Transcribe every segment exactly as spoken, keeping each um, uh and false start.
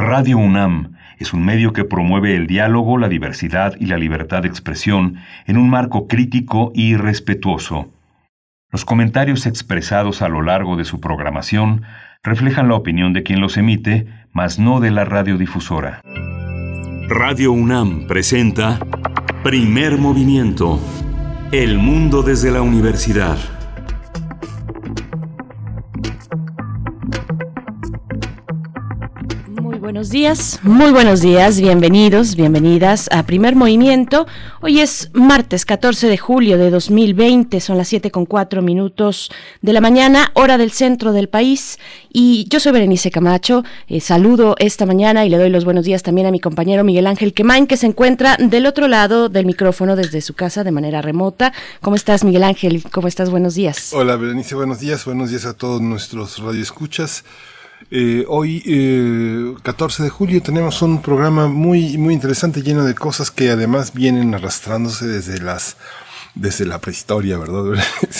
Radio UNAM es un medio que promueve el diálogo, la diversidad y la libertad de expresión en un marco crítico y respetuoso. Los comentarios expresados a lo largo de su programación reflejan la opinión de quien los emite, mas no de la radiodifusora. Radio UNAM presenta Primer Movimiento. El mundo desde la universidad. Buenos días, muy buenos días, bienvenidos, bienvenidas a Primer Movimiento. Hoy es martes catorce de julio de dos mil veinte, son las siete con cuatro minutos de la mañana, hora del centro del país, y yo soy Berenice Camacho. Eh, saludo esta mañana y le doy los buenos días también a mi compañero Miguel Ángel Quemain, que se encuentra del otro lado del micrófono desde su casa de manera remota. ¿Cómo estás, Miguel Ángel? ¿Cómo estás? Buenos días. Hola, Berenice, buenos días, buenos días a todos nuestros radioescuchas. Eh, hoy, eh, catorce de julio, tenemos un programa muy, muy interesante, lleno de cosas que además vienen arrastrándose desde las, desde la prehistoria, ¿verdad?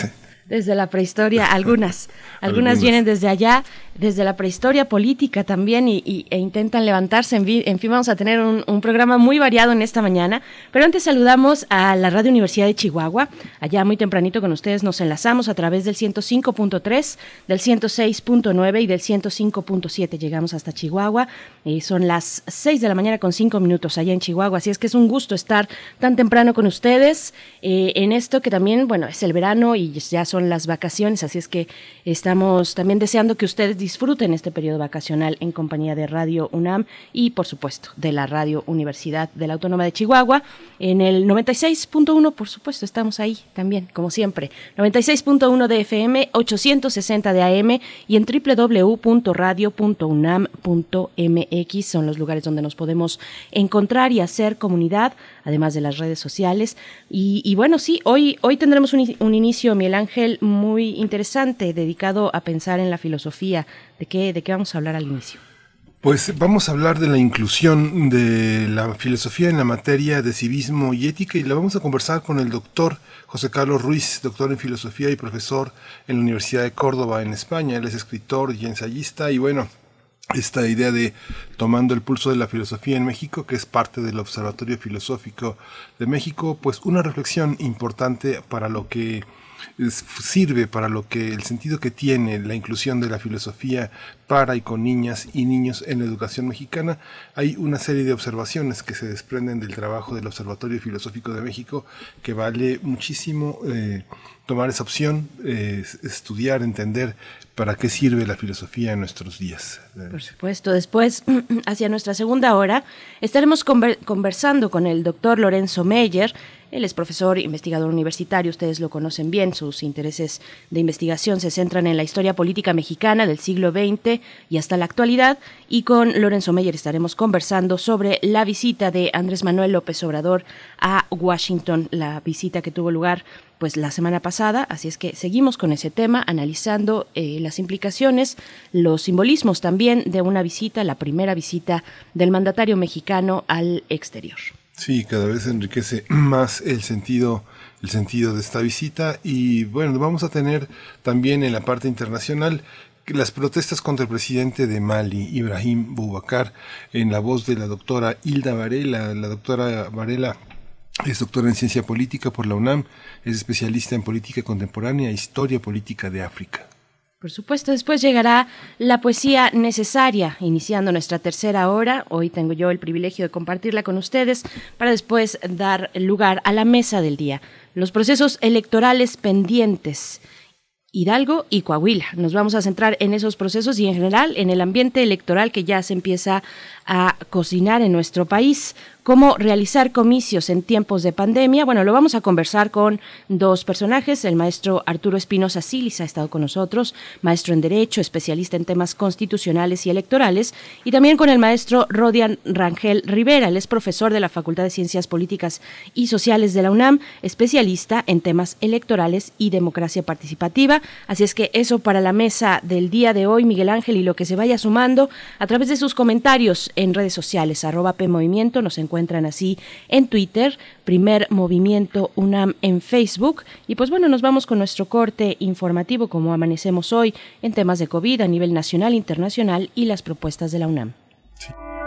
Desde la prehistoria, algunas, algunas, algunas vienen desde allá, desde la prehistoria política también, y, y, e intentan levantarse. En, vi, en fin, vamos a tener un, un programa muy variado en esta mañana, pero antes saludamos a la Radio Universidad de Chihuahua. Allá muy tempranito con ustedes nos enlazamos a través del ciento cinco punto tres, del ciento seis punto nueve y del ciento cinco punto siete. Llegamos hasta Chihuahua, eh, son las seis de la mañana con cinco minutos allá en Chihuahua, así es que es un gusto estar tan temprano con ustedes eh, en esto que también, bueno, es el verano y ya son Son las vacaciones, así es que estamos también deseando que ustedes disfruten este periodo vacacional en compañía de Radio UNAM y, por supuesto, de la Radio Universidad de la Autónoma de Chihuahua. En el noventa y seis punto uno, por supuesto, estamos ahí también, como siempre. noventa y seis punto uno de F M, ochocientos sesenta de A M y en doble u doble u doble u punto radio punto unam punto m x son los lugares donde nos podemos encontrar y hacer comunidad, además de las redes sociales. Y, y bueno, sí, hoy, hoy tendremos un, un inicio, Miguel Ángel, muy interesante, dedicado a pensar en la filosofía. ¿De qué, de qué vamos a hablar al inicio? Pues vamos a hablar de la inclusión de la filosofía en la materia de civismo y ética, y la vamos a conversar con el doctor José Carlos Ruiz, doctor en filosofía y profesor en la Universidad de Córdoba, en España. Él es escritor y ensayista, y bueno, esta idea de tomando el pulso de la filosofía en México, que es parte del Observatorio Filosófico de México, pues una reflexión importante para lo que es, sirve, para lo que el sentido que tiene la inclusión de la filosofía para y con niñas y niños en la educación mexicana. Hay una serie de observaciones que se desprenden del trabajo del Observatorio Filosófico de México que vale muchísimo eh, tomar esa opción, eh, estudiar, entender para qué sirve la filosofía en nuestros días. Por supuesto. Después, hacia nuestra segunda hora, estaremos conver- conversando con el doctor Lorenzo Meyer. Él es profesor, investigador universitario, ustedes lo conocen bien, sus intereses de investigación se centran en la historia política mexicana del siglo veinte y hasta la actualidad, y con Lorenzo Meyer estaremos conversando sobre la visita de Andrés Manuel López Obrador a Washington, la visita que tuvo lugar pues la semana pasada, así es que seguimos con ese tema, analizando eh, las implicaciones, los simbolismos también de una visita, la primera visita del mandatario mexicano al exterior. Sí, cada vez enriquece más el sentido, el sentido de esta visita, y bueno, vamos a tener también en la parte internacional las protestas contra el presidente de Mali, Ibrahim Boubacar, en la voz de la doctora Hilda Varela. La doctora Varela es doctora en ciencia política por la UNAM, es especialista en política contemporánea e historia política de África. Por supuesto, después llegará la poesía necesaria, iniciando nuestra tercera hora. Hoy tengo yo el privilegio de compartirla con ustedes para después dar lugar a la mesa del día. Los procesos electorales pendientes. Hidalgo y Coahuila. Nos vamos a centrar en esos procesos y en general en el ambiente electoral que ya se empieza a cocinar en nuestro país. cómo realizar comicios en tiempos de pandemia. Bueno, lo vamos a conversar con dos personajes. El maestro Arturo Espinosa Silis ha estado con nosotros, maestro en Derecho, especialista en temas constitucionales y electorales, y también con el maestro Rodian Rangel Rivera. Él es profesor de la Facultad de Ciencias Políticas y Sociales de la UNAM, especialista en temas electorales y democracia participativa. Así es que eso para la mesa del día de hoy, Miguel Ángel, y lo que se vaya sumando a través de sus comentarios en redes sociales, arroba PMovimiento, nos encuentran así en Twitter, Primer Movimiento UNAM en Facebook, y pues bueno, nos vamos con nuestro corte informativo, como amanecemos hoy en temas de COVID a nivel nacional, internacional y las propuestas de la UNAM. Sí.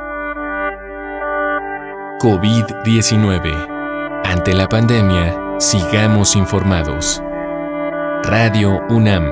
COVID diecinueve. Ante la pandemia, sigamos informados. Radio UNAM.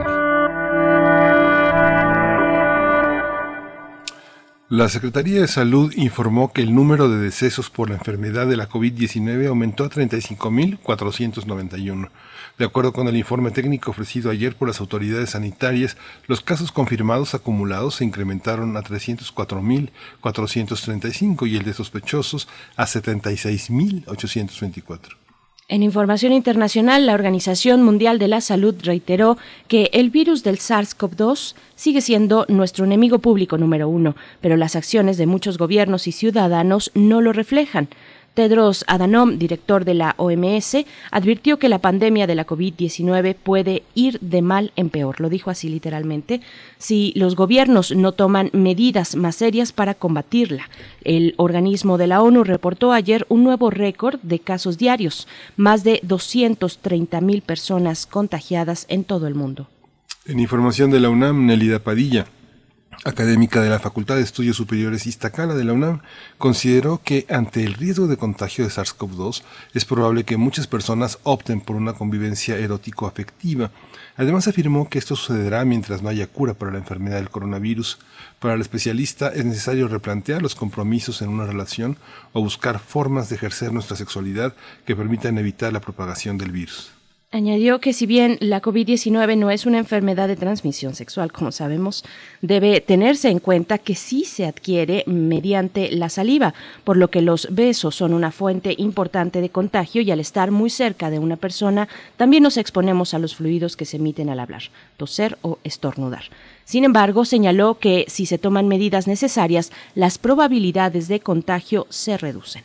La Secretaría de Salud informó que el número de decesos por la enfermedad de la COVID diecinueve aumentó a treinta y cinco mil cuatrocientos noventa y uno. De acuerdo con el informe técnico ofrecido ayer por las autoridades sanitarias, los casos confirmados acumulados se incrementaron a trescientos cuatro mil cuatrocientos treinta y cinco y el de sospechosos a setenta y seis mil ochocientos veinticuatro. En información internacional, la Organización Mundial de la Salud reiteró que el virus del SARS-CoV dos sigue siendo nuestro enemigo público número uno, pero las acciones de muchos gobiernos y ciudadanos no lo reflejan. Tedros Adhanom, director de la O M S, advirtió que la pandemia de la COVID diecinueve puede ir de mal en peor. Lo dijo así literalmente, si los gobiernos no toman medidas más serias para combatirla. El organismo de la ONU reportó ayer un nuevo récord de casos diarios, más de doscientas treinta mil personas contagiadas en todo el mundo. En información de la UNAM, Nelida Padilla, académica de la Facultad de Estudios Superiores Iztacala de la UNAM, consideró que ante el riesgo de contagio de SARS-CoV dos es probable que muchas personas opten por una convivencia erótico-afectiva. Además afirmó que esto sucederá mientras no haya cura para la enfermedad del coronavirus. Para el especialista es necesario replantear los compromisos en una relación o buscar formas de ejercer nuestra sexualidad que permitan evitar la propagación del virus. Añadió que si bien la COVID diecinueve no es una enfermedad de transmisión sexual, como sabemos, debe tenerse en cuenta que sí se adquiere mediante la saliva, por lo que los besos son una fuente importante de contagio y al estar muy cerca de una persona también nos exponemos a los fluidos que se emiten al hablar, toser o estornudar. Sin embargo, señaló que si se toman medidas necesarias, las probabilidades de contagio se reducen.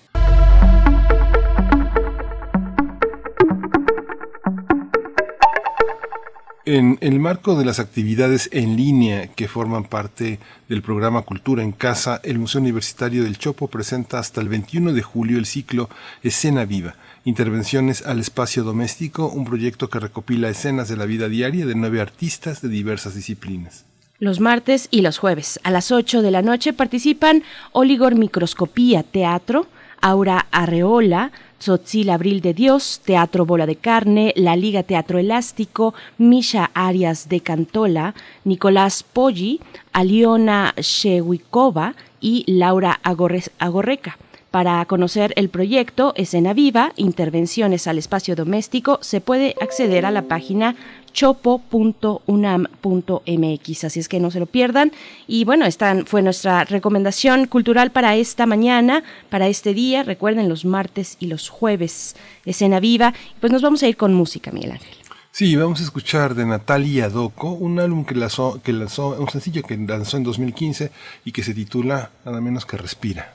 En el marco de las actividades en línea que forman parte del programa Cultura en Casa, el Museo Universitario del Chopo presenta hasta el veintiuno de julio el ciclo Escena Viva, Intervenciones al Espacio Doméstico, un proyecto que recopila escenas de la vida diaria de nueve artistas de diversas disciplinas. Los martes y los jueves a las ocho de la noche participan Oligor Microscopía Teatro, Aura Arreola, Tzotzil Abril de Dios, Teatro Bola de Carne, La Liga Teatro Elástico, Misha Arias de Cantola, Nicolás Poggi, Aliona Shewikova y Laura Agorre- Agorreca. Para conocer el proyecto Escena Viva, Intervenciones al Espacio Doméstico, se puede acceder a la página chopo punto unam punto m x, así es que no se lo pierdan. Y bueno, esta fue nuestra recomendación cultural para esta mañana, para este día. Recuerden, los martes y los jueves, Escena Viva. Pues nos vamos a ir con música, Miguel Ángel. Sí, vamos a escuchar de Natalia Doko, un álbum que lanzó, que lanzó, un sencillo que lanzó en dos mil quince y que se titula nada menos que Respira.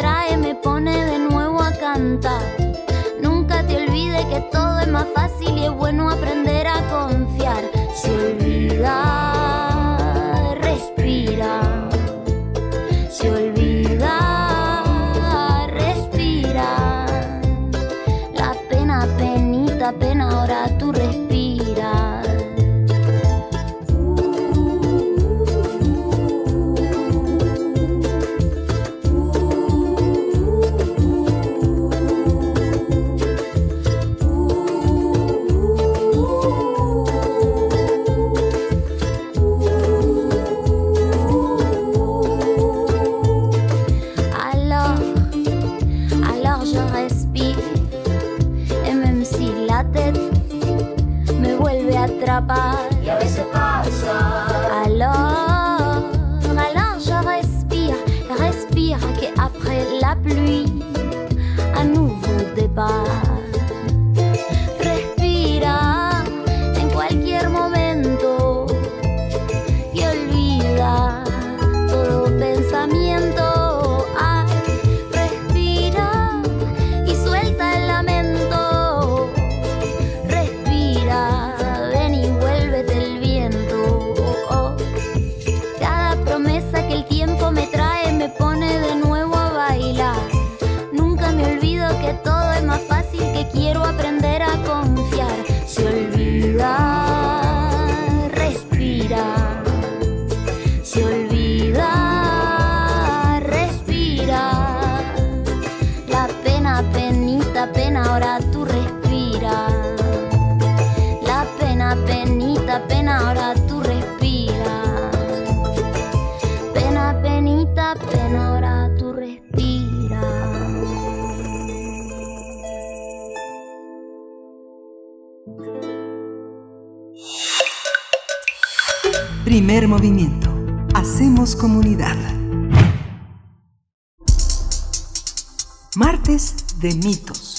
Nunca te olvides que todo es más fácil y es paz. Respira en cualquier momento y olvida todo pensamiento. Ay, respira y suelta el lamento. Respira, ven y vuélvete el viento. Oh, cada promesa que el tiempo me trae me pone de nuevo a bailar. Nunca me olvido que todo es más fácil, que quiero aprender a confiar. Se olvida, respira. Se olvida, respira. La pena, penita, pena, ahora tú respira. La pena, penita, pena, ahora tú respira. Pena, penita, pena, ahora tú respira. Primer movimiento. Hacemos comunidad. Martes de mitos.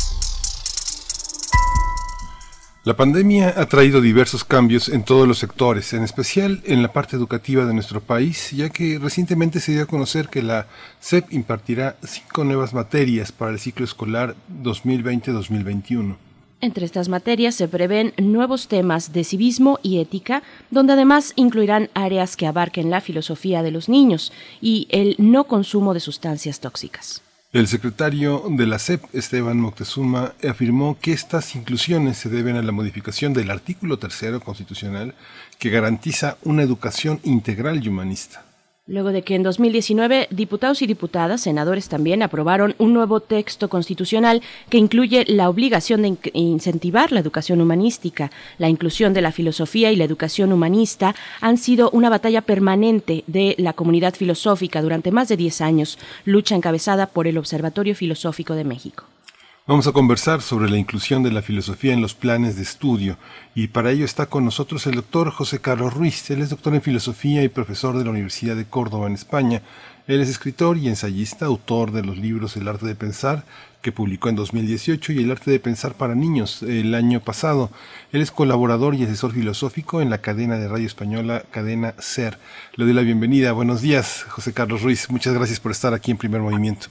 La pandemia ha traído diversos cambios en todos los sectores, en especial en la parte educativa de nuestro país, ya que recientemente se dio a conocer que la S E P impartirá cinco nuevas materias para el ciclo escolar dos mil veinte dos mil veintiuno. Entre estas materias se prevén nuevos temas de civismo y ética, donde además incluirán áreas que abarquen la filosofía de los niños y el no consumo de sustancias tóxicas. El secretario de la S E P, Esteban Moctezuma, afirmó que estas inclusiones se deben a la modificación del artículo tercero constitucional que garantiza una educación integral y humanista. Luego de que en dos mil diecinueve diputados y diputadas, senadores también, aprobaron un nuevo texto constitucional que incluye la obligación de in- incentivar la educación humanística. La inclusión de la filosofía y la educación humanista han sido una batalla permanente de la comunidad filosófica durante más de diez años, lucha encabezada por el Observatorio Filosófico de México. Vamos a conversar sobre la inclusión de la filosofía en los planes de estudio y para ello está con nosotros el doctor José Carlos Ruiz. Él es doctor en filosofía y profesor de la Universidad de Córdoba en España. Él es escritor y ensayista, autor de los libros El arte de pensar, que publicó en dos mil dieciocho, y El arte de pensar para niños el año pasado. Él es colaborador y asesor filosófico en la cadena de radio española Cadena SER. Le doy la bienvenida. Buenos días, José Carlos Ruiz. Muchas gracias por estar aquí en Primer Movimiento.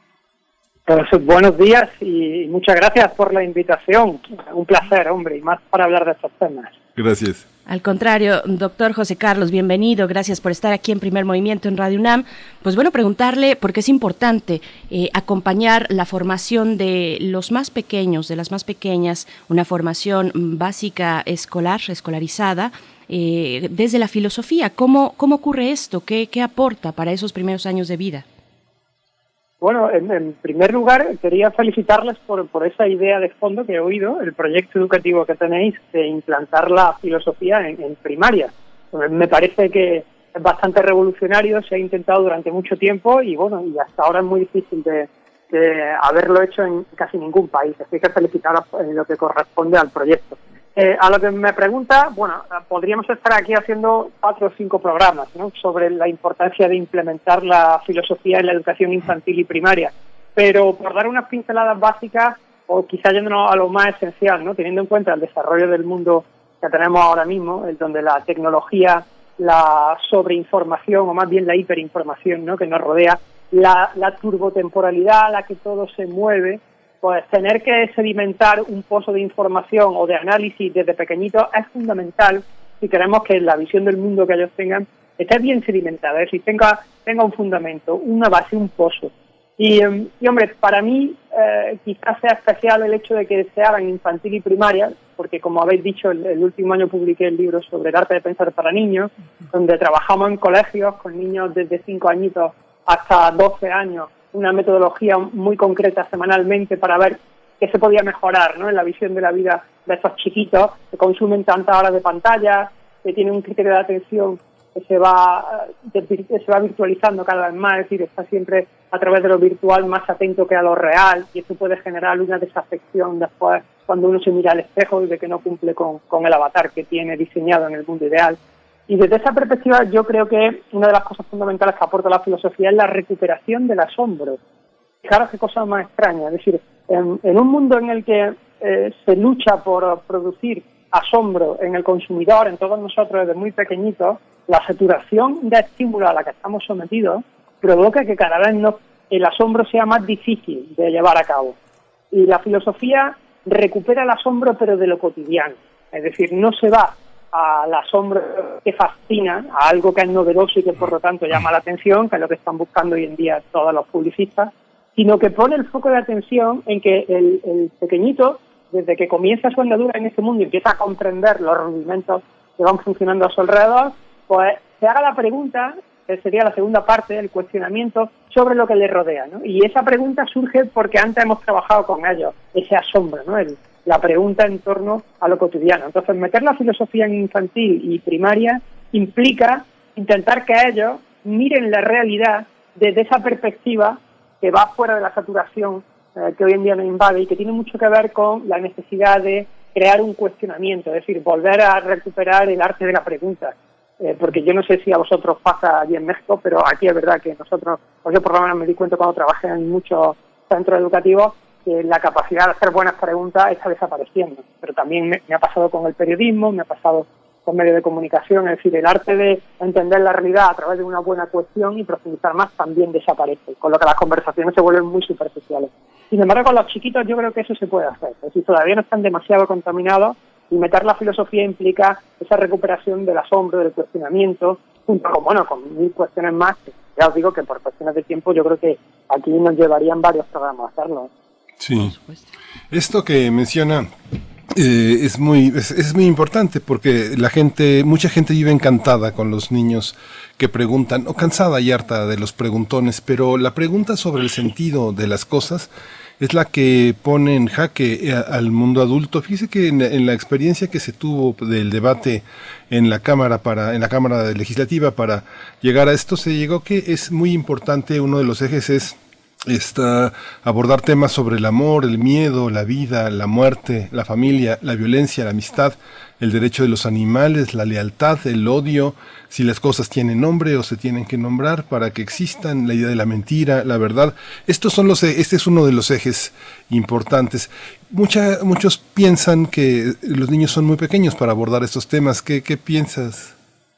Pues, buenos días y muchas gracias por la invitación. Un placer, hombre, y más para hablar de estos temas. Gracias. Al contrario, doctor José Carlos, bienvenido. Gracias por estar aquí en Primer Movimiento en Radio UNAM. Pues bueno, preguntarle, porque es importante eh, acompañar la formación de los más pequeños, de las más pequeñas, una formación básica escolar, escolarizada, eh, desde la filosofía. ¿Cómo, cómo ocurre esto? ¿Qué, qué aporta para esos primeros años de vida? Bueno, en, en primer lugar, quería felicitarles por, por esa idea de fondo que he oído, el proyecto educativo que tenéis de implantar la filosofía en, en primaria. Me parece que es bastante revolucionario, se ha intentado durante mucho tiempo y bueno, y hasta ahora es muy difícil de, de haberlo hecho en casi ningún país. Así que felicitar en lo que corresponde al proyecto. Eh, a lo que me pregunta, bueno, podríamos estar aquí haciendo cuatro o cinco programas, ¿no?, sobre la importancia de implementar la filosofía en la educación infantil y primaria, pero por dar unas pinceladas básicas, o quizá yéndonos a lo más esencial, ¿no?, teniendo en cuenta el desarrollo del mundo que tenemos ahora mismo, en donde la tecnología, la sobreinformación, o más bien la hiperinformación, ¿no?, que nos rodea, la, la turbotemporalidad a la que todo se mueve, pues tener que sedimentar un pozo de información o de análisis desde pequeñitos es fundamental si queremos que la visión del mundo que ellos tengan esté bien sedimentada, es decir, tenga, tenga un fundamento, una base, un pozo. Y, y hombre, para mí eh, quizás sea especial el hecho de que se haga en infantil y primaria, porque como habéis dicho, el, el último año publiqué el libro sobre el arte de pensar para niños, donde trabajamos en colegios con niños desde cinco añitos hasta doce años, una metodología muy concreta semanalmente para ver qué se podía mejorar, ¿no?, en la visión de la vida de estos chiquitos que consumen tantas horas de pantalla, que tienen un criterio de atención que se va, que se va virtualizando cada vez más, es decir, está siempre a través de lo virtual más atento que a lo real, y eso puede generar una desafección después cuando uno se mira al espejo y ve que no cumple con, con el avatar que tiene diseñado en el mundo ideal. Y desde esa perspectiva yo creo que una de las cosas fundamentales que aporta la filosofía es la recuperación del asombro. fijaros qué cosa más extraña, es decir, en, en un mundo en el que eh, se lucha por producir asombro en el consumidor, en todos nosotros desde muy pequeñitos, la saturación de estímulos a la que estamos sometidos provoca que cada vez no, el asombro sea más difícil de llevar a cabo. Y la filosofía recupera el asombro, pero de lo cotidiano. Es decir, no se va al asombro que fascina, a algo que es novedoso y que por lo tanto llama la atención, que es lo que están buscando hoy en día todos los publicistas, sino que pone el foco de atención en que el, el pequeñito, desde que comienza su andadura en este mundo y empieza a comprender los rudimentos que van funcionando a su alrededor, pues se haga la pregunta, que sería la segunda parte del cuestionamiento, sobre lo que le rodea, ¿no? Y esa pregunta surge porque antes hemos trabajado con ellos, ese asombro, ¿no? El, la pregunta en torno a lo cotidiano. Entonces, meter la filosofía en infantil y primaria implica intentar que ellos miren la realidad desde esa perspectiva que va fuera de la saturación eh, que hoy en día nos invade y que tiene mucho que ver con la necesidad de crear un cuestionamiento, es decir, volver a recuperar el arte de la pregunta. Eh, porque yo no sé si a vosotros pasa allí en México, pero aquí es verdad que nosotros, pues yo por lo menos me di cuenta cuando trabajé en muchos centros educativos, que la capacidad de hacer buenas preguntas está desapareciendo. Pero también me, me ha pasado con el periodismo, me ha pasado con medios de comunicación, es decir, el arte de entender la realidad a través de una buena cuestión y profundizar más también desaparece, con lo que las conversaciones se vuelven muy superficiales. Sin embargo, con los chiquitos yo creo que eso se puede hacer, es decir, todavía no están demasiado contaminados y meter la filosofía implica esa recuperación del asombro, del cuestionamiento, junto con, bueno, con mil cuestiones más, que ya os digo que por cuestiones de tiempo yo creo que aquí nos llevarían varios programas a hacerlo. Sí, esto que menciona eh, es muy es, es muy importante porque la gente, mucha gente vive encantada con los niños que preguntan, o cansada y harta de los preguntones, pero la pregunta sobre el sentido de las cosas es la que pone en jaque al mundo adulto. Fíjese que en, en la experiencia que se tuvo del debate en la Cámara para en la Cámara Legislativa para llegar a esto, se llegó que es muy importante, uno de los ejes es Está abordar temas sobre el amor, el miedo, la vida, la muerte, la familia, la violencia, la amistad, el derecho de los animales, la lealtad, el odio, si las cosas tienen nombre o se tienen que nombrar para que existan, la idea de la mentira, la verdad. Estos son los, este es uno de los ejes importantes. Mucha, muchos piensan que los niños son muy pequeños para abordar estos temas. ¿Qué, qué piensas?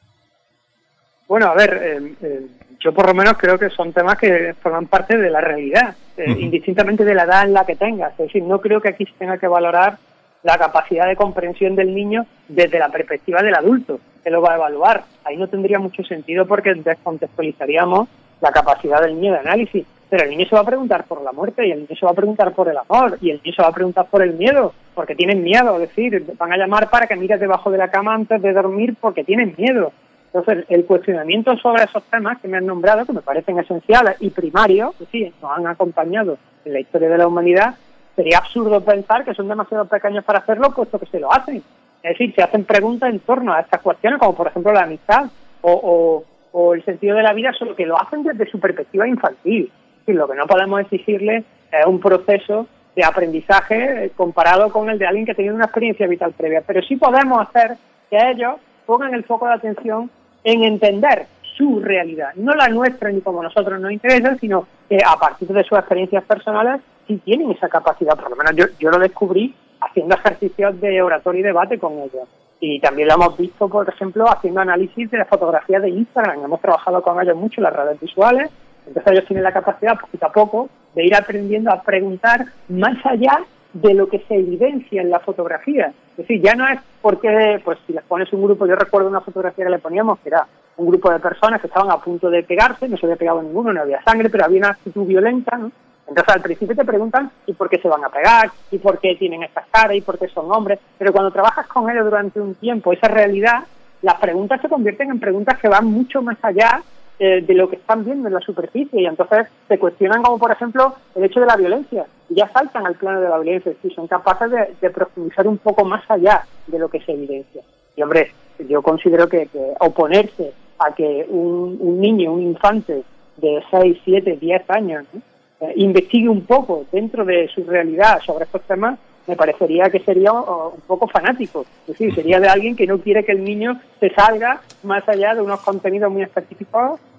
Bueno, a ver, eh, eh, yo por lo menos creo que son temas que forman parte de la realidad, eh, uh-huh. indistintamente de la edad en la que tengas. Es decir, no creo que aquí se tenga que valorar la capacidad de comprensión del niño desde la perspectiva del adulto, que lo va a evaluar. Ahí no tendría mucho sentido porque descontextualizaríamos la capacidad del niño de análisis. Pero el niño se va a preguntar por la muerte, y el niño se va a preguntar por el amor, y el niño se va a preguntar por el miedo, porque tienen miedo. Es decir, van a llamar para que mires debajo de la cama antes de dormir porque tienen miedo. Entonces, el cuestionamiento sobre esos temas que me han nombrado, que me parecen esenciales y primarios, que sí, nos han acompañado en la historia de la humanidad, sería absurdo pensar que son demasiado pequeños para hacerlo, puesto que se lo hacen. Es decir, se hacen preguntas en torno a estas cuestiones, como por ejemplo la amistad o, o, o el sentido de la vida, solo que lo hacen desde su perspectiva infantil. Es decir, lo que no podemos exigirles es un proceso de aprendizaje comparado con el de alguien que ha tenido una experiencia vital previa. Pero sí podemos hacer que ellos pongan el foco de atención en entender su realidad, no la nuestra ni como a nosotros nos interesa, sino que a partir de sus experiencias personales sí tienen esa capacidad. Por lo menos yo, yo lo descubrí haciendo ejercicios de oratoria y debate con ellos. Y también lo hemos visto, por ejemplo, haciendo análisis de las fotografías de Instagram. Hemos trabajado con ellos mucho en las redes visuales, entonces ellos tienen la capacidad, poquito a poco, de ir aprendiendo a preguntar más allá de lo que se evidencia en la fotografía. Es decir, ya no es porque, pues si les pones un grupo, yo recuerdo una fotografía que le poníamos, que era un grupo de personas que estaban a punto de pegarse, no se había pegado ninguno, no había sangre, pero había una actitud violenta, ¿no? Entonces al principio te preguntan, ¿y por qué se van a pegar? ¿Y por qué tienen estas caras? ¿Y por qué son hombres? Pero cuando trabajas con ellos durante un tiempo, esa realidad, las preguntas se convierten en preguntas que van mucho más allá Eh, de lo que están viendo en la superficie, y entonces se cuestionan, como por ejemplo el hecho de la violencia, y ya saltan al plano de la violencia, es decir, son capaces de, de profundizar un poco más allá de lo que se evidencia. Y hombre, yo considero que, que oponerse a que un, un niño, un infante de seis, siete, diez años, ¿no? eh, investigue un poco dentro de su realidad sobre estos temas, me parecería que sería un poco fanático. Es decir, sería de alguien que no quiere que el niño se salga más allá de unos contenidos muy específicos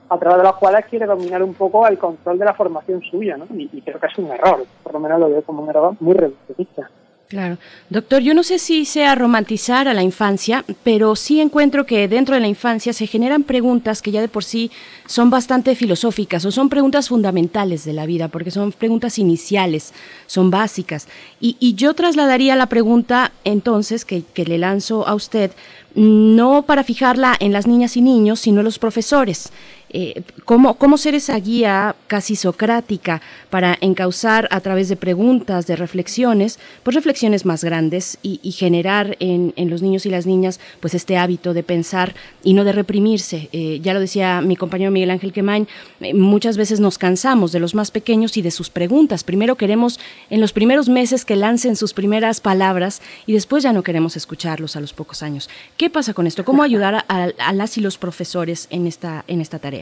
a través de los cuales quiere dominar un poco el control de la formación suya, ¿no? Y, y creo que es un error, por lo menos lo veo como un error muy reduccionista. Claro. Doctor, yo no sé si sea romantizar a la infancia, pero sí encuentro que dentro de la infancia se generan preguntas que ya de por sí son bastante filosóficas o son preguntas fundamentales de la vida, porque son preguntas iniciales, son básicas. Y, y yo trasladaría la pregunta entonces que, que le lanzo a usted, no para fijarla en las niñas y niños, sino en los profesores. Eh, ¿cómo, ¿Cómo ser esa guía casi socrática para encauzar a través de preguntas, de reflexiones, pues reflexiones más grandes y, y generar en, en los niños y las niñas pues este hábito de pensar y no de reprimirse? Eh, ya lo decía mi compañero Miguel Ángel Quemain, eh, muchas veces nos cansamos de los más pequeños y de sus preguntas. Primero queremos en los primeros meses que lancen sus primeras palabras y después ya no queremos escucharlos a los pocos años. ¿Qué pasa con esto? ¿Cómo ayudar a, a, a las y los profesores en esta, en esta tarea?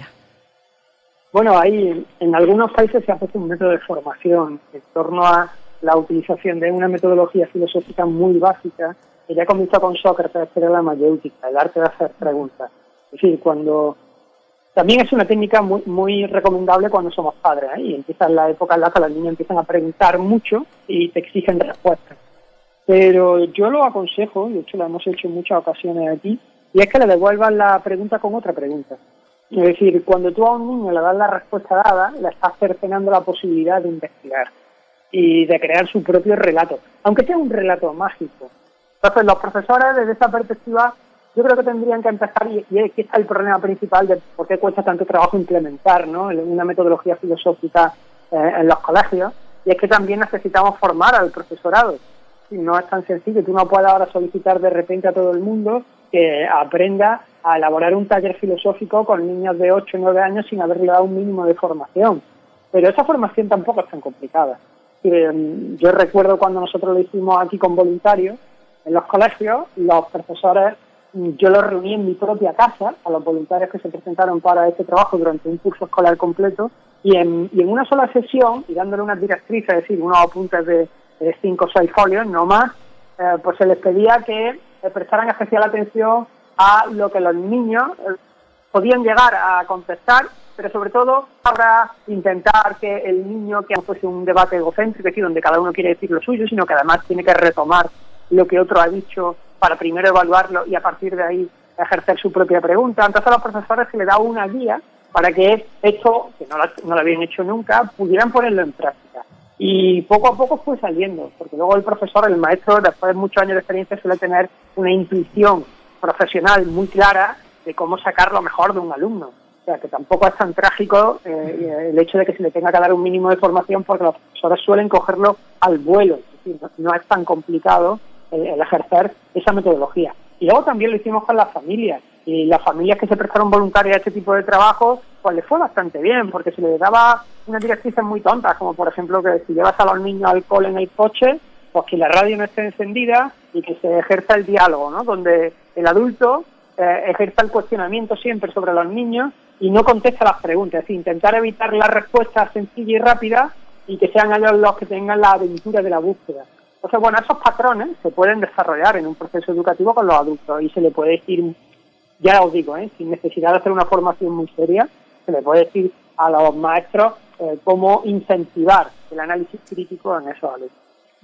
Bueno, ahí en algunos países se ha puesto un método de formación en torno a la utilización de una metodología filosófica muy básica, que ya comenzó con Sócrates, que era la mayéutica, el arte de hacer preguntas. Es decir, cuando también es una técnica muy muy recomendable cuando somos padres, ¿eh? Y empieza la época en la que los niños empiezan a preguntar mucho y te exigen respuestas. Pero yo lo aconsejo, de hecho lo hemos hecho en muchas ocasiones aquí, y es que le devuelvan la pregunta con otra pregunta. Es decir, cuando tú a un niño le das la respuesta dada, le estás cercenando la posibilidad de investigar y de crear su propio relato, aunque sea un relato mágico. Entonces, los profesores, desde esa perspectiva, yo creo que tendrían que empezar, y, y aquí está el problema principal de por qué cuesta tanto trabajo implementar, ¿no?, una metodología filosófica eh, en los colegios, y es que también necesitamos formar al profesorado. Y no es tan sencillo, tú no puedes ahora solicitar de repente a todo el mundo que aprenda a elaborar un taller filosófico con niños de ocho o nueve años sin haberle dado un mínimo de formación. Pero esa formación tampoco es tan complicada. Yo recuerdo cuando nosotros lo hicimos aquí con voluntarios, en los colegios, los profesores, yo los reuní en mi propia casa, a los voluntarios que se presentaron para este trabajo durante un curso escolar completo, y en, y en una sola sesión, y dándole unas directrices, es decir, unos apuntes de, de cinco o seis folios, no más, eh, pues se les pedía que prestaran especial atención a lo que los niños eh, podían llegar a contestar, pero sobre todo para intentar que el niño, que no fuese un debate egocéntrico, es decir, donde cada uno quiere decir lo suyo, sino que además tiene que retomar lo que otro ha dicho para primero evaluarlo y a partir de ahí ejercer su propia pregunta. Entonces a los profesores se les da una guía para que esto, que no lo, no lo habían hecho nunca, pudieran ponerlo en práctica. Y poco a poco fue saliendo, porque luego el profesor, el maestro, después de muchos años de experiencia, suele tener una intuición profesional muy clara de cómo sacar lo mejor de un alumno. O sea, que tampoco es tan trágico eh, el hecho de que se le tenga que dar un mínimo de formación, porque los profesores suelen cogerlo al vuelo. Es decir, no, no es tan complicado el, el ejercer esa metodología. Y luego también lo hicimos con las familias. Y las familias que se prestaron voluntarias a este tipo de trabajo, pues les fue bastante bien, porque se les daba unas directrices muy tontas, como por ejemplo que si llevas a los niños alcohol en el coche, pues que la radio no esté encendida y que se ejerza el diálogo, ¿no?, donde el adulto eh, ejerza el cuestionamiento siempre sobre los niños y no contesta las preguntas, es decir, intentar evitar la respuesta sencilla y rápida y que sean ellos los que tengan la aventura de la búsqueda. Entonces, bueno, esos patrones se pueden desarrollar en un proceso educativo con los adultos y se le puede decir, ya os digo, ¿eh?, sin necesidad de hacer una formación muy seria, se le puede decir a los maestros eh, cómo incentivar el análisis crítico en esos alumnos.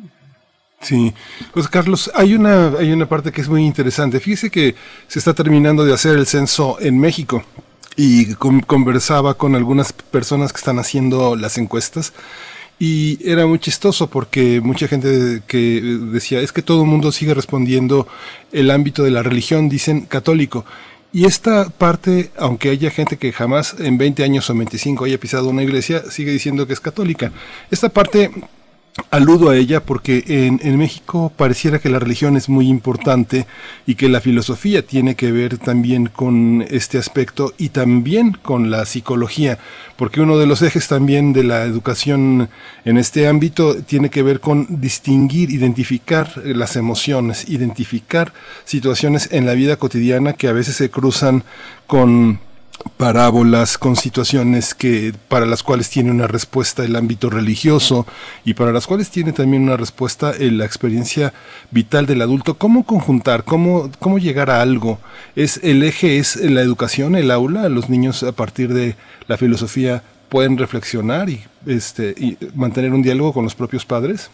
Sí, pues Carlos, hay una hay una parte que es muy interesante. Fíjese que se está terminando de hacer el censo en México y con, conversaba con algunas personas que están haciendo las encuestas y era muy chistoso porque mucha gente que decía, es que todo el mundo sigue respondiendo el ámbito de la religión, dicen católico. Y esta parte, aunque haya gente que jamás en veinte años o veinticinco haya pisado una iglesia, sigue diciendo que es católica. Esta parte aludo a ella porque en, en México pareciera que la religión es muy importante y que la filosofía tiene que ver también con este aspecto y también con la psicología, porque uno de los ejes también de la educación en este ámbito tiene que ver con distinguir, identificar las emociones, identificar situaciones en la vida cotidiana que a veces se cruzan con parábolas con situaciones que para las cuales tiene una respuesta el ámbito religioso y para las cuales tiene también una respuesta en la experiencia vital del adulto. ¿Cómo conjuntar? ¿Cómo, cómo llegar a algo? ¿Es el eje es la educación, el aula? ¿Los niños a partir de la filosofía pueden reflexionar y, este, y mantener un diálogo con los propios padres?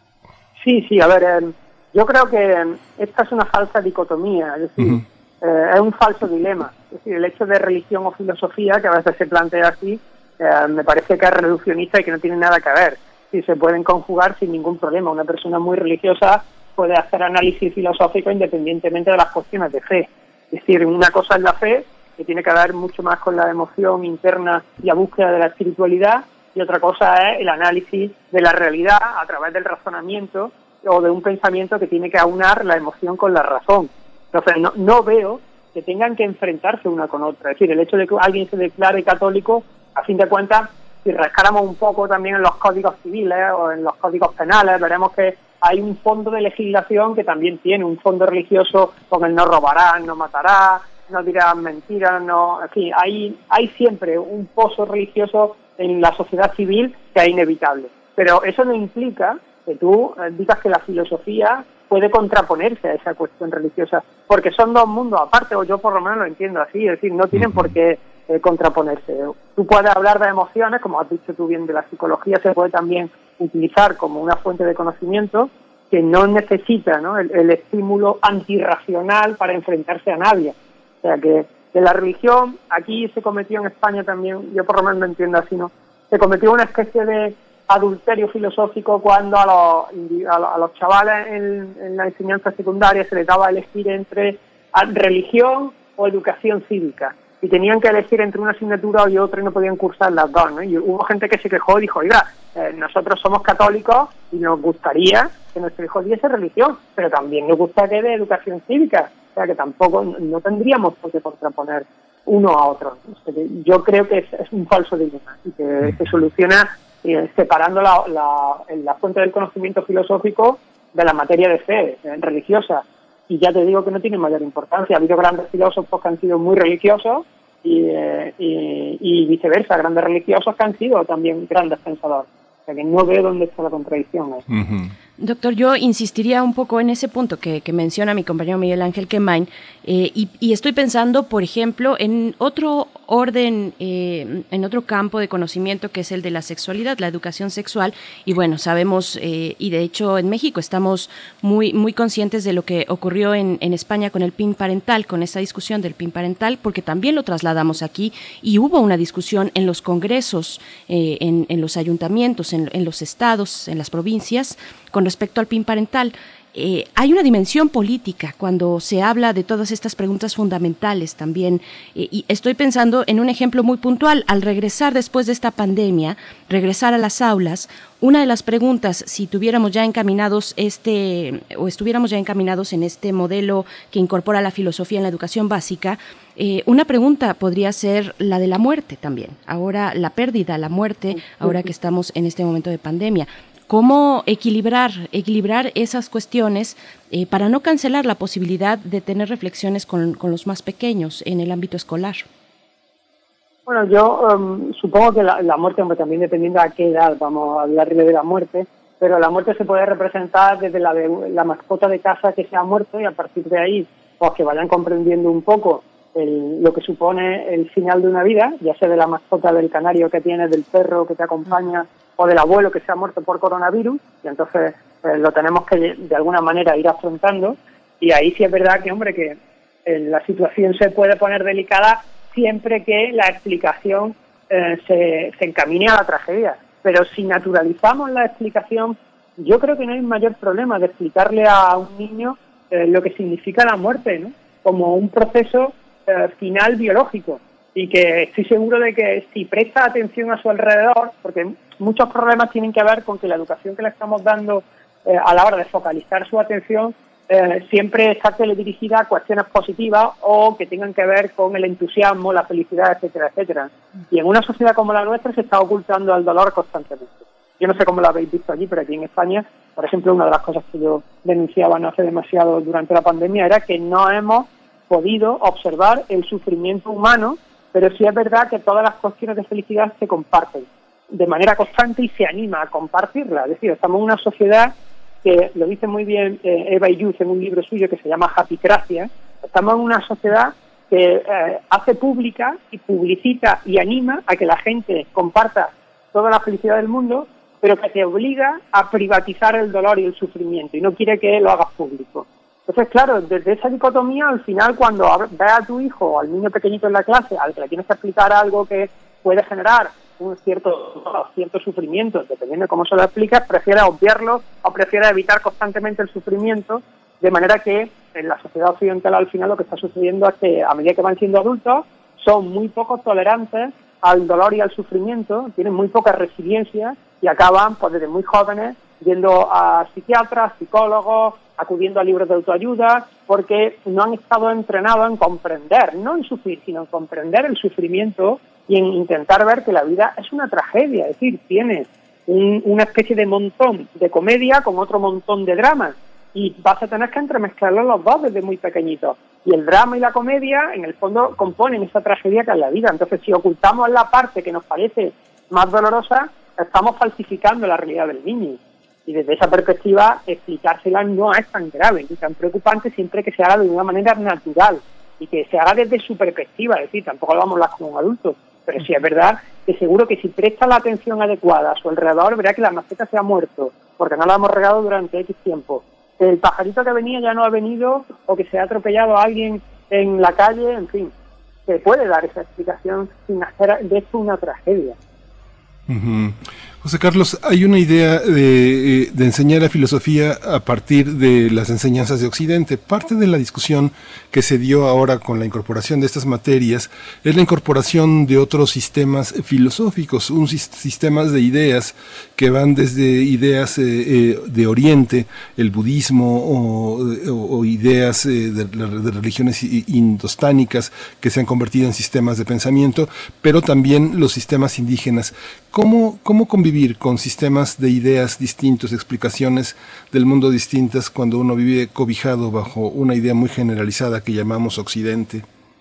Sí, sí, a ver, eh, yo creo que eh, esta es una falsa dicotomía, es decir, uh-huh. eh, es un falso dilema. Es decir, el hecho de religión o filosofía, que a veces se plantea así, eh, me parece que es reduccionista y que no tiene nada que ver. Sí, se pueden conjugar sin ningún problema. Una persona muy religiosa puede hacer análisis filosófico independientemente de las cuestiones de fe. Es decir, una cosa es la fe, que tiene que ver mucho más con la emoción interna y la búsqueda de la espiritualidad, y otra cosa es el análisis de la realidad a través del razonamiento o de un pensamiento que tiene que aunar la emoción con la razón. Entonces, no, no veo que tengan que enfrentarse una con otra. Es decir, el hecho de que alguien se declare católico, a fin de cuentas, si rascáramos un poco también en los códigos civiles o en los códigos penales, veremos que hay un fondo de legislación que también tiene un fondo religioso con el no robarás, no matarás, no dirás mentiras, no, en fin, hay, hay siempre un pozo religioso en la sociedad civil que es inevitable. Pero eso no implica que tú digas que la filosofía puede contraponerse a esa cuestión religiosa, porque son dos mundos aparte, o yo por lo menos lo entiendo así, es decir, no tienen por qué eh, contraponerse. Tú puedes hablar de emociones, como has dicho tú bien, de la psicología se puede también utilizar como una fuente de conocimiento que no necesita, ¿no?, el, el estímulo antirracional para enfrentarse a nadie. O sea que de la religión, aquí se cometió en España también, yo por lo menos lo entiendo así, ¿no?, se cometió una especie de adulterio filosófico cuando a los, a los chavales en, en la enseñanza secundaria se les daba a elegir entre religión o educación cívica, y tenían que elegir entre una asignatura y otra y no podían cursar las dos, ¿no? Y hubo gente que se quejó y dijo, oiga, eh, nosotros somos católicos y nos gustaría que nuestro hijo diese religión, pero también nos gusta que dé educación cívica, o sea que tampoco, no tendríamos por qué contraponer uno a otro. O sea que yo creo que es, es un falso dilema y que se soluciona eh, separando la, la, la fuente del conocimiento filosófico de la materia de fe eh, religiosa. Y ya te digo que no tiene mayor importancia. Ha habido grandes filósofos que han sido muy religiosos y, eh, y, y viceversa, grandes religiosos que han sido también grandes pensadores. O sea que no veo dónde está la contradicción. ¿eh? Uh-huh. Doctor, yo insistiría un poco en ese punto que, que menciona mi compañero Miguel Ángel Quemain, eh, y, y estoy pensando, por ejemplo, en otro orden, eh, en otro campo de conocimiento que es el de la sexualidad, la educación sexual, y bueno, sabemos, eh, y de hecho en México estamos muy, muy conscientes de lo que ocurrió en, en España con el P I N parental, con esa discusión del P I N parental, porque también lo trasladamos aquí, y hubo una discusión en los congresos, eh, en, en los ayuntamientos, en, en los estados, en las provincias, con respecto al P I N parental. Eh, hay una dimensión política cuando se habla de todas estas preguntas fundamentales también, eh, y estoy pensando en un ejemplo muy puntual. Al regresar después de esta pandemia, regresar a las aulas, una de las preguntas, si tuviéramos ya encaminados este, o estuviéramos ya encaminados en este modelo que incorpora la filosofía en la educación básica, eh, una pregunta podría ser la de la muerte también. Ahora la pérdida, la muerte, ahora que estamos en este momento de pandemia. ¿Cómo equilibrar, equilibrar esas cuestiones eh, para no cancelar la posibilidad de tener reflexiones con, con los más pequeños en el ámbito escolar? Bueno, yo um, supongo que la, la muerte, hombre, también dependiendo a qué edad vamos a hablar de la muerte, pero la muerte se puede representar desde la de la mascota de casa que se ha muerto, y a partir de ahí, pues que vayan comprendiendo un poco el, lo que supone el final de una vida, ya sea de la mascota del canario que tienes, del perro que te acompaña, o del abuelo que se ha muerto por coronavirus, y entonces eh, lo tenemos que de alguna manera ir afrontando. Y ahí sí es verdad que, hombre, que eh, la situación se puede poner delicada siempre que la explicación eh, se, se encamine a la tragedia. Pero si naturalizamos la explicación, yo creo que no hay mayor problema de explicarle a un niño eh, lo que significa la muerte, ¿no?, como un proceso eh, final biológico. Y que estoy seguro de que si presta atención a su alrededor, porque muchos problemas tienen que ver con que la educación que le estamos dando eh, a la hora de focalizar su atención eh, siempre está teledirigida a cuestiones positivas o que tengan que ver con el entusiasmo, la felicidad, etcétera, etcétera. Y en una sociedad como la nuestra se está ocultando el dolor constantemente. Yo no sé cómo lo habéis visto allí, pero aquí en España, por ejemplo, una de las cosas que yo denunciaba no hace demasiado durante la pandemia era que no hemos podido observar el sufrimiento humano pero sí es verdad que todas las cuestiones de felicidad se comparten de manera constante y se anima a compartirla. Es decir, estamos en una sociedad que, lo dice muy bien eh, Eva Illouz en un libro suyo que se llama Happycracia, estamos en una sociedad que eh, hace pública y publicita y anima a que la gente comparta toda la felicidad del mundo, pero que te obliga a privatizar el dolor y el sufrimiento y no quiere que lo hagas público. Entonces, claro, desde esa dicotomía, al final, cuando veas a tu hijo o al niño pequeñito en la clase, al que le tienes que explicar algo que puede generar un cierto, cierto sufrimiento, dependiendo de cómo se lo explicas, prefieres obviarlo o prefieres evitar constantemente el sufrimiento, de manera que en la sociedad occidental al final lo que está sucediendo es que a medida que van siendo adultos son muy poco tolerantes al dolor y al sufrimiento, tienen muy poca resiliencia y acaban pues desde muy jóvenes yendo a psiquiatras, psicólogos, acudiendo a libros de autoayuda, porque no han estado entrenados en comprender, no en sufrir, sino en comprender el sufrimiento y en intentar ver que la vida es una tragedia, es decir, tienes un, una especie de montón de comedia con otro montón de drama y vas a tener que entremezclarlos los dos desde muy pequeñitos. Y el drama y la comedia, en el fondo, componen esa tragedia que es la vida. Entonces, si ocultamos la parte que nos parece más dolorosa, estamos falsificando la realidad del niño. Y desde esa perspectiva, explicársela no es tan grave ni tan preocupante siempre que se haga de una manera natural y que se haga desde su perspectiva. Es decir, tampoco lo vamos a hablar como un adulto, pero sí es verdad que seguro que si presta la atención adecuada a su alrededor, verá que la maceta se ha muerto porque no la hemos regado durante X tiempo. El pajarito que venía ya no ha venido o que se ha atropellado a alguien en la calle, en fin, se puede dar esa explicación sin hacer de esto una tragedia. Uh-huh. José Carlos, hay una idea de, de enseñar la filosofía a partir de las enseñanzas de Occidente. Parte de la discusión que se dio ahora con la incorporación de estas materias es la incorporación de otros sistemas filosóficos, un sistemas de ideas que van desde ideas eh, eh, de Oriente, el budismo o, o, o ideas eh, de, de religiones indostánicas que se han convertido en sistemas de pensamiento, pero también los sistemas indígenas. ¿Cómo, cómo convivir con sistemas de ideas distintos, explicaciones del mundo distintas cuando uno vive cobijado bajo una idea muy generalizada que llamamos Occidente?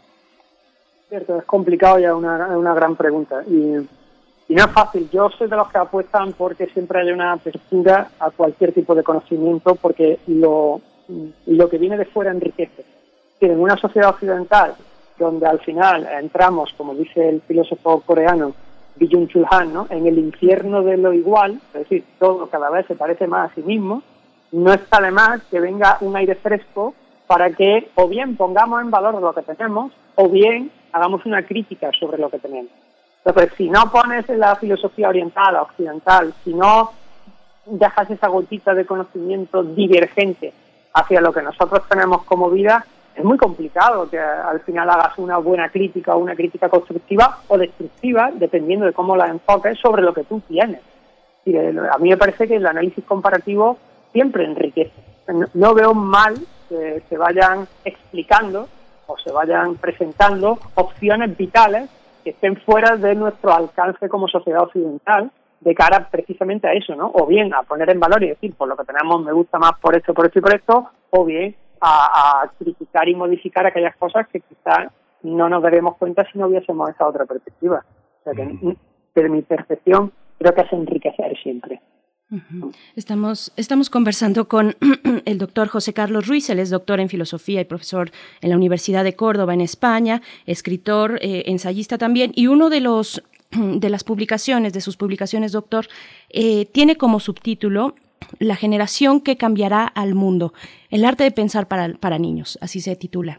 Cierto, es complicado y es una, una gran pregunta. Y, y no es fácil. Yo soy de los que apuestan porque siempre hay una apertura a cualquier tipo de conocimiento porque lo, lo que viene de fuera enriquece. En una sociedad occidental donde al final entramos, como dice el filósofo coreano, Byung-Chul Han, ¿no?, en el infierno de lo igual, es decir, todo cada vez se parece más a sí mismo, no está de más que venga un aire fresco para que o bien pongamos en valor lo que tenemos o bien hagamos una crítica sobre lo que tenemos. Entonces, si no pones la filosofía oriental, occidental, si no dejas esa gotita de conocimiento divergente hacia lo que nosotros tenemos como vida, es muy complicado que al final hagas una buena crítica o una crítica constructiva o destructiva, dependiendo de cómo la enfoques sobre lo que tú tienes. Y a mí me parece que el análisis comparativo siempre enriquece. No veo mal que se vayan explicando o se vayan presentando opciones vitales que estén fuera de nuestro alcance como sociedad occidental, de cara precisamente a eso, ¿no? O bien a poner en valor y decir, por lo que tenemos me gusta más por esto, por esto y por esto, o bien A, a criticar y modificar aquellas cosas que quizás no nos daríamos cuenta si no hubiésemos esa otra perspectiva. O sea que, uh-huh. de mi percepción, creo que es enriquecer siempre. Uh-huh. Estamos, estamos conversando con el doctor José Carlos Ruiz. Él es doctor en filosofía y profesor en la Universidad de Córdoba, en España, escritor, eh, ensayista también, y uno de los de las publicaciones, de sus publicaciones, doctor, eh, tiene como subtítulo La generación que cambiará al mundo, el arte de pensar para, para niños, así se titula.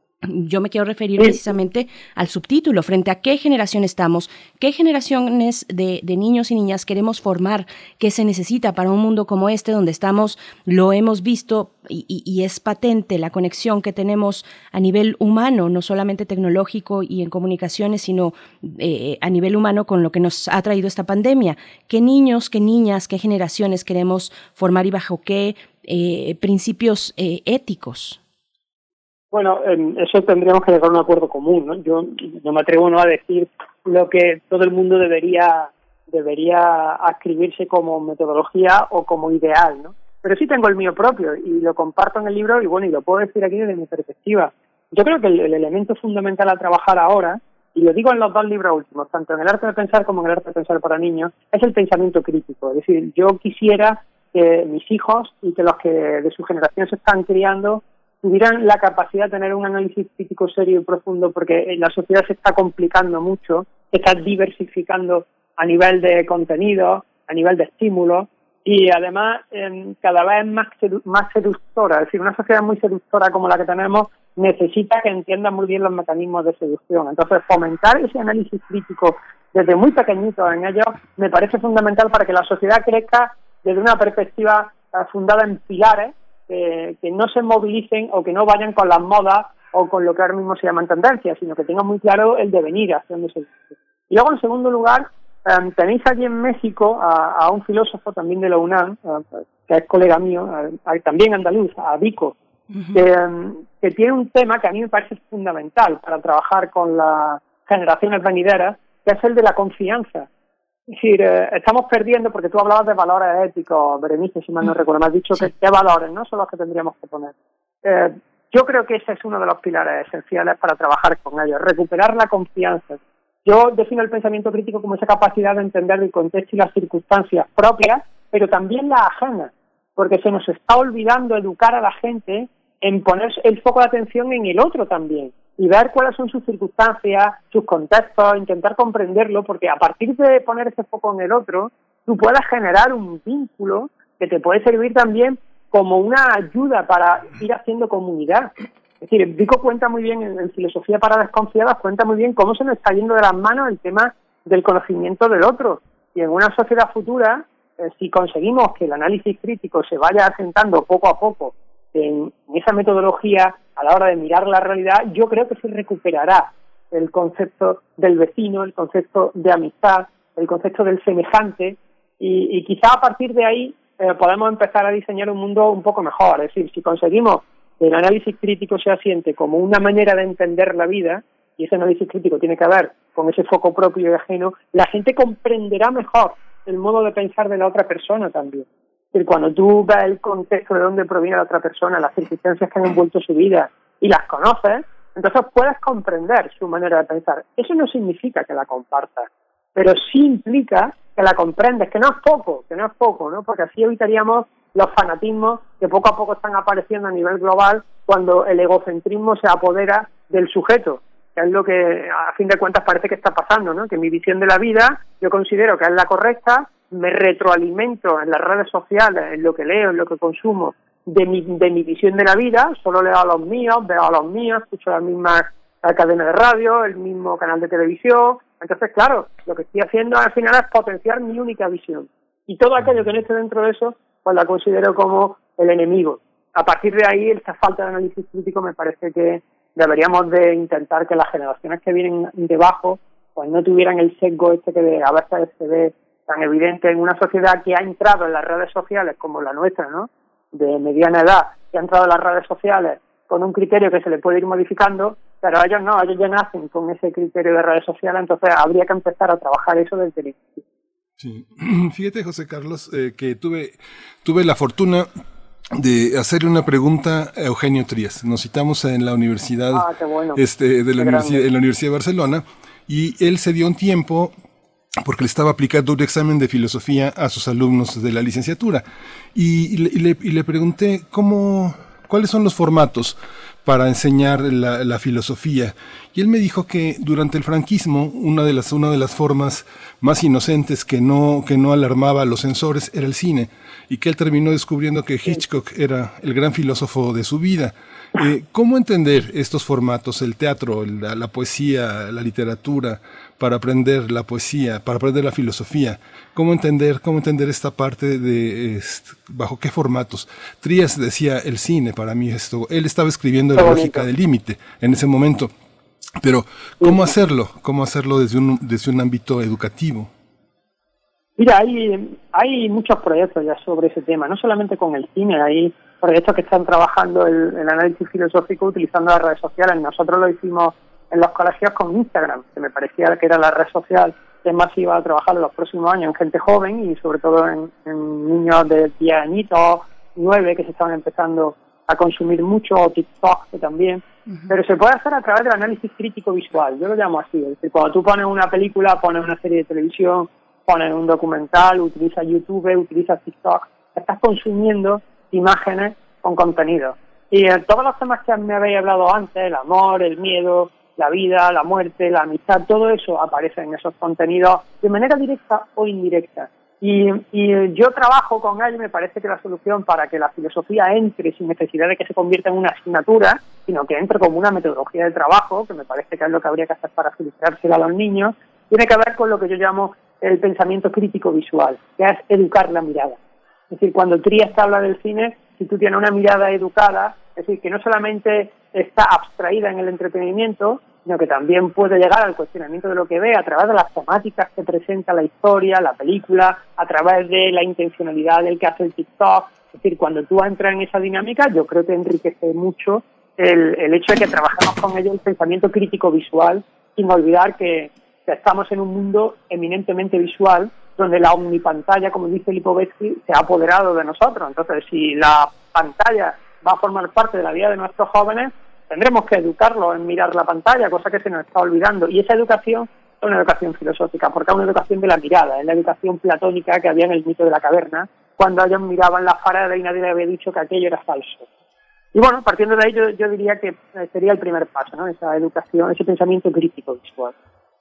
Yo me quiero referir precisamente al subtítulo, frente a qué generación estamos, qué generaciones de, de niños y niñas queremos formar, qué se necesita para un mundo como este, donde estamos, lo hemos visto y, y, y es patente la conexión que tenemos a nivel humano, no solamente tecnológico y en comunicaciones, sino eh, a nivel humano con lo que nos ha traído esta pandemia. ¿Qué niños, qué niñas, qué generaciones queremos formar y bajo qué eh, principios eh, éticos? Bueno, en eso tendríamos que llegar a un acuerdo común, ¿no? Yo no me atrevo no a decir lo que todo el mundo debería debería adscribirse como metodología o como ideal, ¿no? Pero sí tengo el mío propio y lo comparto en el libro y bueno, y lo puedo decir aquí desde mi perspectiva. Yo creo que el, el elemento fundamental a trabajar ahora y lo digo en los dos libros últimos, tanto en El arte de pensar como en El arte de pensar para niños, es el pensamiento crítico. Es decir, yo quisiera que mis hijos y que los que de su generación se están criando tuvieran la capacidad de tener un análisis crítico serio y profundo, porque la sociedad se está complicando mucho, se está diversificando a nivel de contenido, a nivel de estímulos, y además eh, cada vez más sedu- más seductora. Es decir, una sociedad muy seductora como la que tenemos necesita que entienda muy bien los mecanismos de seducción. Entonces, fomentar ese análisis crítico desde muy pequeñitos en ellos me parece fundamental para que la sociedad crezca desde una perspectiva eh, fundada en pilares eh, que no se movilicen o que no vayan con las modas o con lo que ahora mismo se llaman tendencias, sino que tengan muy claro el devenir hacia dónde se dirige. Y luego, en segundo lugar, Um, tenéis aquí en México a, a un filósofo también de la UNAM, uh, que es colega mío, uh, también andaluz, a Vico, uh-huh. que, um, que tiene un tema que a mí me parece fundamental para trabajar con las generaciones venideras, que es el de la confianza. Es decir, eh, estamos perdiendo, porque tú hablabas de valores éticos, Berenice, si mal no recuerdo, me has dicho sí. que qué valores no son los que tendríamos que poner. Eh, yo creo que ese es uno de los pilares esenciales para trabajar con ellos, recuperar la confianza. Yo defino el pensamiento crítico como esa capacidad de entender el contexto y las circunstancias propias, pero también las ajenas, porque se nos está olvidando educar a la gente en poner el foco de atención en el otro también, y ver cuáles son sus circunstancias, sus contextos, intentar comprenderlo, porque a partir de poner ese foco en el otro, tú puedes generar un vínculo que te puede servir también como una ayuda para ir haciendo comunidad. Es decir, Vico cuenta muy bien, en, en Filosofía para Desconfiadas, cuenta muy bien cómo se nos está yendo de las manos el tema del conocimiento del otro. Y en una sociedad futura, eh, si conseguimos que el análisis crítico se vaya asentando poco a poco en, en esa metodología a la hora de mirar la realidad, yo creo que se recuperará el concepto del vecino, el concepto de amistad, el concepto del semejante, y, y quizá a partir de ahí eh, podemos empezar a diseñar un mundo un poco mejor. Es decir, si conseguimos que el análisis crítico se asiente como una manera de entender la vida, y ese análisis crítico tiene que ver con ese foco propio y ajeno, la gente comprenderá mejor el modo de pensar de la otra persona también. Es decir, cuando tú ves el contexto de dónde proviene la otra persona, las circunstancias que han envuelto su vida, y las conoces, entonces puedes comprender su manera de pensar. Eso no significa que la compartas, pero sí implica que la comprendes, que no es poco, que no es poco, ¿no? Porque así evitaríamos los fanatismos que poco a poco están apareciendo a nivel global cuando el egocentrismo se apodera del sujeto, que es lo que a fin de cuentas parece que está pasando, ¿no? Que mi visión de la vida yo considero que es la correcta, me retroalimento en las redes sociales, en lo que leo, en lo que consumo, de mi, de mi visión de la vida, solo leo a los míos, veo a los míos, escucho las mismas cadenas de radio, el mismo canal de televisión. Entonces, claro, lo que estoy haciendo al final es potenciar mi única visión. Y todo aquello que no esté dentro de eso, pues la considero como el enemigo. A partir de ahí, esta falta de análisis crítico me parece que deberíamos de intentar que las generaciones que vienen debajo pues no tuvieran el sesgo este que a veces se ve tan evidente en una sociedad que ha entrado en las redes sociales como la nuestra, ¿no? De mediana edad, que ha entrado en las redes sociales con un criterio que se le puede ir modificando, pero ellos no, ellos ya nacen con ese criterio de redes sociales, entonces habría que empezar a trabajar eso desde el inicio. Sí. Fíjate, José Carlos, eh, que tuve tuve la fortuna de hacerle una pregunta a Eugenio Trías. Nos citamos en la universidad, ah, qué bueno. este, de la universidad, en la Universidad de Barcelona, y él se dio un tiempo porque le estaba aplicando un examen de filosofía a sus alumnos de la licenciatura, y, y, le, y, le, y le pregunté cómo, cuáles son los formatos para enseñar la, la filosofía, y él me dijo que durante el franquismo una de las una de las formas más inocentes que no que no alarmaba a los censores era el cine, y que él terminó descubriendo que Hitchcock era el gran filósofo de su vida. Eh, ¿Cómo entender estos formatos, el teatro, la, la poesía, la literatura, para aprender la poesía, para aprender la filosofía? ¿Cómo entender, cómo entender esta parte de, este, bajo qué formatos? Trías decía el cine, para mí esto, él estaba escribiendo La lógica del límite en ese momento, pero ¿cómo hacerlo? ¿Cómo hacerlo desde un, desde un ámbito educativo? Mira, hay, hay muchos proyectos ya sobre ese tema, no solamente con el cine, hay proyectos que están trabajando el, el análisis filosófico utilizando las redes sociales. Nosotros lo hicimos en los colegios con Instagram, que me parecía que era la red social que más iba a trabajar en los próximos años en gente joven y sobre todo en, en niños de diez añitos, nueve, que se estaban empezando a consumir mucho, o TikTok que también. uh-huh. pero se puede hacer a través del análisis crítico visual, yo lo llamo así, es decir, cuando tú pones una película, pones una serie de televisión, pones un documental, utilizas YouTube, utilizas TikTok, estás consumiendo imágenes con contenido. Y en todos los temas que me habéis hablado antes, el amor, el miedo, la vida, la muerte, la amistad, todo eso aparece en esos contenidos de manera directa o indirecta. Y, y yo trabajo con ello y me parece que la solución para que la filosofía entre sin necesidad de que se convierta en una asignatura, sino que entre como una metodología de trabajo, que me parece que es lo que habría que hacer para filtrársela a los niños, tiene que ver con lo que yo llamo el pensamiento crítico visual, que es educar la mirada. Es decir, cuando Trías habla del cine, si tú tienes una mirada educada, es decir, que no solamente está abstraída en el entretenimiento, sino que también puede llegar al cuestionamiento de lo que ve a través de las temáticas que presenta la historia, la película, a través de la intencionalidad del que hace el TikTok. Es decir, cuando tú entras en esa dinámica, yo creo que enriquece mucho el, el hecho de que trabajemos con ello el pensamiento crítico visual, sin olvidar que, que estamos en un mundo eminentemente visual, donde la omnipantalla, como dice Lipovetsky, se ha apoderado de nosotros. Entonces, si la pantalla va a formar parte de la vida de nuestros jóvenes, tendremos que educarlos en mirar la pantalla, cosa que se nos está olvidando. Y esa educación es una educación filosófica, porque es una educación de la mirada, es la educación platónica que había en el mito de la caverna, cuando ellos miraban las paredes y nadie les había dicho que aquello era falso. Y bueno, partiendo de ahí, yo, yo diría que sería el primer paso, ¿no? Esa educación, ese pensamiento crítico visual.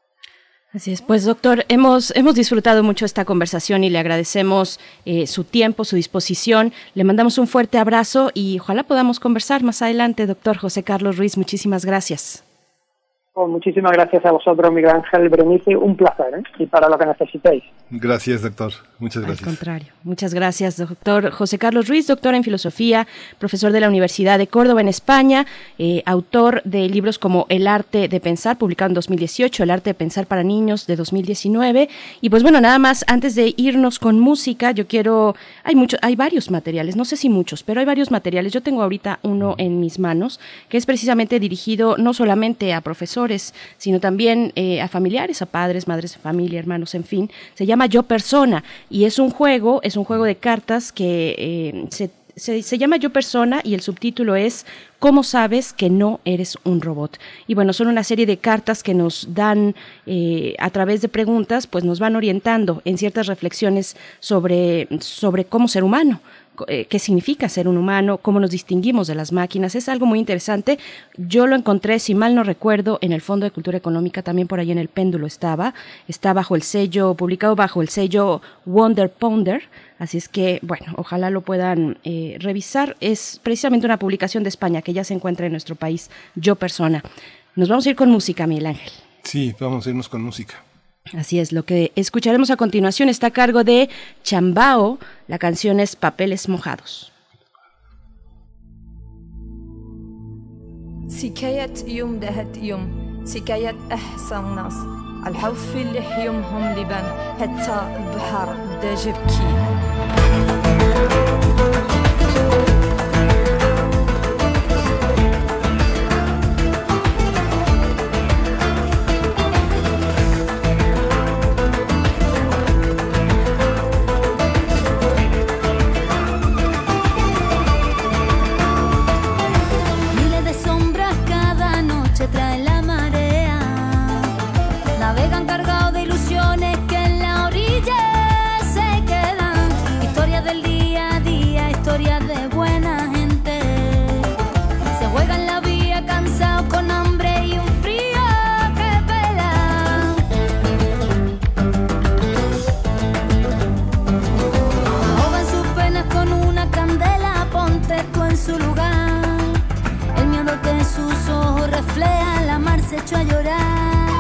Así es, pues doctor, hemos hemos disfrutado mucho esta conversación y le agradecemos eh, su tiempo, su disposición, le mandamos un fuerte abrazo y ojalá podamos conversar más adelante, doctor José Carlos Ruiz, muchísimas gracias. Oh, muchísimas gracias a vosotros, Miguel Ángel Berenice, un placer, ¿eh? Y para lo que necesitéis. Gracias, doctor. Muchas gracias. Al contrario. Muchas gracias, doctor José Carlos Ruiz, doctor en filosofía, profesor de la Universidad de Córdoba en España, eh, autor de libros como El arte de pensar, publicado en dos mil dieciocho, El arte de pensar para niños de dos mil diecinueve. Y pues bueno, nada más, antes de irnos con música, yo quiero, hay muchos, hay varios materiales, no sé si muchos, pero hay varios materiales. Yo tengo ahorita uno en mis manos, que es precisamente dirigido no solamente a profesores, sino también eh, a familiares, a padres, madres de familia, hermanos, en fin. Se llama Yo Persona y es un juego, es un juego de cartas que eh, se, se, se llama Yo Persona y el subtítulo es ¿Cómo sabes que no eres un robot? Y bueno, son una serie de cartas que nos dan, eh, a través de preguntas, pues nos van orientando en ciertas reflexiones sobre, sobre cómo ser humano. Qué significa ser un humano, cómo nos distinguimos de las máquinas, es algo muy interesante. Yo lo encontré, si mal no recuerdo, en el Fondo de Cultura Económica, también por ahí en el Péndulo estaba, está bajo el sello, publicado bajo el sello Wonder Ponder, así es que, bueno, ojalá lo puedan eh, revisar. Es precisamente una publicación de España que ya se encuentra en nuestro país, Yo Persona. Nos vamos a ir con música, Miguel Ángel. Sí, vamos a irnos con música. Así es, lo que escucharemos a continuación está a cargo de Chambao, la canción es Papeles Mojados. سكاية يوم دهت يوم سكاية أحسن ناس الحوف اللي يومهم لبان حتى البحر بدا جبكي trae la marea, navegan cargados de ilusiones que en la orilla se quedan, historias del día a día, historias de buena gente, se juegan la vía cansados con hambre y un frío que pela, ahogan sus penas con una candela, ponte tú en su lugar. Que sus ojos reflejan, la mar se echó a llorar.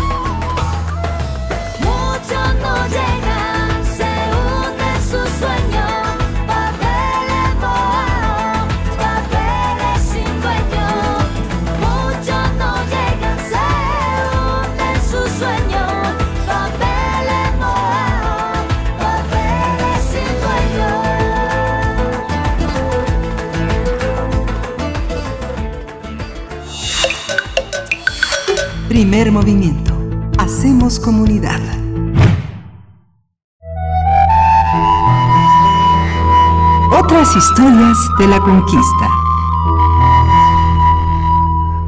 Muchos no llegan, se hunden sus sueños, papeles mojados, papeles sin dueño. Muchos no llegan, se hunden sus sueños, papeles mojados, papeles sin dueño. Primer movimiento. Hacemos comunidad. Otras historias de la conquista.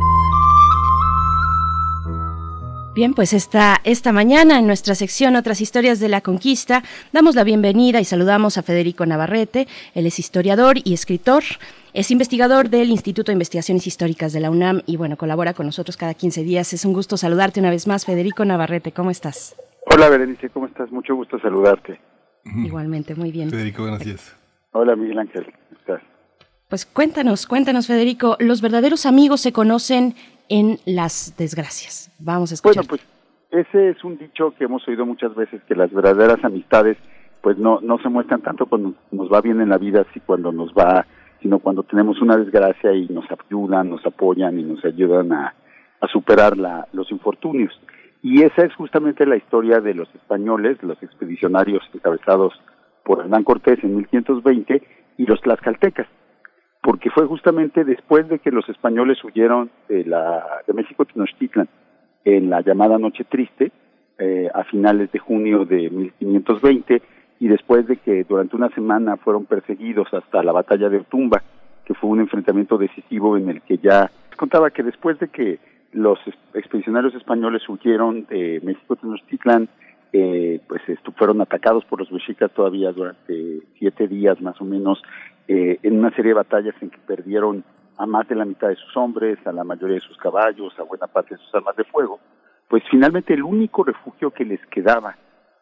Bien, pues esta, esta mañana en nuestra sección Otras Historias de la Conquista damos la bienvenida y saludamos a Federico Navarrete. Él es historiador y escritor, es investigador del Instituto de Investigaciones Históricas de la UNAM y bueno, colabora con nosotros cada quince días. Es un gusto saludarte una vez más, Federico Navarrete, ¿cómo estás? Hola Berenice, ¿cómo estás? Mucho gusto saludarte. Igualmente, muy bien. Federico, buenos días. Hola Miguel Ángel, ¿cómo estás? Pues cuéntanos, cuéntanos Federico, los verdaderos amigos se conocen en las desgracias. Vamos a escuchar. Bueno, pues ese es un dicho que hemos oído muchas veces, que las verdaderas amistades pues no no se muestran tanto cuando nos va bien en la vida, si cuando nos va, sino cuando tenemos una desgracia y nos ayudan, nos apoyan y nos ayudan a, a superar la, los infortunios. Y esa es justamente la historia de los españoles, los expedicionarios encabezados por Hernán Cortés en mil quinientos veinte y los tlaxcaltecas, porque fue justamente después de que los españoles huyeron de la de México Tenochtitlan en la llamada Noche Triste, eh, a finales de junio de mil quinientos veinte, y después de que durante una semana fueron perseguidos hasta la batalla de Otumba, que fue un enfrentamiento decisivo en el que ya contaba que después de que los expedicionarios españoles huyeron de México Tenochtitlan, eh, pues estu- fueron atacados por los mexicas todavía durante siete días más o menos, eh, en una serie de batallas en que perdieron a más de la mitad de sus hombres, a la mayoría de sus caballos, a buena parte de sus armas de fuego. Pues finalmente el único refugio que les quedaba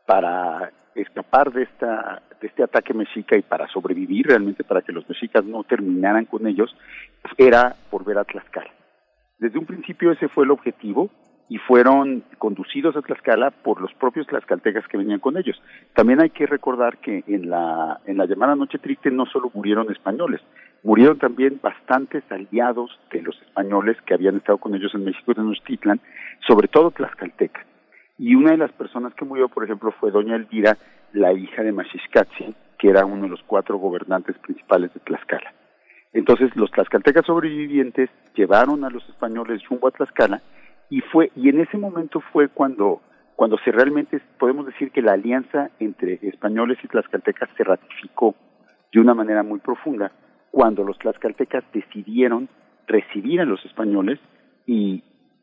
para escapar de esta de este ataque mexica y para sobrevivir realmente, para que los mexicas no terminaran con ellos, era volver a Tlaxcala. Desde un principio ese fue el objetivo y fueron conducidos a Tlaxcala por los propios tlaxcaltecas que venían con ellos. También hay que recordar que en la en la llamada Noche Triste no solo murieron españoles, murieron también bastantes aliados de los españoles que habían estado con ellos en México Tenochtitlan, sobre todo tlaxcaltecas. Y una de las personas que murió, por ejemplo, fue doña Elvira, la hija de Maxixcatzin, que era uno de los cuatro gobernantes principales de Tlaxcala. Entonces los tlaxcaltecas sobrevivientes llevaron a los españoles rumbo a Tlaxcala y fue y en ese momento fue cuando cuando se realmente podemos decir que la alianza entre españoles y tlaxcaltecas se ratificó de una manera muy profunda, cuando los tlaxcaltecas decidieron recibir a los españoles y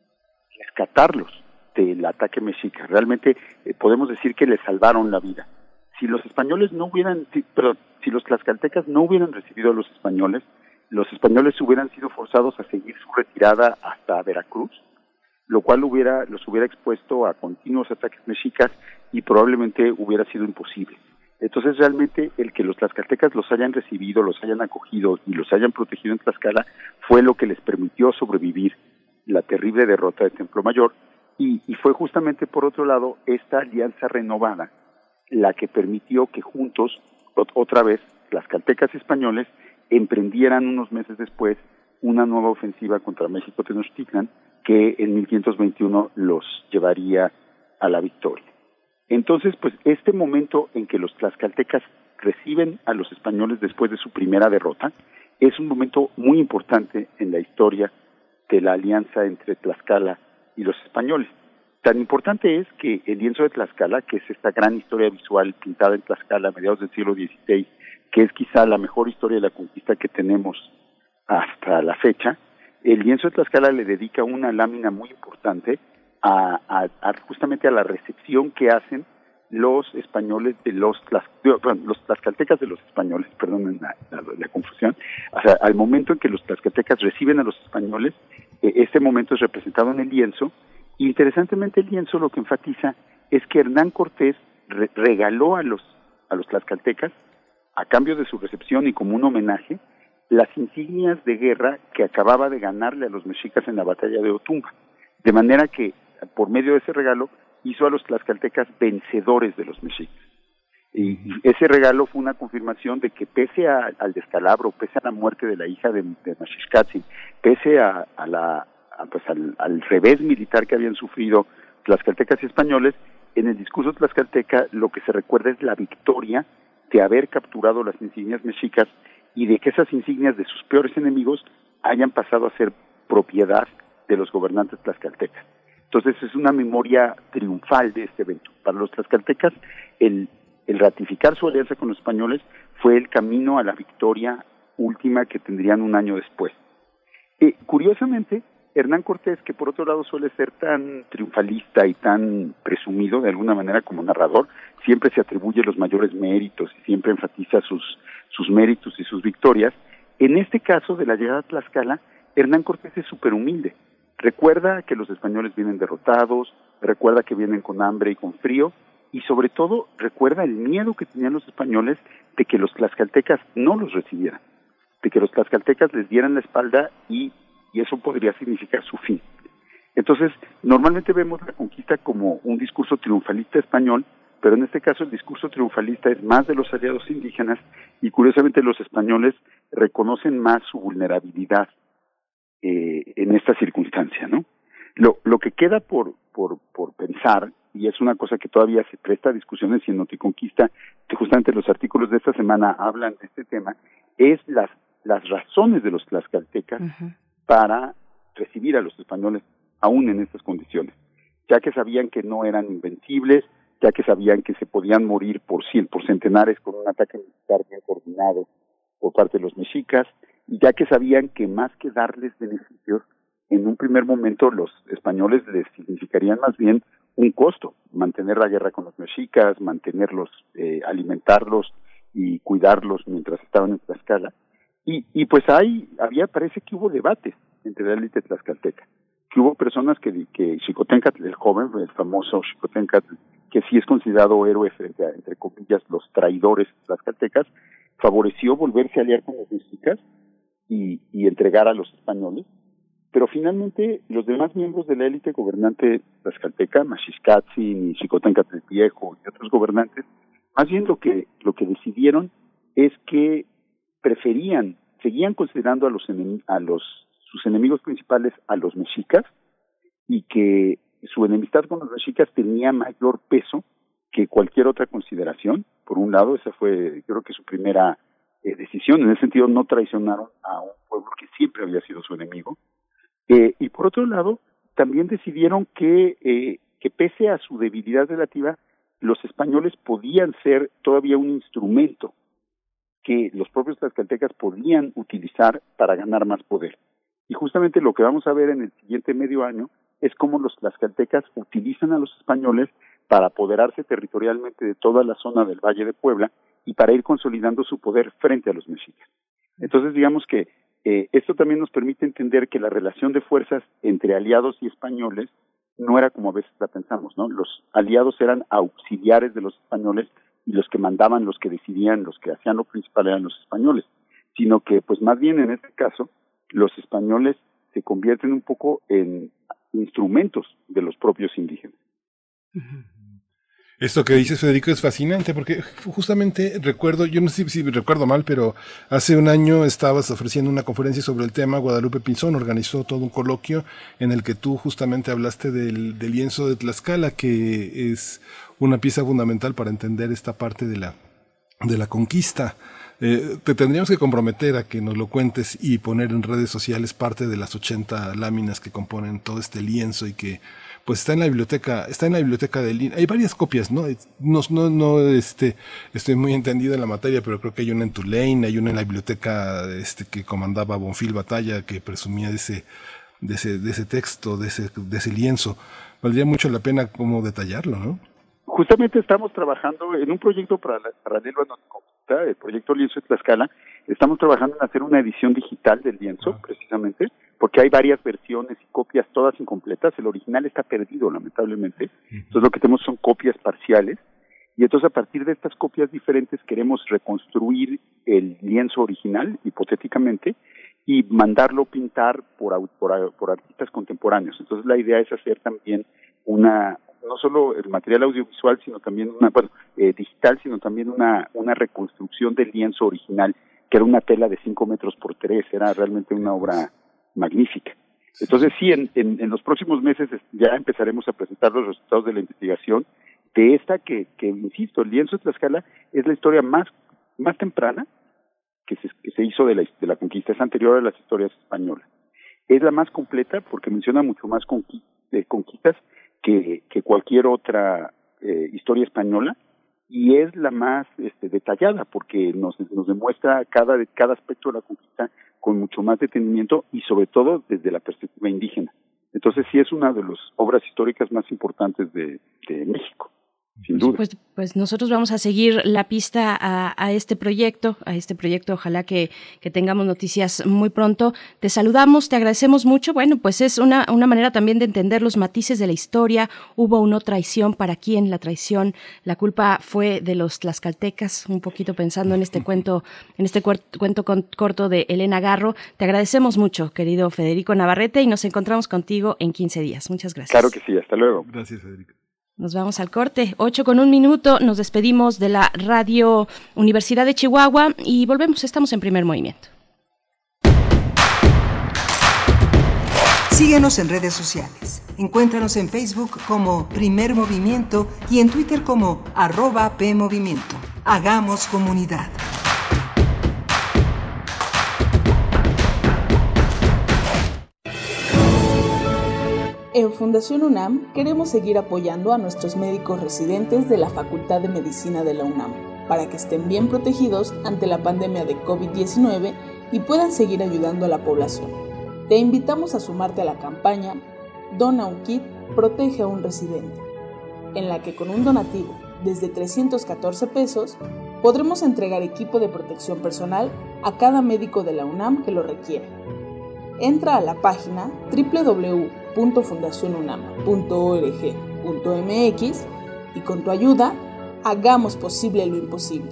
rescatarlos del ataque mexica. Realmente eh, podemos decir que les salvaron la vida. Si los españoles no hubieran, si, perdón, si los tlaxcaltecas no hubieran recibido a los españoles, los españoles hubieran sido forzados a seguir su retirada hasta Veracruz, lo cual hubiera los hubiera expuesto a continuos ataques mexicas y probablemente hubiera sido imposible. Entonces realmente el que los tlaxcaltecas los hayan recibido, los hayan acogido y los hayan protegido en Tlaxcala fue lo que les permitió sobrevivir la terrible derrota de Templo Mayor, y, y fue justamente por otro lado esta alianza renovada la que permitió que juntos, otra vez, tlaxcaltecas y españoles emprendieran unos meses después una nueva ofensiva contra México Tenochtitlan que en mil quinientos veintiuno los llevaría a la victoria. Entonces, pues este momento en que los tlaxcaltecas reciben a los españoles después de su primera derrota es un momento muy importante en la historia de la alianza entre Tlaxcala y los españoles. Tan importante es que el lienzo de Tlaxcala, que es esta gran historia visual pintada en Tlaxcala a mediados del siglo dieciséis, que es quizá la mejor historia de la conquista que tenemos hasta la fecha, el lienzo de Tlaxcala le dedica una lámina muy importante a, a, a justamente a la recepción que hacen los españoles de los, tlas, bueno, los tlaxcaltecas de los españoles, perdonen la, la, la confusión, o sea, al momento en que los tlaxcaltecas reciben a los españoles, eh, este momento es representado en el lienzo. Interesantemente, el lienzo lo que enfatiza es que Hernán Cortés re regaló a los a los tlaxcaltecas, a cambio de su recepción y como un homenaje, las insignias de guerra que acababa de ganarle a los mexicas en la batalla de Otumba. De manera que, por medio de ese regalo, hizo a los tlaxcaltecas vencedores de los mexicas. Y ese regalo fue una confirmación de que pese a, al descalabro, pese a la muerte de la hija de, de Maxixcatzin, pese a, a la pues al, al revés militar que habían sufrido tlaxcaltecas y españoles, en el discurso tlaxcalteca lo que se recuerda es la victoria de haber capturado las insignias mexicas y de que esas insignias de sus peores enemigos hayan pasado a ser propiedad de los gobernantes tlaxcaltecas. Entonces es una memoria triunfal de este evento. Para los tlaxcaltecas, el, el ratificar su alianza con los españoles fue el camino a la victoria última que tendrían un año después. Eh, curiosamente, Hernán Cortés, que por otro lado suele ser tan triunfalista y tan presumido de alguna manera como narrador, siempre se atribuye los mayores méritos y siempre enfatiza sus, sus méritos y sus victorias. En este caso de la llegada a Tlaxcala, Hernán Cortés es súper humilde. Recuerda que los españoles vienen derrotados, recuerda que vienen con hambre y con frío, y sobre todo recuerda el miedo que tenían los españoles de que los tlaxcaltecas no los recibieran, de que los tlaxcaltecas les dieran la espalda y, y eso podría significar su fin. Entonces, normalmente vemos la conquista como un discurso triunfalista español, pero en este caso el discurso triunfalista es más de los aliados indígenas y curiosamente los españoles reconocen más su vulnerabilidad eh, en esta circunstancia, ¿no? Lo, lo que queda por, por, por pensar, y es una cosa que todavía se presta a discusiones y en Noticonquista, que justamente los artículos de esta semana hablan de este tema, es las, las razones de los tlaxcaltecas uh-huh. para recibir a los españoles aún en estas condiciones, ya que sabían que no eran invencibles, ya que sabían que se podían morir por cien, por centenares con un ataque militar bien coordinado por parte de los mexicas, y ya que sabían que más que darles beneficios, en un primer momento los españoles les significarían más bien un costo, mantener la guerra con los mexicas, mantenerlos, eh, alimentarlos y cuidarlos mientras estaban en Tlaxcala. Y, y pues ahí había, parece que hubo debates entre la élite tlaxcalteca, que hubo personas que, que Xicoténcatl, el joven, el famoso Xicoténcatl, que sí es considerado héroe frente a, entre comillas, los traidores tlaxcaltecas, favoreció volverse a aliar con los mexicas y, y entregar a los españoles. Pero finalmente los demás miembros de la élite gobernante tlaxcalteca, Maxixcatzin y Xicoténcatl el Viejo y otros gobernantes, más bien lo que lo que decidieron es que preferían, seguían considerando a los enem- a los sus enemigos principales a los mexicas y que su enemistad con los mexicas tenía mayor peso que cualquier otra consideración. Por un lado, esa fue, creo que su primera eh, decisión. En ese sentido, no traicionaron a un pueblo que siempre había sido su enemigo. Eh, y por otro lado, también decidieron que, eh, que pese a su debilidad relativa, los españoles podían ser todavía un instrumento que los propios tlaxcaltecas podían utilizar para ganar más poder. Y justamente lo que vamos a ver en el siguiente medio año es cómo los tlaxcaltecas utilizan a los españoles para apoderarse territorialmente de toda la zona del Valle de Puebla y para ir consolidando su poder frente a los mexicas. Entonces, digamos que Eh, esto también nos permite entender que la relación de fuerzas entre aliados y españoles no era como a veces la pensamos, ¿no? Los aliados eran auxiliares de los españoles y los que mandaban, los que decidían, los que hacían lo principal eran los españoles, sino que pues más bien en este caso los españoles se convierten un poco en instrumentos de los propios indígenas. Uh-huh. Esto que dices, Federico, es fascinante porque justamente recuerdo, yo no sé si recuerdo mal, pero hace un año estabas ofreciendo una conferencia sobre el tema. Guadalupe Pinzón organizó todo un coloquio en el que tú justamente hablaste del, del lienzo de Tlaxcala, que es una pieza fundamental para entender esta parte de la, de la conquista. Eh, te tendríamos que comprometer a que nos lo cuentes y poner en redes sociales parte de las ochenta láminas que componen todo este lienzo y que pues está en la biblioteca, está en la biblioteca del I N A. Hay varias copias, ¿no? No, no, no, este, estoy muy entendido en la materia, pero creo que hay una en Tulane, hay una en la biblioteca, este, que comandaba Bonfil Batalla, que presumía de ese, de ese, de ese texto, de ese, de ese lienzo. Valdría mucho la pena como detallarlo, ¿no? Justamente estamos trabajando en un proyecto para la paralelo a Noticonquista, el proyecto Lienzo de Tlaxcala. Estamos trabajando en hacer una edición digital del lienzo, ah. precisamente, porque hay varias versiones y copias todas incompletas. El original está perdido, lamentablemente. Entonces lo que tenemos son copias parciales. Y entonces a partir de estas copias diferentes queremos reconstruir el lienzo original, hipotéticamente, y mandarlo pintar por, por, por artistas contemporáneos. Entonces la idea es hacer también una, no solo el material audiovisual, sino también una, bueno, eh, digital, sino también una, una reconstrucción del lienzo original, que era una tela de cinco metros por tres, era realmente una obra magnífica. Entonces sí, en, en, en los próximos meses ya empezaremos a presentar los resultados de la investigación de esta que, que insisto, el lienzo de Tlaxcala es la historia más, más temprana que se, que se hizo de la, de la conquista, es anterior a las historias españolas. Es la más completa porque menciona mucho más conqui, eh, conquistas que, que cualquier otra eh, historia española, y es la más este, detallada porque nos, nos demuestra cada, cada aspecto de la conquista con mucho más detenimiento y sobre todo desde la perspectiva indígena. Entonces sí es una de las obras históricas más importantes de, de México, sin duda. Pues, pues nosotros vamos a seguir la pista a, a este proyecto, a este proyecto, ojalá que, que tengamos noticias muy pronto. Te saludamos, te agradecemos mucho. Bueno, pues es una, una manera también de entender los matices de la historia. Hubo una traición, ¿para quién la traición? La culpa fue de los tlaxcaltecas, un poquito pensando en este cuento, en este cuer- cuento con, corto de Elena Garro. Te agradecemos mucho, querido Federico Navarrete, y nos encontramos contigo en quince días. Muchas gracias. Claro que sí, hasta luego. Gracias, Federico. Nos vamos al corte, ocho con un minuto, nos despedimos de la Radio Universidad de Chihuahua y volvemos, estamos en Primer Movimiento. Síguenos en redes sociales. Encuéntranos en Facebook como Primer Movimiento y en Twitter como arroba PMovimiento. Hagamos comunidad. En Fundación UNAM queremos seguir apoyando a nuestros médicos residentes de la Facultad de Medicina de la UNAM para que estén bien protegidos ante la pandemia de covid diecinueve y puedan seguir ayudando a la población. Te invitamos a sumarte a la campaña Dona un kit, protege a un residente, en la que con un donativo desde trescientos catorce pesos podremos entregar equipo de protección personal a cada médico de la UNAM que lo requiera. Entra a la página doble u doble u doble u punto fundación unam punto org punto m x y con tu ayuda hagamos posible lo imposible.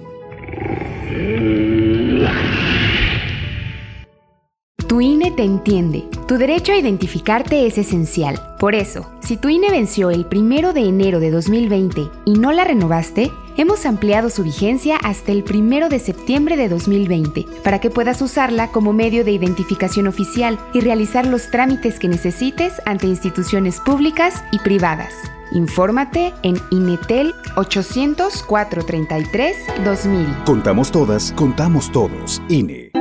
Tu I N E te entiende. Tu derecho a identificarte es esencial. Por eso, si tu I N E venció el primero de enero de dos mil veinte y no la renovaste, hemos ampliado su vigencia hasta el primero de septiembre de dos mil veinte para que puedas usarla como medio de identificación oficial y realizar los trámites que necesites ante instituciones públicas y privadas. Infórmate en INETEL ochocientos, cuatrocientos treinta y tres, dos mil. Contamos todas, contamos todos. I N E.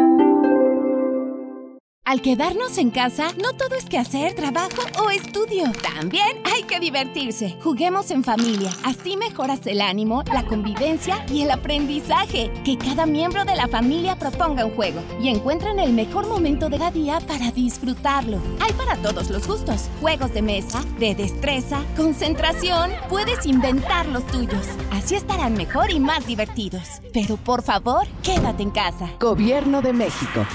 Al quedarnos en casa, no todo es quehacer, trabajo o estudio. También hay que divertirse. Juguemos en familia. Así mejoras el ánimo, la convivencia y el aprendizaje. Que cada miembro de la familia proponga un juego y encuentren el mejor momento de cada día para disfrutarlo. Hay para todos los gustos. Juegos de mesa, de destreza, concentración. Puedes inventar los tuyos. Así estarán mejor y más divertidos. Pero por favor, quédate en casa. Gobierno de México.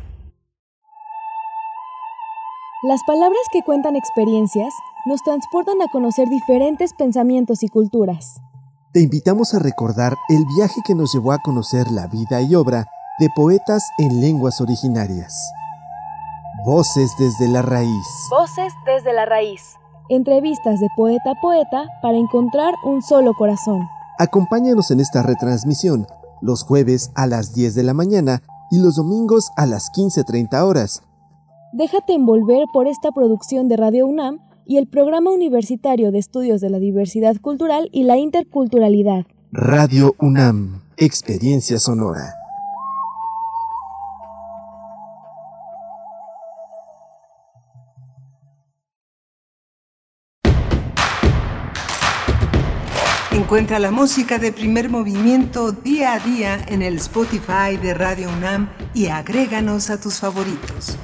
Las palabras que cuentan experiencias nos transportan a conocer diferentes pensamientos y culturas. Te invitamos a recordar el viaje que nos llevó a conocer la vida y obra de poetas en lenguas originarias. Voces desde la raíz. Voces desde la raíz. Entrevistas de poeta a poeta para encontrar un solo corazón. Acompáñanos en esta retransmisión los jueves a las diez de la mañana y los domingos a las quince treinta horas. Déjate envolver por esta producción de Radio UNAM y el Programa Universitario de Estudios de la Diversidad Cultural y la Interculturalidad. Radio UNAM, Experiencia Sonora. Encuentra la música de Primer Movimiento día a día en el Spotify de Radio UNAM y agréganos a tus favoritos.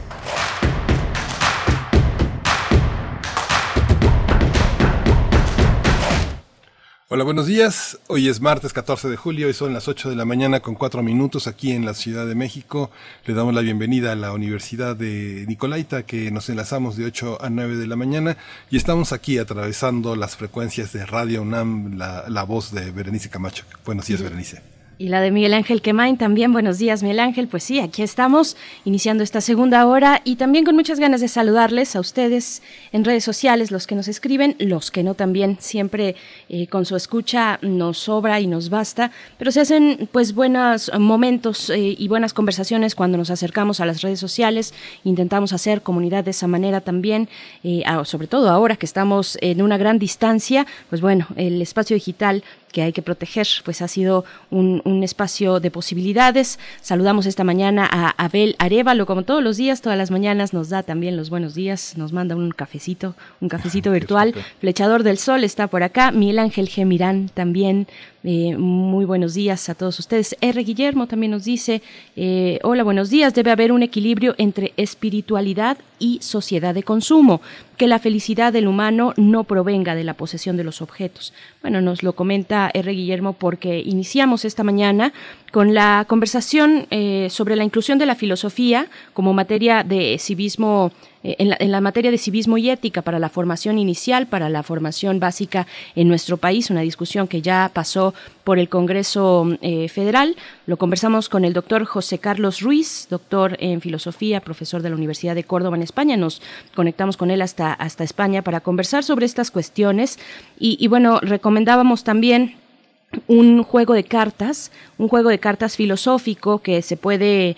Hola, buenos días. Hoy es martes catorce de julio y son las ocho de la mañana con cuatro minutos aquí en la Ciudad de México. Le damos la bienvenida a la Universidad de Nicolaita, que nos enlazamos de ocho a nueve de la mañana y estamos aquí atravesando las frecuencias de Radio UNAM, la, la voz de Berenice Camacho. Buenos días, Berenice. Y la de Miguel Ángel Quemain también. Buenos días, Miguel Ángel. Pues sí, aquí estamos iniciando esta segunda hora y también con muchas ganas de saludarles a ustedes en redes sociales, los que nos escriben, los que no también, siempre eh, con su escucha nos sobra y nos basta, pero se hacen pues buenos momentos eh, y buenas conversaciones cuando nos acercamos a las redes sociales. Intentamos hacer comunidad de esa manera también, eh, sobre todo ahora que estamos en una gran distancia, pues bueno, el espacio digital que hay que proteger, pues ha sido un, un espacio de posibilidades. Saludamos esta mañana a Abel Arévalo, como todos los días, todas las mañanas nos da también los buenos días, nos manda un cafecito, un cafecito virtual. Flechador del Sol está por acá, Miguel Ángel Gemirán también Eh, muy buenos días a todos ustedes. R. Guillermo también nos dice, eh, hola, buenos días, debe haber un equilibrio entre espiritualidad y sociedad de consumo, que la felicidad del humano no provenga de la posesión de los objetos. Bueno, nos lo comenta R. Guillermo porque iniciamos esta mañana con la conversación eh, sobre la inclusión de la filosofía como materia de civismo, eh, en, la, en la materia de civismo y ética para la formación inicial, para la formación básica en nuestro país, una discusión que ya pasó por el Congreso eh, Federal. Lo conversamos con el doctor José Carlos Ruiz, doctor en filosofía, profesor de la Universidad de Córdoba en España. Nos conectamos con él hasta, hasta España para conversar sobre estas cuestiones y, y bueno, recomendábamos también un juego de cartas, un juego de cartas filosófico que se puede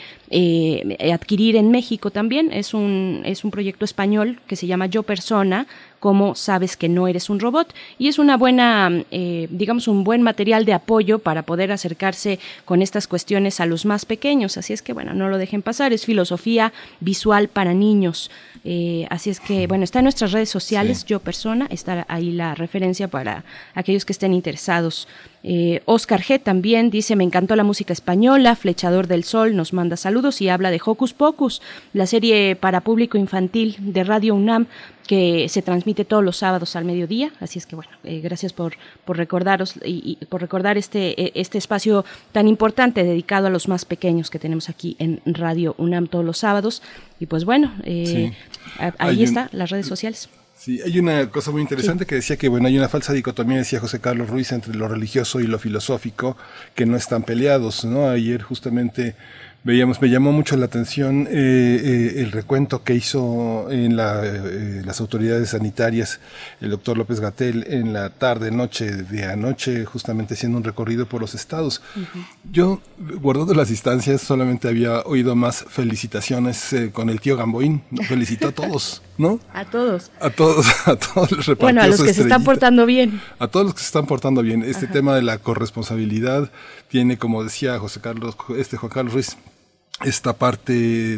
eh, adquirir en México también. Es un, es un proyecto español que se llama Yo Persona, cómo sabes que no eres un robot, y es una buena, eh, digamos, un buen material de apoyo para poder acercarse con estas cuestiones a los más pequeños. Así es que, bueno, no lo dejen pasar, es filosofía visual para niños. Eh, así es que, bueno, está en nuestras redes sociales, sí. Yo Persona, está ahí la referencia para aquellos que estén interesados. Eh, Oscar G. también dice, me encantó la música española, Flechador del Sol nos manda saludos y habla de Hocus Pocus, la serie para público infantil de Radio UNAM, que se transmite todos los sábados al mediodía. Así es que, bueno, eh, gracias por, por recordaros y, y por recordar este, este espacio tan importante dedicado a los más pequeños que tenemos aquí en Radio UNAM todos los sábados. Y pues bueno, eh, sí. a, ahí Hay está, un... las redes sociales. Sí, hay una cosa muy interesante sí. que decía que, bueno, hay una falsa dicotomía, decía José Carlos Ruiz, entre lo religioso y lo filosófico, que no están peleados, ¿no? Ayer justamente veíamos, me llamó mucho la atención eh, eh, el recuento que hizo en la, eh, las autoridades sanitarias el doctor López-Gatell en la tarde, noche de anoche, justamente haciendo un recorrido por los estados. Uh-huh. Yo, guardando las distancias, solamente había oído más felicitaciones eh, con el tío Gamboín. Nos felicitó a todos, ¿no? A todos. A todos, a todos les repartió. Bueno, a los que estrellita. se están portando bien. A todos los que se están portando bien. Este Ajá. tema de la corresponsabilidad tiene, como decía José Carlos, este Juan Carlos Ruiz, esta parte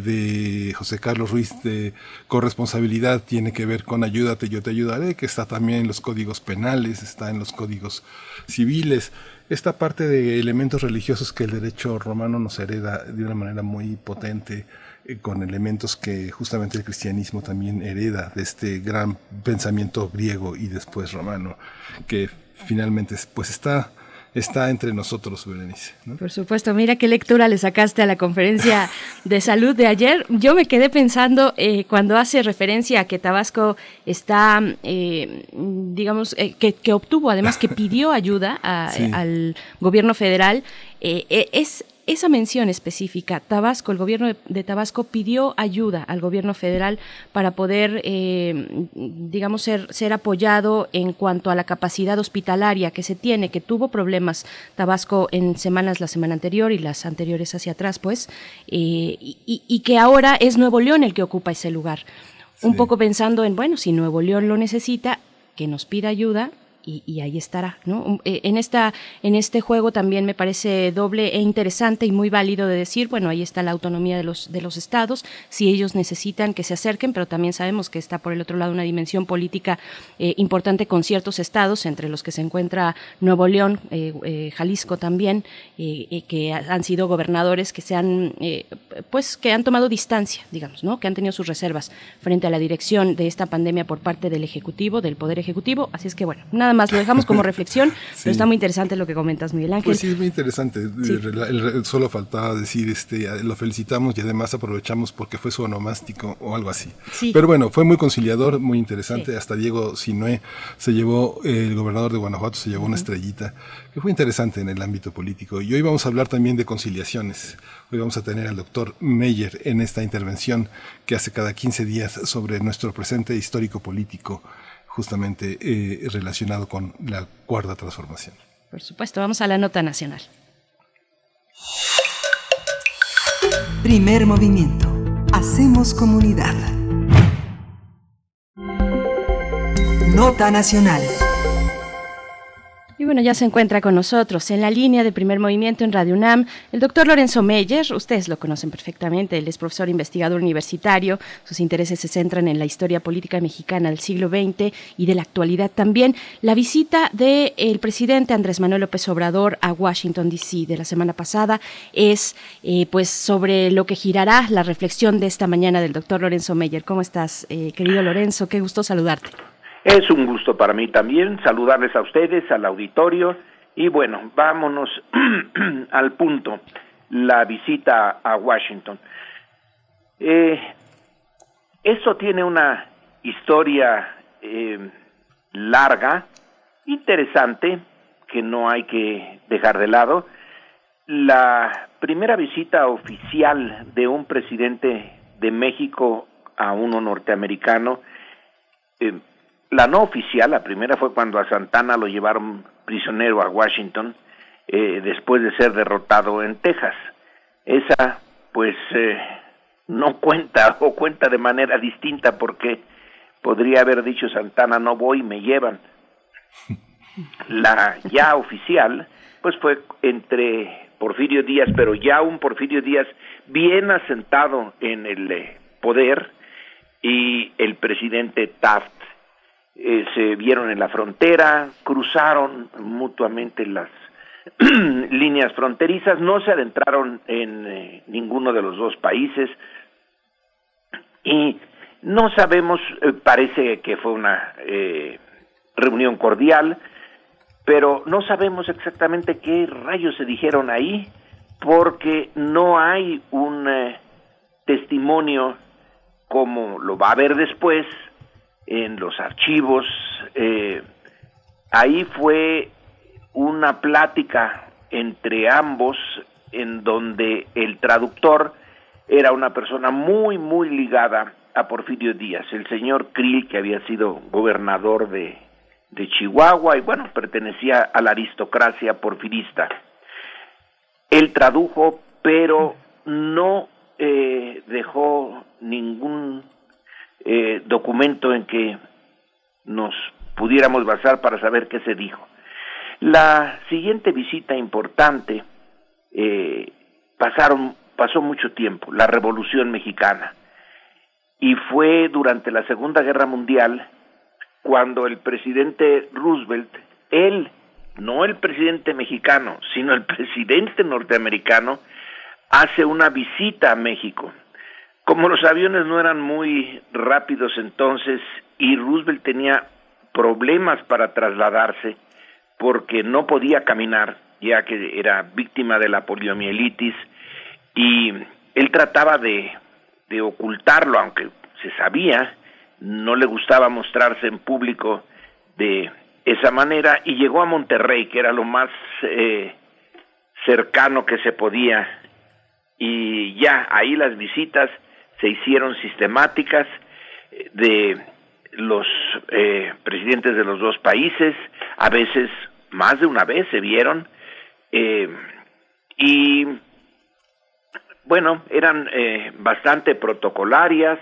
de José Carlos Ruiz de corresponsabilidad tiene que ver con ayúdate, yo te ayudaré, que está también en los códigos penales, está en los códigos civiles. Esta parte de elementos religiosos que el derecho romano nos hereda de una manera muy potente, eh, con elementos que justamente el cristianismo también hereda de este gran pensamiento griego y después romano, que finalmente pues está... está entre nosotros, Berenice, ¿no? Por supuesto, mira qué lectura le sacaste a la conferencia de salud de ayer. Yo me quedé pensando eh, cuando hace referencia a que Tabasco está, eh, digamos, eh, que, que obtuvo, además que pidió ayuda a, sí. al gobierno federal, eh, eh, es... esa mención específica, Tabasco, el gobierno de, de Tabasco pidió ayuda al gobierno federal para poder, eh, digamos, ser, ser apoyado en cuanto a la capacidad hospitalaria que se tiene, que tuvo problemas Tabasco en semanas, la semana anterior y las anteriores hacia atrás, pues, eh, y, y que ahora es Nuevo León el que ocupa ese lugar. Sí. Un poco pensando en, bueno, si Nuevo León lo necesita, que nos pida ayuda. Y, y ahí estará, ¿no? En esta, en este juego también me parece doble e interesante y muy válido de decir, bueno, ahí está la autonomía de los, de los estados, si ellos necesitan que se acerquen, pero también sabemos que está por el otro lado una dimensión política eh, importante con ciertos estados, entre los que se encuentra Nuevo León, eh, eh, Jalisco también, eh, eh, que han sido gobernadores que se han, eh, pues, que han tomado distancia, digamos, ¿no? Que han tenido sus reservas frente a la dirección de esta pandemia por parte del Ejecutivo, del Poder Ejecutivo, así es que, bueno, nada más lo dejamos como reflexión, sí. Pero está muy interesante lo que comentas, Miguel Ángel. Pues sí, es muy interesante. Sí. El, el, el, solo faltaba decir, este, lo felicitamos y además aprovechamos porque fue su onomástico o algo así. Sí. Pero bueno, fue muy conciliador, muy interesante. Sí. Hasta Diego Sinué se llevó, el gobernador de Guanajuato se llevó uh-huh. una estrellita, que fue interesante en el ámbito político. Y hoy vamos a hablar también de conciliaciones. Hoy vamos a tener al doctor Meyer en esta intervención que hace cada quince días sobre nuestro presente histórico-político, justamente eh, relacionado con la cuarta transformación. Por supuesto, vamos a la nota nacional. Primer movimiento. Hacemos comunidad. Nota nacional. Y bueno, ya se encuentra con nosotros en la línea de Primer Movimiento en Radio UNAM el doctor Lorenzo Meyer. Ustedes lo conocen perfectamente, él es profesor investigador universitario. Sus intereses se centran en la historia política mexicana del siglo veinte y de la actualidad también. La visita del presidente Andrés Manuel López Obrador a Washington, D C de la semana pasada es eh, pues sobre lo que girará la reflexión de esta mañana del doctor Lorenzo Meyer. ¿Cómo estás, eh, querido Lorenzo? Qué gusto saludarte. Es un gusto para mí también saludarles a ustedes, al auditorio, y bueno, vámonos al punto, la visita a Washington. Eh, esto tiene una historia eh, larga, interesante, que no hay que dejar de lado. La primera visita oficial de un presidente de México a uno norteamericano, eh, la no oficial, la primera fue cuando a Santana lo llevaron prisionero a Washington eh, después de ser derrotado en Texas. Esa, pues, eh, no cuenta o cuenta de manera distinta porque podría haber dicho Santana, no voy, me llevan. La ya oficial, pues fue entre Porfirio Díaz, pero ya un Porfirio Díaz bien asentado en el eh, poder, y el presidente Taft. Eh, se vieron en la frontera, cruzaron mutuamente las líneas fronterizas, no se adentraron en eh, ninguno de los dos países, y no sabemos, eh, parece que fue una eh, reunión cordial, pero no sabemos exactamente qué rayos se dijeron ahí, porque no hay un eh, testimonio como lo va a haber después en los archivos. Eh, ahí fue una plática entre ambos en donde el traductor era una persona muy, muy ligada a Porfirio Díaz, el señor Krill, que había sido gobernador de, de Chihuahua y bueno, pertenecía a la aristocracia porfirista. Él tradujo, pero no eh, dejó ningún Eh, documento en que nos pudiéramos basar para saber qué se dijo. La siguiente visita importante, eh, pasaron, pasó mucho tiempo, la Revolución Mexicana, y fue durante la Segunda Guerra Mundial cuando el presidente Roosevelt, él, no el presidente mexicano, sino el presidente norteamericano, hace una visita a México. Como los aviones no eran muy rápidos entonces y Roosevelt tenía problemas para trasladarse porque no podía caminar, ya que era víctima de la poliomielitis, y él trataba de, de ocultarlo, aunque se sabía, no le gustaba mostrarse en público de esa manera, y llegó a Monterrey, que era lo más eh, cercano que se podía, y ya ahí las visitas se hicieron sistemáticas de los eh, presidentes de los dos países, a veces más de una vez se vieron, eh, y bueno, eran eh, bastante protocolarias.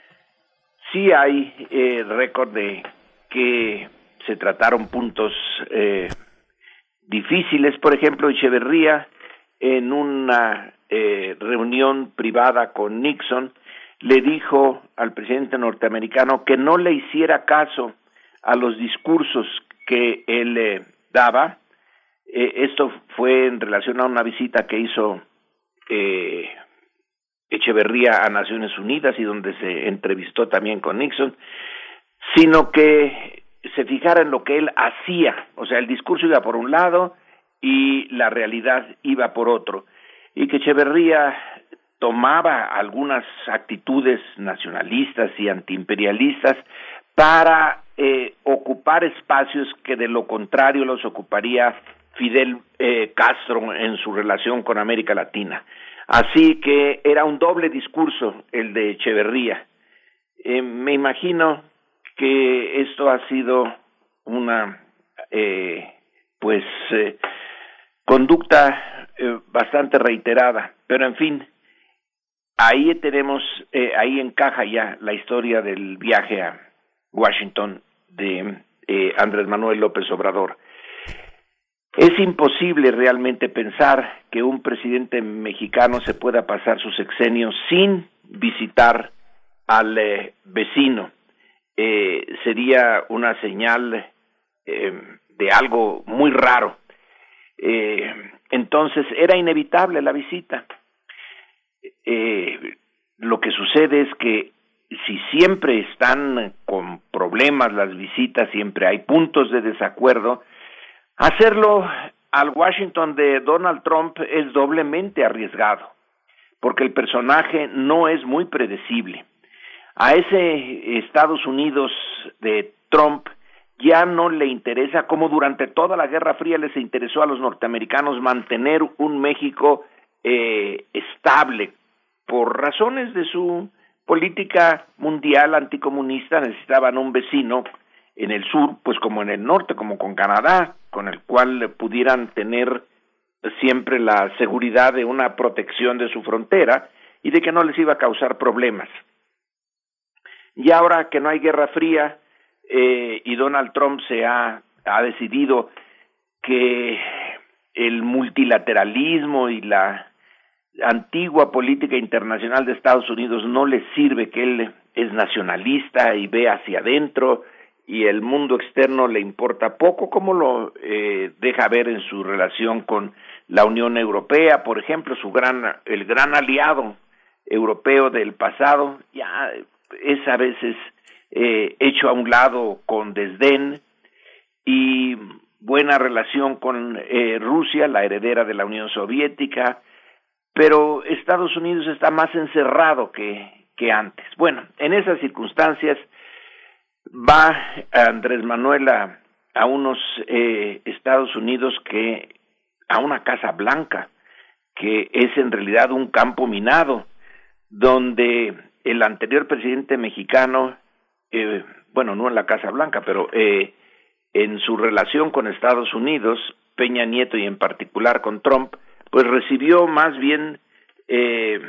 Sí hay eh, récord de que se trataron puntos eh, difíciles. Por ejemplo, Echeverría, en una eh, reunión privada con Nixon, le dijo al presidente norteamericano que no le hiciera caso a los discursos que él eh, daba. Eh, esto fue en relación a una visita que hizo eh, Echeverría a Naciones Unidas y donde se entrevistó también con Nixon, sino que se fijara en lo que él hacía. O sea, el discurso iba por un lado y la realidad iba por otro, y que Echeverría tomaba algunas actitudes nacionalistas y antiimperialistas para eh, ocupar espacios que de lo contrario los ocuparía Fidel eh, Castro en su relación con América Latina. Así que era un doble discurso el de Echeverría. Eh, me imagino que esto ha sido una eh, pues eh, conducta eh, bastante reiterada, pero en fin, ahí tenemos, eh, ahí encaja ya la historia del viaje a Washington de eh, Andrés Manuel López Obrador. Es imposible realmente pensar que un presidente mexicano se pueda pasar su sexenio sin visitar al eh, vecino. Eh, sería una señal eh, de algo muy raro. Eh, entonces era inevitable la visita. Eh, lo que sucede es que si siempre están con problemas las visitas, siempre hay puntos de desacuerdo, hacerlo al Washington de Donald Trump es doblemente arriesgado, porque el personaje no es muy predecible. A ese Estados Unidos de Trump ya no le interesa, como durante toda la Guerra Fría les interesó a los norteamericanos mantener un México eh, estable. Por razones de su política mundial anticomunista necesitaban un vecino en el sur, pues como en el norte, como con Canadá, con el cual pudieran tener siempre la seguridad de una protección de su frontera y de que no les iba a causar problemas. Y ahora que no hay Guerra Fría eh, y Donald Trump se ha, ha decidido que el multilateralismo y la antigua política internacional de Estados Unidos no le sirve, que él es nacionalista y ve hacia adentro y el mundo externo le importa poco, como lo eh, deja ver en su relación con la Unión Europea, por ejemplo, su gran el gran aliado europeo del pasado, ya es a veces eh, hecho a un lado con desdén, y buena relación con eh, Rusia, la heredera de la Unión Soviética, pero Estados Unidos está más encerrado que, que antes. Bueno, en esas circunstancias va Andrés Manuel a, a unos eh, Estados Unidos que, a una Casa Blanca, que es en realidad un campo minado, donde el anterior presidente mexicano, eh, bueno, no en la Casa Blanca, pero eh, en su relación con Estados Unidos, Peña Nieto y en particular con Trump, pues recibió más bien eh,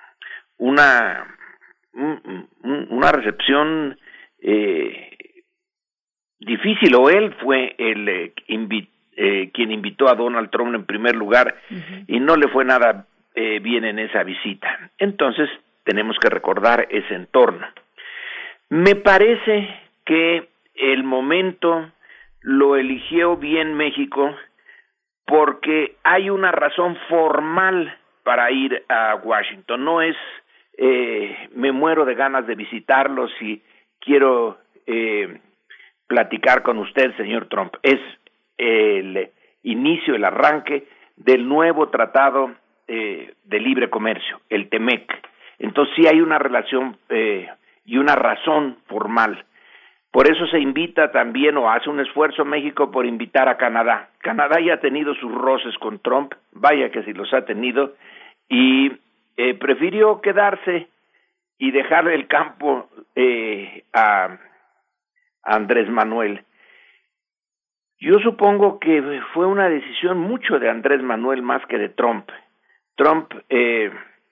una, un, un, una recepción eh, difícil, o él fue el eh, invi eh, quien invitó a Donald Trump en primer lugar, uh-huh. y no le fue nada eh, bien en esa visita. Entonces tenemos que recordar ese entorno. Me parece que el momento lo eligió bien México, porque hay una razón formal para ir a Washington. No es eh, me muero de ganas de visitarlos y quiero eh, platicar con usted, señor Trump. Es el inicio, el arranque del nuevo tratado eh, de libre comercio, el TEMEC. Entonces sí hay una relación eh, y una razón formal. Por eso se invita también, o hace un esfuerzo México por invitar a Canadá. Canadá ya ha tenido sus roces con Trump, vaya que sí los ha tenido, y eh, prefirió quedarse y dejarle el campo eh, a, a Andrés Manuel. Yo supongo que fue una decisión mucho de Andrés Manuel más que de Trump. Trump eh,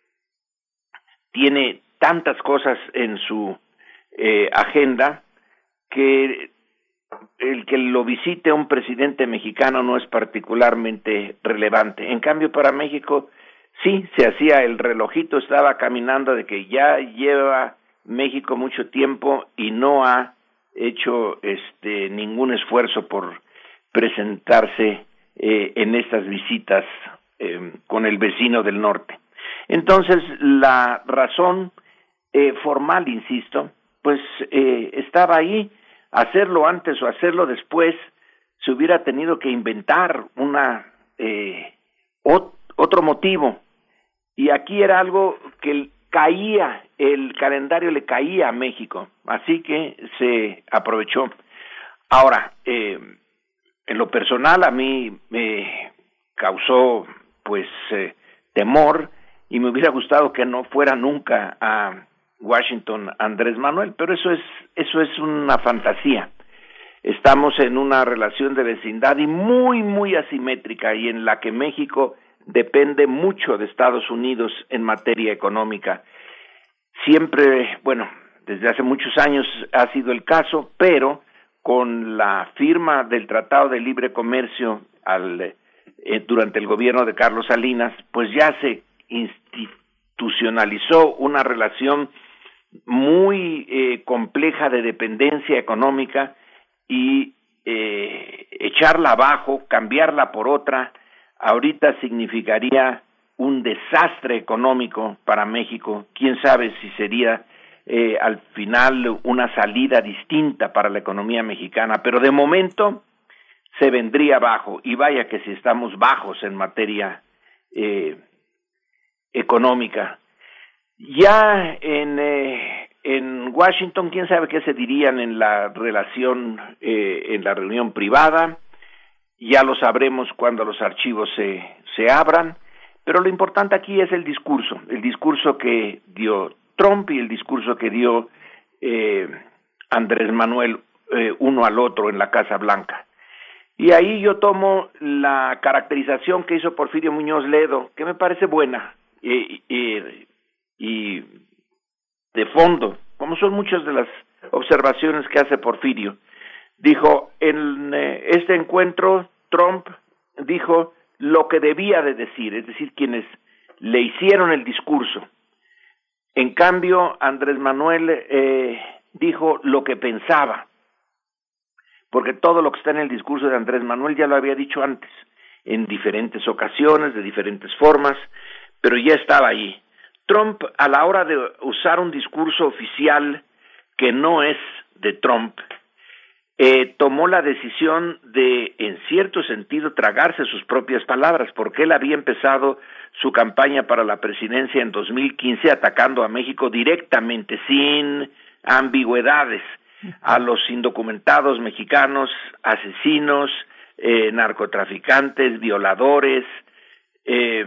tiene tantas cosas en su eh, agenda que el que lo visite un presidente mexicano no es particularmente relevante. En cambio, para México, sí, se hacía el relojito, estaba caminando de que ya lleva México mucho tiempo y no ha hecho este ningún esfuerzo por presentarse eh, en estas visitas eh, con el vecino del norte. Entonces, la razón eh, formal, insisto, pues eh, estaba ahí. Hacerlo antes o hacerlo después, se hubiera tenido que inventar una eh, ot otro motivo, y aquí era algo que caía, el calendario le caía a México, así que se aprovechó. Ahora, eh, en lo personal a mí me causó pues eh, temor, y me hubiera gustado que no fuera nunca a Washington Andrés Manuel, pero eso es eso es una fantasía. Estamos en una relación de vecindad y muy muy asimétrica, y en la que México depende mucho de Estados Unidos en materia económica. Siempre, bueno, desde hace muchos años ha sido el caso, pero con la firma del Tratado de Libre Comercio al, eh, durante el gobierno de Carlos Salinas, pues ya se institucionalizó una relación muy eh, compleja de dependencia económica y eh, echarla abajo, cambiarla por otra, ahorita significaría un desastre económico para México. Quién sabe si sería eh, al final una salida distinta para la economía mexicana, pero de momento se vendría abajo, y vaya que si estamos bajos en materia eh, económica. Ya en, eh, en Washington, quién sabe qué se dirían en la relación, eh, en la reunión privada, ya lo sabremos cuando los archivos se, se abran, pero lo importante aquí es el discurso, el discurso que dio Trump y el discurso que dio eh, Andrés Manuel eh, uno al otro en la Casa Blanca. Y ahí yo tomo la caracterización que hizo Porfirio Muñoz Ledo, que me parece buena, y, y, y de fondo, como son muchas de las observaciones que hace Porfirio. Dijo, en eh, este encuentro, Trump dijo lo que debía de decir, es decir, quienes le hicieron el discurso. En cambio, Andrés Manuel eh, dijo lo que pensaba, porque todo lo que está en el discurso de Andrés Manuel ya lo había dicho antes, en diferentes ocasiones, de diferentes formas, pero ya estaba ahí. Trump, a la hora de usar un discurso oficial que no es de Trump, eh, tomó la decisión de, en cierto sentido, tragarse sus propias palabras, porque él había empezado su campaña para la presidencia en dos mil quince atacando a México directamente, sin ambigüedades, a los indocumentados mexicanos, asesinos, eh, narcotraficantes, violadores, eh,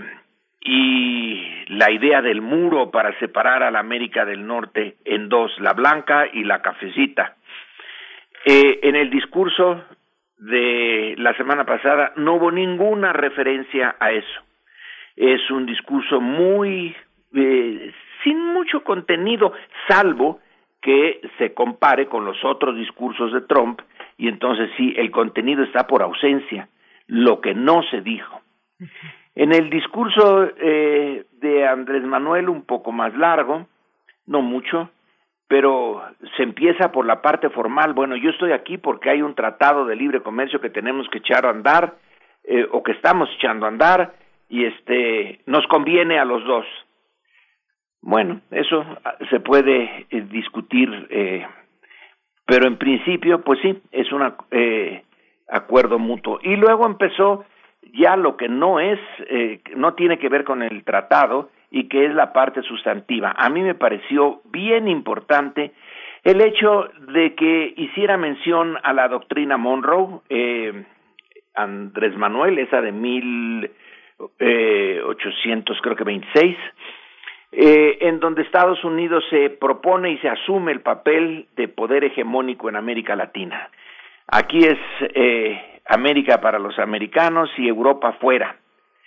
y la idea del muro para separar a la América del Norte en dos, la blanca y la cafecita. Eh, en el discurso de la semana pasada no hubo ninguna referencia a eso. Es un discurso muy, eh, sin mucho contenido, salvo que se compare con los otros discursos de Trump, y entonces sí, el contenido está por ausencia, lo que no se dijo. En el discurso eh, de Andrés Manuel, un poco más largo, no mucho, pero se empieza por la parte formal. Bueno, yo estoy aquí porque hay un tratado de libre comercio que tenemos que echar a andar, eh, o que estamos echando a andar, y este nos conviene a los dos. Bueno, eso se puede eh, discutir, eh, pero en principio, pues sí, es un eh, acuerdo mutuo. Y luego empezó ya lo que no es, eh, no tiene que ver con el tratado, y que es la parte sustantiva. A mí me pareció bien importante el hecho de que hiciera mención a la doctrina Monroe, eh, Andrés Manuel, esa de mil ochocientos, creo que veintiséis, eh, en donde Estados Unidos se propone y se asume el papel de poder hegemónico en América Latina. Aquí es eh, América para los americanos y Europa fuera.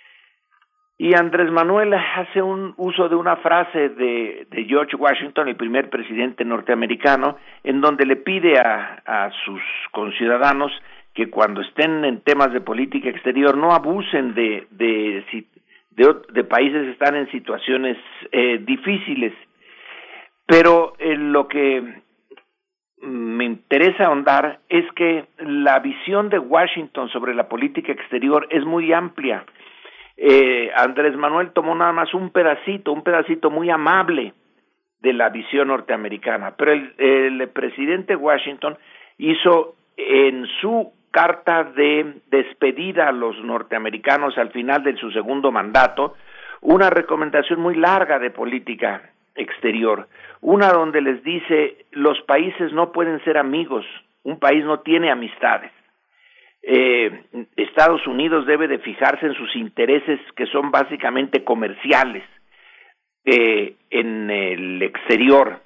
Y Andrés Manuel hace un uso de una frase de, de George Washington, el primer presidente norteamericano, en donde le pide a, a sus conciudadanos que cuando estén en temas de política exterior no abusen de, de, de, de países que están en situaciones eh, difíciles. Pero eh, lo que me interesa ahondar es que la visión de Washington sobre la política exterior es muy amplia. Eh, Andrés Manuel tomó nada más un pedacito, un pedacito muy amable de la visión norteamericana, pero el, el presidente Washington hizo en su carta de despedida a los norteamericanos al final de su segundo mandato una recomendación muy larga de política exterior, una donde les dice: los países no pueden ser amigos, un país no tiene amistades. Eh, Estados Unidos debe de fijarse en sus intereses, que son básicamente comerciales, eh, en el exterior.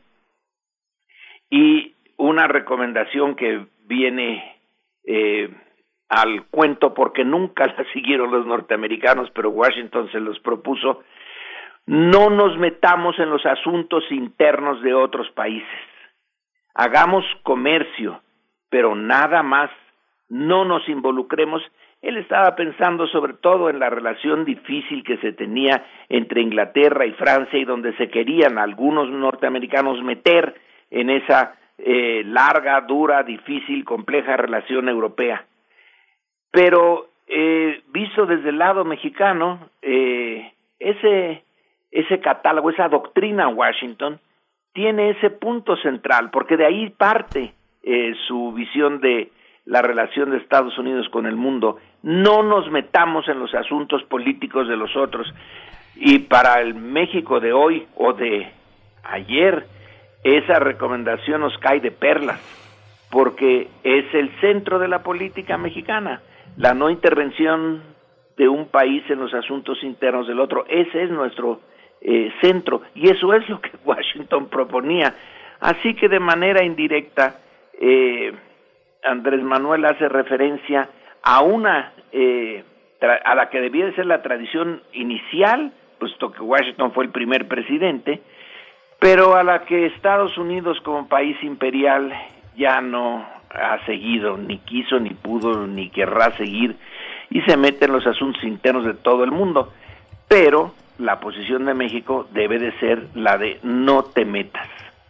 Y una recomendación que viene eh, al cuento porque nunca la siguieron los norteamericanos, pero Washington se los propuso: no nos metamos en los asuntos internos de otros países, hagamos comercio, pero nada más. no nos involucremos. Él estaba pensando sobre todo en la relación difícil que se tenía entre Inglaterra y Francia y donde se querían algunos norteamericanos meter en esa eh, larga, dura, difícil, compleja relación europea. Pero eh, visto desde el lado mexicano, eh, ese, ese catálogo, esa doctrina Washington, tiene ese punto central, porque de ahí parte eh, su visión de la relación de Estados Unidos con el mundo. No nos metamos en los asuntos políticos de los otros. Y para el México de hoy o de ayer, esa recomendación nos cae de perlas, porque es el centro de la política mexicana, la no intervención de un país en los asuntos internos del otro. Ese es nuestro eh, centro, y eso es lo que Washington proponía. Así que de manera indirecta, eh, Andrés Manuel hace referencia a una eh, tra- a la que debía de ser la tradición inicial, puesto que Washington fue el primer presidente, pero a la que Estados Unidos como país imperial ya no ha seguido, ni quiso, ni pudo, ni querrá seguir, y se mete en los asuntos internos de todo el mundo. Pero la posición de México debe de ser la de no te metas.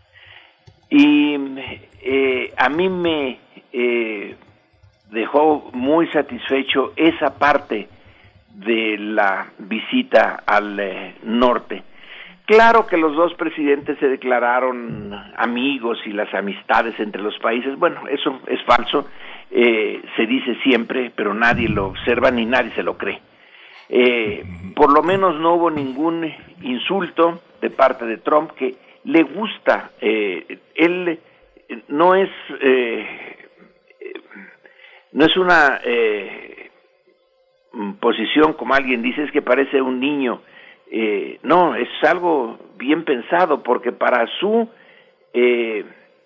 Y eh, a mí me eh, dejó muy satisfecho esa parte de la visita al eh, norte. Claro que los dos presidentes se declararon amigos y las amistades entre los países, bueno, eso es falso, eh, se dice siempre, pero nadie lo observa ni nadie se lo cree. Eh, por lo menos no hubo ningún insulto de parte de Trump, que le gusta, eh, él no es eh, no es una eh, posición como alguien dice, es que parece un niño. Eh, no, es algo bien pensado, porque para su eh,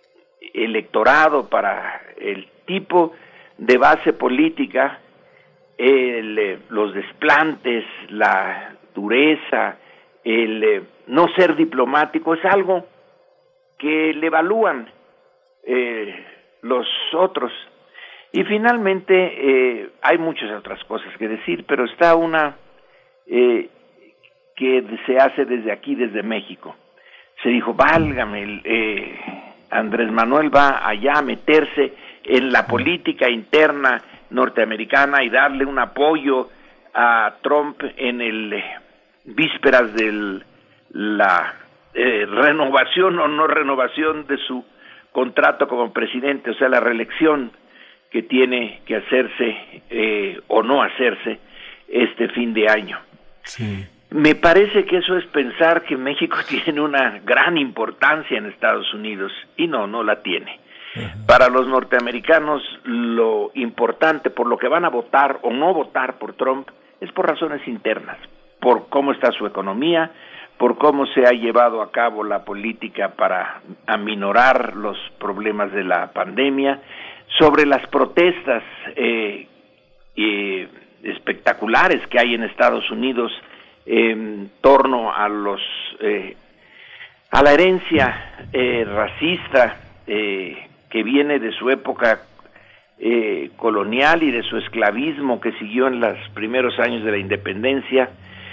electorado, para el tipo de base política, el, eh, los desplantes, la dureza, el eh, no ser diplomático es algo que le evalúan eh, los otros. Y finalmente eh, hay muchas otras cosas que decir, pero está una eh, que se hace desde aquí, desde México. Se dijo, válgame, eh, Andrés Manuel va allá a meterse en la política interna norteamericana y darle un apoyo a Trump en el eh, vísperas de la eh, renovación o no renovación de su contrato como presidente, o sea, la reelección que tiene que hacerse eh, o no hacerse este fin de año. Sí. Me parece que eso es pensar que México tiene una gran importancia en Estados Unidos, y no, no la tiene. Uh-huh. Para los norteamericanos, lo importante por lo que van a votar o no votar por Trump es por razones internas, por cómo está su economía, por cómo se ha llevado a cabo la política para aminorar los problemas de la pandemia, sobre las protestas eh, eh, espectaculares que hay en Estados Unidos en torno a los eh, a la herencia eh, racista eh, que viene de su época eh, colonial y de su esclavismo que siguió en los primeros años de la independencia.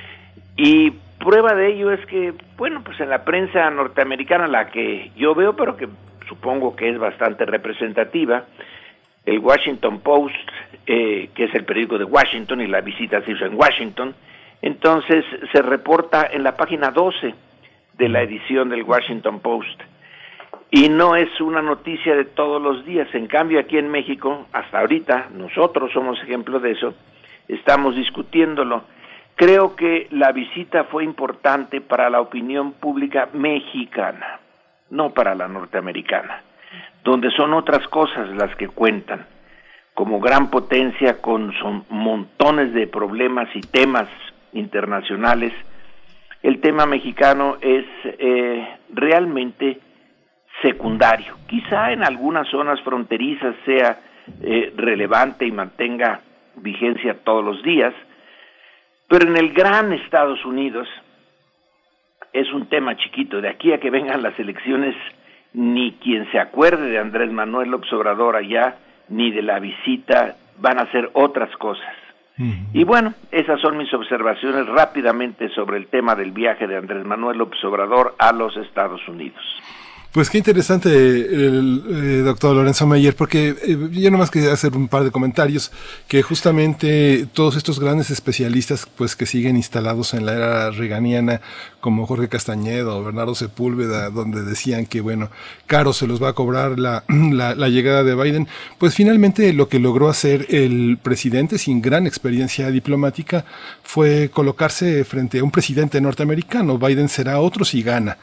Y prueba de ello es que, bueno, pues en la prensa norteamericana, la que yo veo, pero que supongo que es bastante representativa, el Washington Post, eh, que es el periódico de Washington, y la visita se hizo en Washington. Entonces se reporta en la página doce de la edición del Washington Post, y no es una noticia de todos los días. En cambio, aquí en México, hasta ahorita, nosotros somos ejemplo de eso, estamos discutiéndolo. Creo que la visita fue importante para la opinión pública mexicana, no para la norteamericana, donde son otras cosas las que cuentan. Como gran potencia con son montones de problemas y temas internacionales, el tema mexicano es eh, realmente secundario. Quizá en algunas zonas fronterizas sea eh, relevante y mantenga vigencia todos los días, pero en el gran Estados Unidos es un tema chiquito. De aquí a que vengan las elecciones, ni quien se acuerde de Andrés Manuel López Obrador allá ni de la visita, van a ser otras cosas. Y bueno, esas son mis observaciones rápidamente sobre el tema del viaje de Andrés Manuel López Obrador a los Estados Unidos. Pues qué interesante, el, eh, doctor Lorenzo Meyer, porque eh, yo nomás quería hacer un par de comentarios, que justamente todos estos grandes especialistas pues que siguen instalados en la era reganiana, como Jorge Castañeda o Bernardo Sepúlveda, donde decían que bueno, caro se los va a cobrar la, la, la llegada de Biden, pues finalmente lo que logró hacer el presidente sin gran experiencia diplomática fue colocarse frente a un presidente norteamericano. Biden será otro si gana.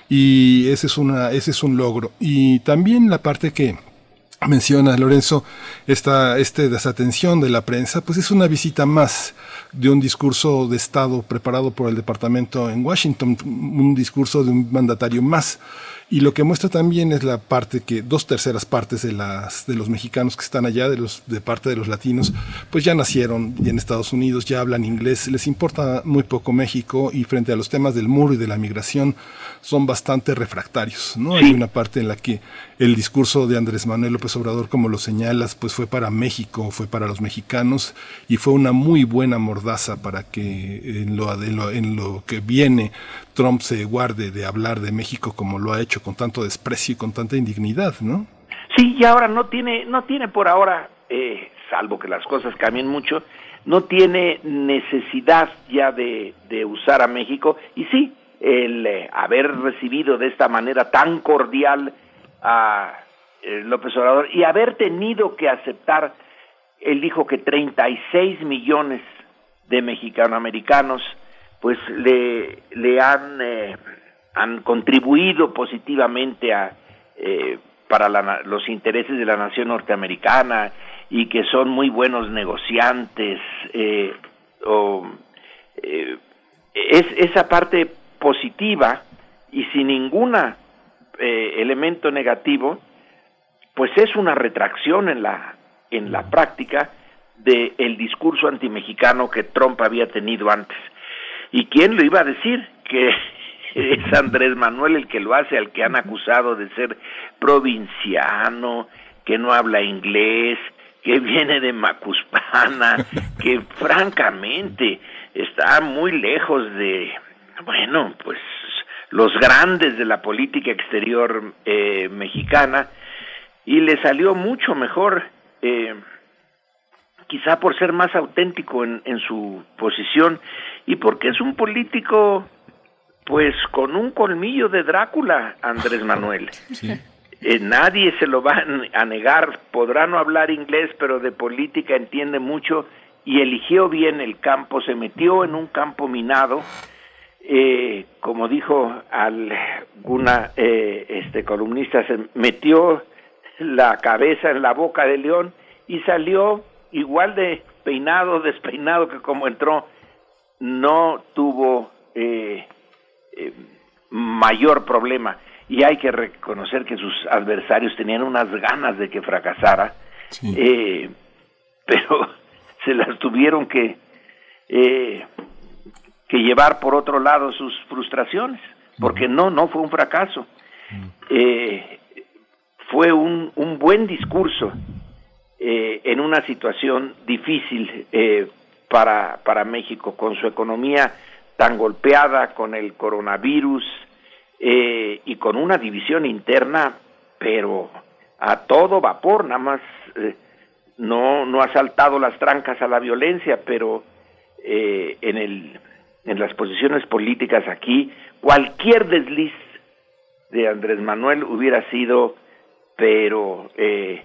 Y ese es una ese es un logro. Y también la parte que menciona Lorenzo, esta este desatención de la prensa, pues es una visita más de un discurso de Estado preparado por el departamento en Washington, un discurso de un mandatario más. Y lo que muestra también es la parte que dos terceras partes de las de los mexicanos que están allá, de los de parte de los latinos, pues ya nacieron en Estados Unidos, ya hablan inglés, les importa muy poco México, y frente a los temas del muro y de la migración son bastante refractarios, ¿no? Hay una parte en la que el discurso de Andrés Manuel López Obrador, como lo señalas, pues fue para México, fue para los mexicanos, y fue una muy buena mordaza para que en lo, en lo, en lo que viene Trump se guarde de hablar de México como lo ha hecho, con tanto desprecio y con tanta indignidad, ¿no? Sí, y ahora no tiene, no tiene por ahora, eh, salvo que las cosas cambien mucho, no tiene necesidad ya de, de usar a México, y sí, el eh, haber recibido de esta manera tan cordial a eh, López Obrador y haber tenido que aceptar, él dijo que treinta y seis millones de mexicanoamericanos pues le, le han, eh, han contribuido positivamente a, eh, para la, los intereses de la nación norteamericana, y que son muy buenos negociantes, eh, o, eh, es esa parte positiva y sin ninguna eh, elemento negativo, pues es una retracción en la en la práctica del discurso antimexicano que Trump había tenido antes. ¿Y quién lo iba a decir? Que es Andrés Manuel el que lo hace, al que han acusado de ser provinciano, que no habla inglés, que viene de Macuspana, que francamente está muy lejos de, bueno, pues los grandes de la política exterior eh, mexicana, y le salió mucho mejor, eh, quizá por ser más auténtico en, en su posición, y porque es un político pues con un colmillo de Drácula, Andrés Manuel. Sí. Eh, nadie se lo va a negar, podrá no hablar inglés, pero de política entiende mucho, y eligió bien el campo, se metió en un campo minado, eh, como dijo alguna eh, este columnista, se metió la cabeza en la boca del león y salió igual de peinado, despeinado que como entró. No tuvo eh, eh, mayor problema, y hay que reconocer que sus adversarios tenían unas ganas de que fracasara, sí. eh, pero se las tuvieron que eh, que llevar por otro lado sus frustraciones, porque no, no fue un fracaso, eh, fue un, un buen discurso eh, en una situación difícil eh, para, para México, con su economía tan golpeada, con el coronavirus, eh, y con una división interna, pero a todo vapor, nada más eh, no, no ha saltado las trancas a la violencia, pero eh, en el en las posiciones políticas aquí, cualquier desliz de Andrés Manuel hubiera sido, pero eh,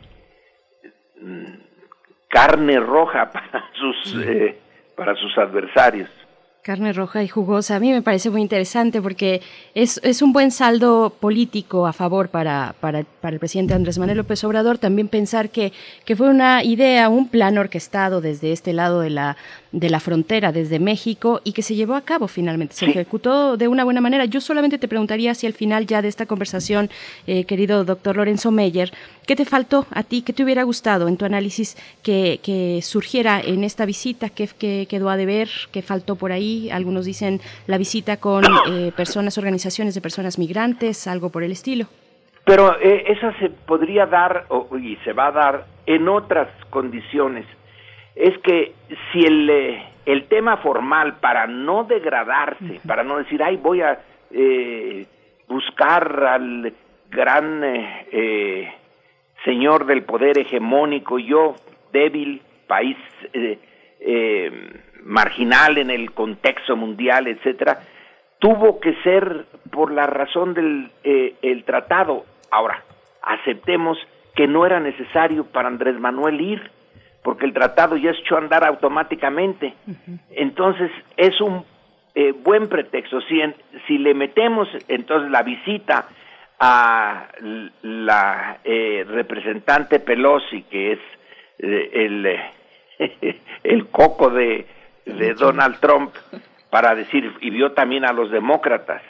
carne roja para sus eh, para sus adversarios. Carne roja y jugosa. A mí me parece muy interesante porque es, es un buen saldo político a favor para, para, para el presidente Andrés Manuel López Obrador. También pensar que, que fue una idea, un plan orquestado desde este lado de la, de la frontera, desde México, y que se llevó a cabo finalmente, se sí. ejecutó de una buena manera. Yo solamente te preguntaría si al final ya de esta conversación, eh, querido doctor Lorenzo Meyer, ¿qué te faltó a ti? ¿Qué te hubiera gustado en tu análisis que, que surgiera en esta visita? ¿Qué, qué quedó a deber? ¿Qué faltó por ahí? Algunos dicen la visita con eh, personas, organizaciones de personas migrantes, algo por el estilo. Pero eh, esa se podría dar, o, y se va a dar, en otras condiciones. Es que si el, eh, el tema formal, para no degradarse, para no decir, ay, voy a eh, buscar al gran eh, eh, señor del poder hegemónico, yo, débil, país eh, eh, marginal en el contexto mundial, etcétera, tuvo que ser por la razón del eh, el tratado. Ahora, aceptemos que no era necesario para Andrés Manuel ir, porque el tratado ya echó a andar automáticamente. Uh-huh. Entonces, es un eh, buen pretexto. Si, en, si le metemos entonces la visita a la eh, representante Pelosi, que es eh, el, eh, el coco de, de Donald Trump, para decir, y vio también a los demócratas,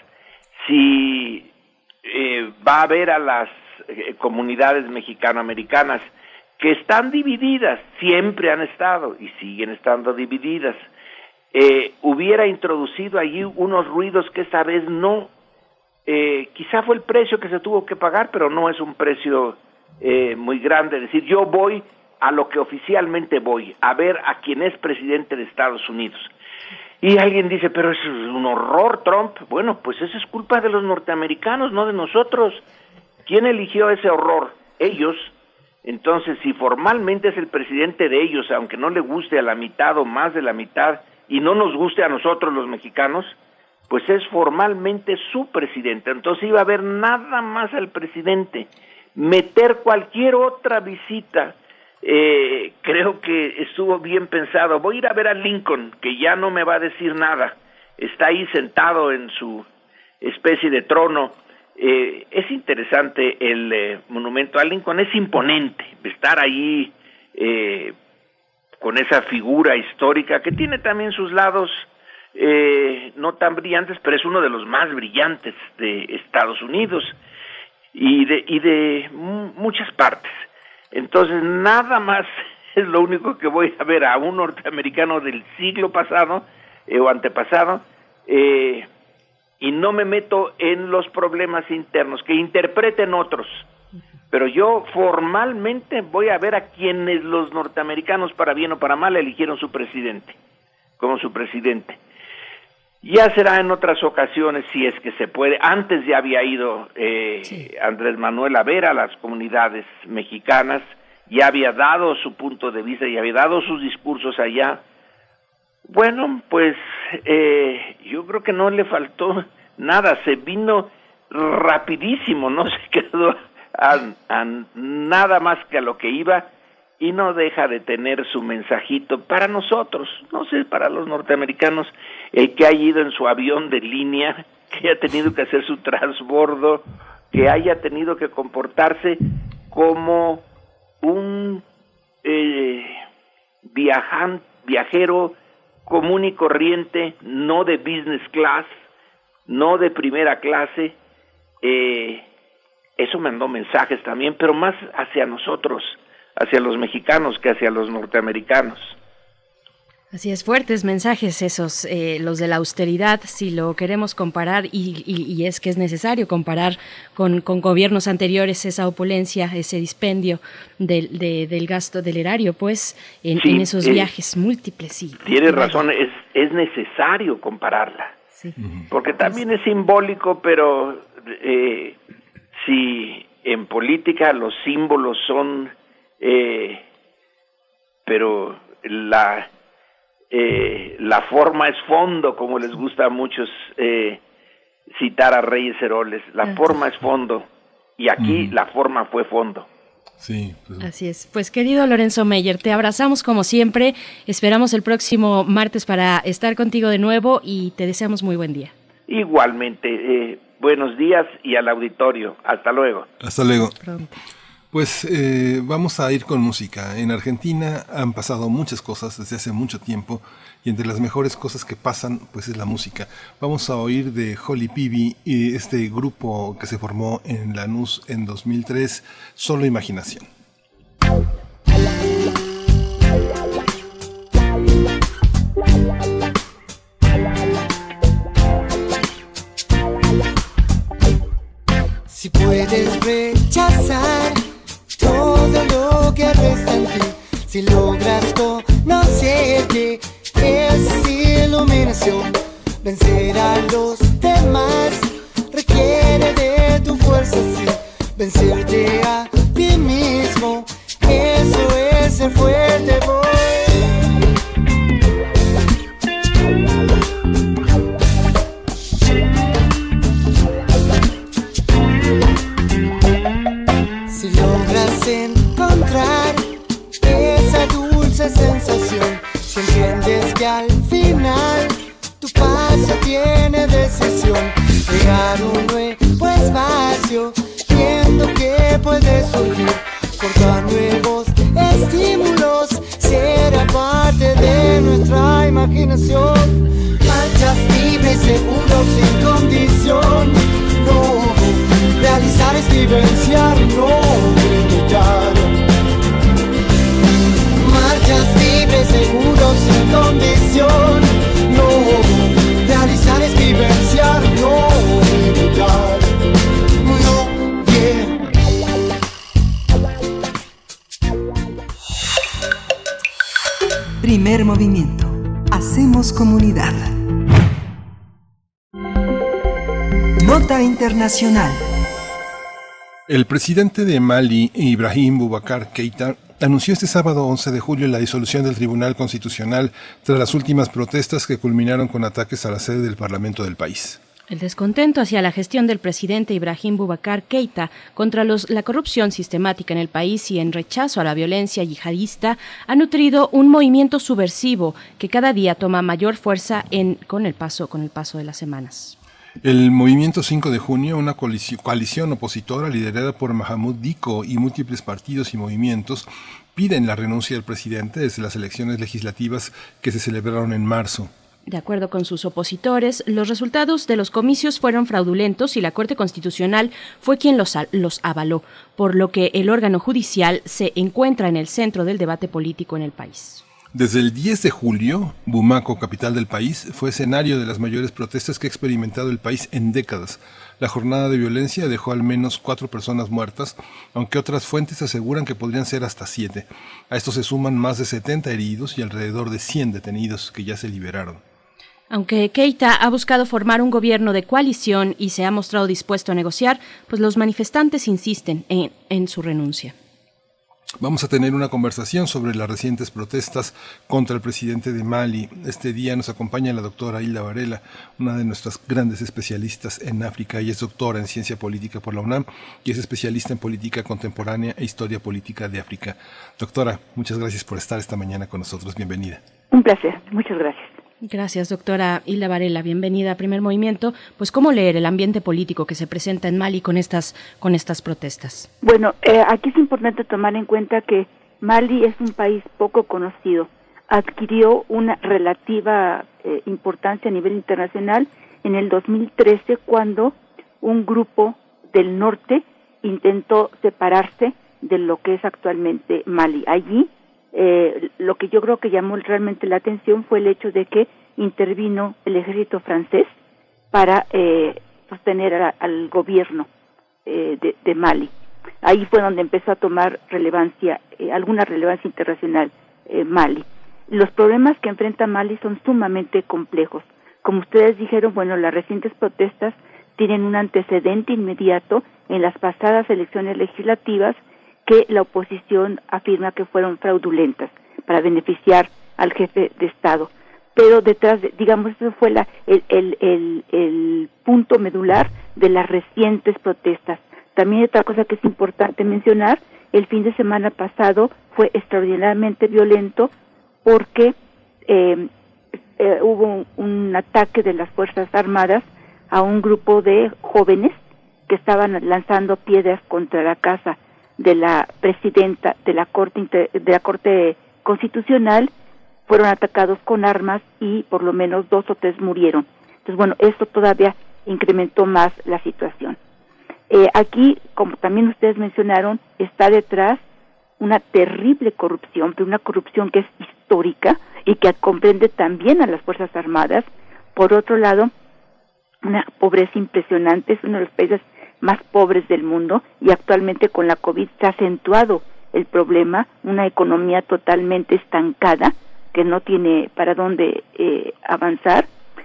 si eh, va a ver a las eh, comunidades mexicanoamericanas, que están divididas, siempre han estado y siguen estando divididas, eh, hubiera introducido allí unos ruidos que esta vez no, eh, quizá fue el precio que se tuvo que pagar, pero no es un precio eh, muy grande. Es decir, yo voy a lo que oficialmente voy, a ver a quien es presidente de Estados Unidos. Y alguien dice, pero es un horror, Trump. Bueno, pues eso es culpa de los norteamericanos, no de nosotros. ¿Quién eligió ese horror? Ellos. Entonces, si formalmente es el presidente de ellos, aunque no le guste a la mitad o más de la mitad, y no nos guste a nosotros los mexicanos, pues es formalmente su presidente. Entonces iba a haber nada más al presidente. Meter cualquier otra visita, eh, creo que estuvo bien pensado. Voy a ir a ver a Lincoln, que ya no me va a decir nada. Está ahí sentado en su especie de trono. Eh, es interesante el eh, monumento a Lincoln, es imponente estar ahí eh, con esa figura histórica que tiene también sus lados eh, no tan brillantes, pero es uno de los más brillantes de Estados Unidos y de, y de m- muchas partes. Entonces nada más es lo único que voy a ver a un norteamericano del siglo pasado eh, o antepasado, eh, y no me meto en los problemas internos, que interpreten otros, pero yo formalmente voy a ver a quienes los norteamericanos, para bien o para mal, eligieron su presidente, como su presidente. Ya será en otras ocasiones, si es que se puede. Antes ya había ido eh, sí. Andrés Manuel a ver a las comunidades mexicanas, ya había dado su punto de vista, ya había dado sus discursos allá. Bueno, pues eh, yo creo que no le faltó nada, se vino rapidísimo, no se quedó a, a nada más que a lo que iba, y no deja de tener su mensajito para nosotros, no sé, para los norteamericanos, el que haya ido en su avión de línea, que haya tenido que hacer su transbordo, que haya tenido que comportarse como un eh, viajante, viajero común y corriente, no de business class, no de primera clase. Eh, eso mandó mensajes también, pero más hacia nosotros, hacia los mexicanos que hacia los norteamericanos. Así es, fuertes mensajes esos, eh, los de la austeridad, si lo queremos comparar, y, y, y es que es necesario comparar con, con gobiernos anteriores esa opulencia, ese dispendio del, de, del gasto del erario, pues, en, sí, en esos eh, viajes múltiples. Sí. Tienes razón, es, es necesario compararla, sí. Porque también es simbólico, pero eh, si en política los símbolos son, eh, pero la... Eh, la forma es fondo, como les gusta a muchos eh, citar a Reyes Heroles. La Así forma es fondo, y aquí mm. la forma fue fondo. Sí, pues. Así es. Pues querido Lorenzo Meyer, te abrazamos como siempre. Esperamos el próximo martes para estar contigo de nuevo y te deseamos muy buen día. Igualmente, eh, buenos días y al auditorio. Hasta luego. Hasta luego. Pronto. Pues eh, vamos a ir con música. En Argentina han pasado muchas cosas desde hace mucho tiempo, y entre las mejores cosas que pasan pues es la música. Vamos a oír de Holly Peavy, y este grupo que se formó en Lanús en dos mil tres, Solo Imaginación. Si puedes rechazar todo lo que resta Si logras conocer que es iluminación, vencer a los demás requiere de tu fuerza, sí. Vencerte a ti mismo, eso es ser fuerte, boy. Si logras encontrar esa dulce sensación, si entiendes que al final tu paso tiene decisión, crear un nuevo espacio, viendo que puede surgir, cortar nuevos estímulos, será parte de nuestra imaginación. Marchas libres, seguros, sin condición, no. Realizar es vivenciar, no limitar. Marchas libres, seguros, sin condición, no. Realizar es vivenciar, no limitar. No, yeah. Primer movimiento. Hacemos comunidad. Nota internacional. El presidente de Mali, Ibrahim Boubacar Keïta, anunció este sábado once de julio la disolución del Tribunal Constitucional tras las últimas protestas que culminaron con ataques a la sede del Parlamento del país. El descontento hacia la gestión del presidente Ibrahim Boubacar Keïta contra los, la corrupción sistemática en el país y en rechazo a la violencia yihadista ha nutrido un movimiento subversivo que cada día toma mayor fuerza en, con, el paso, con el paso de las semanas. El Movimiento cinco de junio, una coalición opositora liderada por Mahamoud Dicko y múltiples partidos y movimientos, piden la renuncia del presidente desde las elecciones legislativas que se celebraron en marzo. De acuerdo con sus opositores, los resultados de los comicios fueron fraudulentos y la Corte Constitucional fue quien los, los avaló, por lo que el órgano judicial se encuentra en el centro del debate político en el país. Desde el diez de julio, Bamako, capital del país, fue escenario de las mayores protestas que ha experimentado el país en décadas. La jornada de violencia dejó al menos cuatro personas muertas, aunque otras fuentes aseguran que podrían ser hasta siete. A esto se suman más de setenta heridos y alrededor de cien detenidos que ya se liberaron. Aunque Keïta ha buscado formar un gobierno de coalición y se ha mostrado dispuesto a negociar, pues los manifestantes insisten en, en su renuncia. Vamos a tener una conversación sobre las recientes protestas contra el presidente de Mali. Este día nos acompaña la doctora Hilda Varela, una de nuestras grandes especialistas en África. Ella es doctora en ciencia política por la UNAM y es especialista en política contemporánea e historia política de África. Doctora, muchas gracias por estar esta mañana con nosotros. Bienvenida. Un placer. Muchas gracias. Gracias, doctora Hilda Varela. Bienvenida a Primer Movimiento. Pues, ¿cómo leer el ambiente político que se presenta en Mali con estas, con estas protestas? Bueno, eh, aquí es importante tomar en cuenta que Mali es un país poco conocido. Adquirió una relativa eh, importancia a nivel internacional en el dos mil trece, cuando un grupo del norte intentó separarse de lo que es actualmente Mali. Allí, Eh, lo que yo creo que llamó realmente la atención fue el hecho de que intervino el ejército francés para eh, sostener a, al gobierno eh, de, de Mali. Ahí fue donde empezó a tomar relevancia, eh, alguna relevancia internacional eh, Mali. Los problemas que enfrenta Mali son sumamente complejos. Como ustedes dijeron, bueno, las recientes protestas tienen un antecedente inmediato en las pasadas elecciones legislativas que la oposición afirma que fueron fraudulentas para beneficiar al jefe de Estado. Pero detrás, de, digamos, eso fue la, el, el, el, el punto medular de las recientes protestas. También otra cosa que es importante mencionar, el fin de semana pasado fue extraordinariamente violento porque eh, eh, hubo un, un ataque de las Fuerzas Armadas a un grupo de jóvenes que estaban lanzando piedras contra la casa de la presidenta de la Corte de la Corte Constitucional. Fueron atacados con armas y por lo menos dos o tres murieron. Entonces, bueno, esto todavía incrementó más la situación. Eh, aquí, como también ustedes mencionaron, está detrás una terrible corrupción, pero una corrupción que es histórica y que comprende también a las Fuerzas Armadas. Por otro lado, una pobreza impresionante, es uno de los países más pobres del mundo y actualmente con la COVID se ha acentuado el problema, una economía totalmente estancada, que no tiene para dónde eh, avanzar,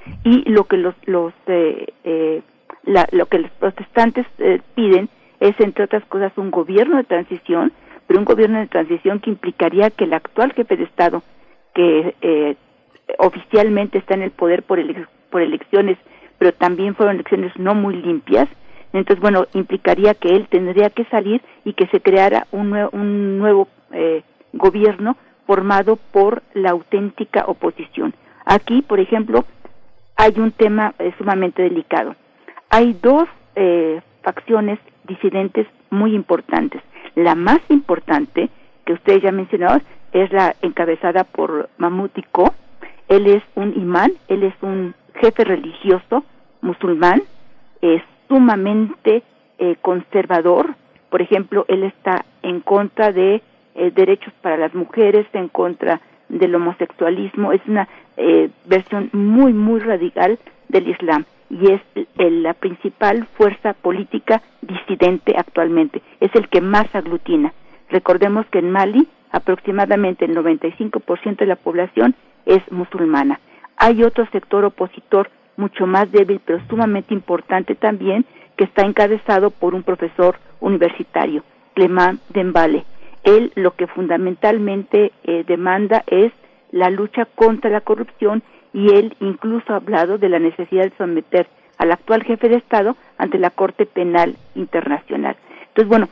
y lo que los, los eh, eh, la, lo que los protestantes eh, piden es, entre otras cosas, un gobierno de transición, pero un gobierno de transición que implicaría que el actual jefe de Estado, que eh, oficialmente está en el poder por, ele por elecciones, pero también fueron elecciones no muy limpias, entonces, bueno, implicaría que él tendría que salir y que se creara un, nue un nuevo eh, gobierno formado por la auténtica oposición. Aquí, por ejemplo, hay un tema eh, sumamente delicado. Hay dos eh, facciones disidentes muy importantes. La más importante, que ustedes ya mencionaron, es la encabezada por Mahmoud Dicko. Él es un imán, él es un jefe religioso musulmán, es sumamente eh, conservador. Por ejemplo, él está en contra de eh, derechos para las mujeres, en contra del homosexualismo. Es una eh, versión muy, muy radical del Islam y es el, la principal fuerza política disidente actualmente. Es el que más aglutina. Recordemos que en Mali aproximadamente el noventa y cinco por ciento de la población es musulmana. Hay otro sector opositor mucho más débil, pero sumamente importante también, que está encabezado por un profesor universitario, Clément Dembélé. Él lo que fundamentalmente eh, demanda es la lucha contra la corrupción, y él incluso ha hablado de la necesidad de someter al actual jefe de Estado ante la Corte Penal Internacional. Entonces, bueno,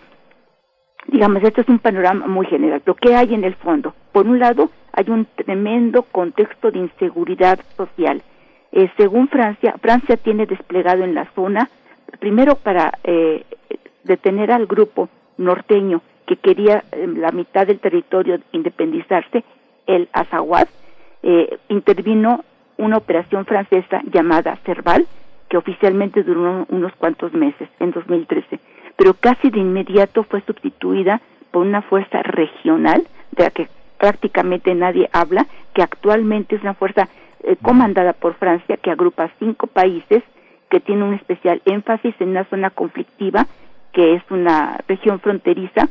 digamos, esto es un panorama muy general. Lo que hay en el fondo, por un lado, hay un tremendo contexto de inseguridad social. Eh, según Francia, Francia tiene desplegado en la zona, primero para eh, detener al grupo norteño que quería eh, la mitad del territorio independizarse, el Azawad, eh, intervino una operación francesa llamada Serval, que oficialmente duró unos cuantos meses, en dos mil trece, pero casi de inmediato fue sustituida por una fuerza regional, de la que prácticamente nadie habla, que actualmente es una fuerza eh, comandada por Francia, que agrupa cinco países, que tiene un especial énfasis en una zona conflictiva, que es una región fronteriza,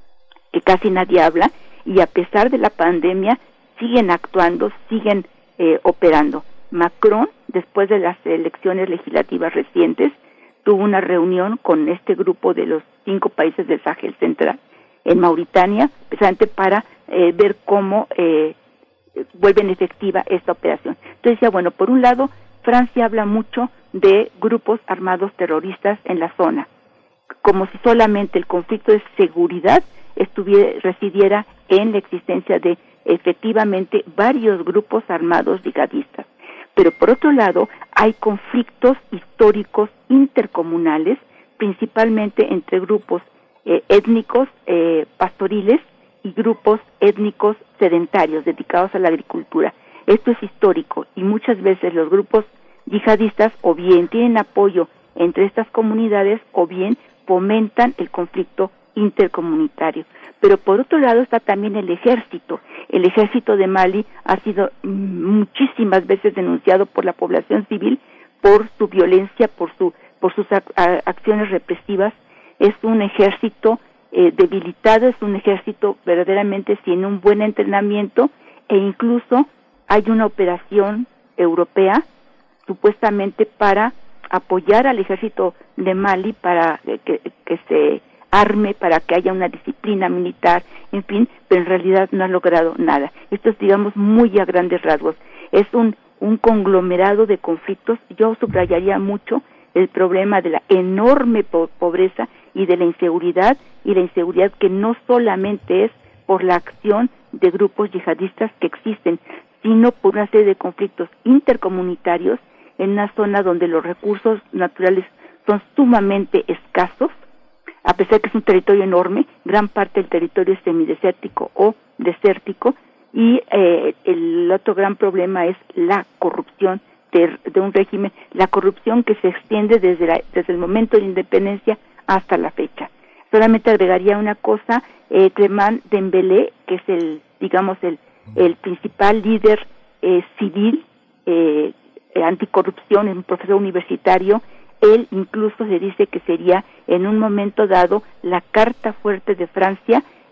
que casi nadie habla, y a pesar de la pandemia, siguen actuando, siguen eh, operando. Macron, después de las elecciones legislativas recientes, tuvo una reunión con este grupo de los cinco países del Sahel Central en Mauritania, precisamente para eh, ver cómo eh, vuelven efectiva esta operación. Entonces decía, bueno, por un lado, Francia habla mucho de grupos armados terroristas en la zona, como si solamente el conflicto de seguridad estuviera, residiera en la existencia de efectivamente varios grupos armados yihadistas. Pero por otro lado, hay conflictos históricos intercomunales, principalmente entre grupos eh, étnicos eh, pastoriles y grupos étnicos sedentarios dedicados a la agricultura. Esto es histórico y muchas veces los grupos yihadistas o bien tienen apoyo entre estas comunidades o bien fomentan el conflicto intercomunitario. Pero por otro lado está también el ejército. El ejército de Mali ha sido muchísimas veces denunciado por la población civil por su violencia, por su por sus ac acciones represivas. Es un ejército eh, debilitado, es un ejército verdaderamente sin un buen entrenamiento, e incluso hay una operación europea supuestamente para apoyar al ejército de Mali para que, que se arme, para que haya una disciplina militar, en fin, pero en realidad no ha logrado nada. Esto es, digamos, muy a grandes rasgos. Es un, un conglomerado de conflictos. Yo subrayaría mucho el problema de la enorme po pobreza y de la inseguridad, y la inseguridad que no solamente es por la acción de grupos yihadistas que existen, sino por una serie de conflictos intercomunitarios en una zona donde los recursos naturales son sumamente escasos. A pesar que es un territorio enorme, gran parte del territorio es semidesértico o desértico, y eh, el otro gran problema es la corrupción de, de un régimen, la corrupción que se extiende desde, la, desde el momento de la independencia hasta la fecha. Solamente agregaría una cosa, eh, Clément Dembélé, que es el, digamos, el, el principal líder eh, civil eh, anticorrupción, es un profesor universitario. Él incluso se dice que sería en un momento dado la carta fuerte de Francia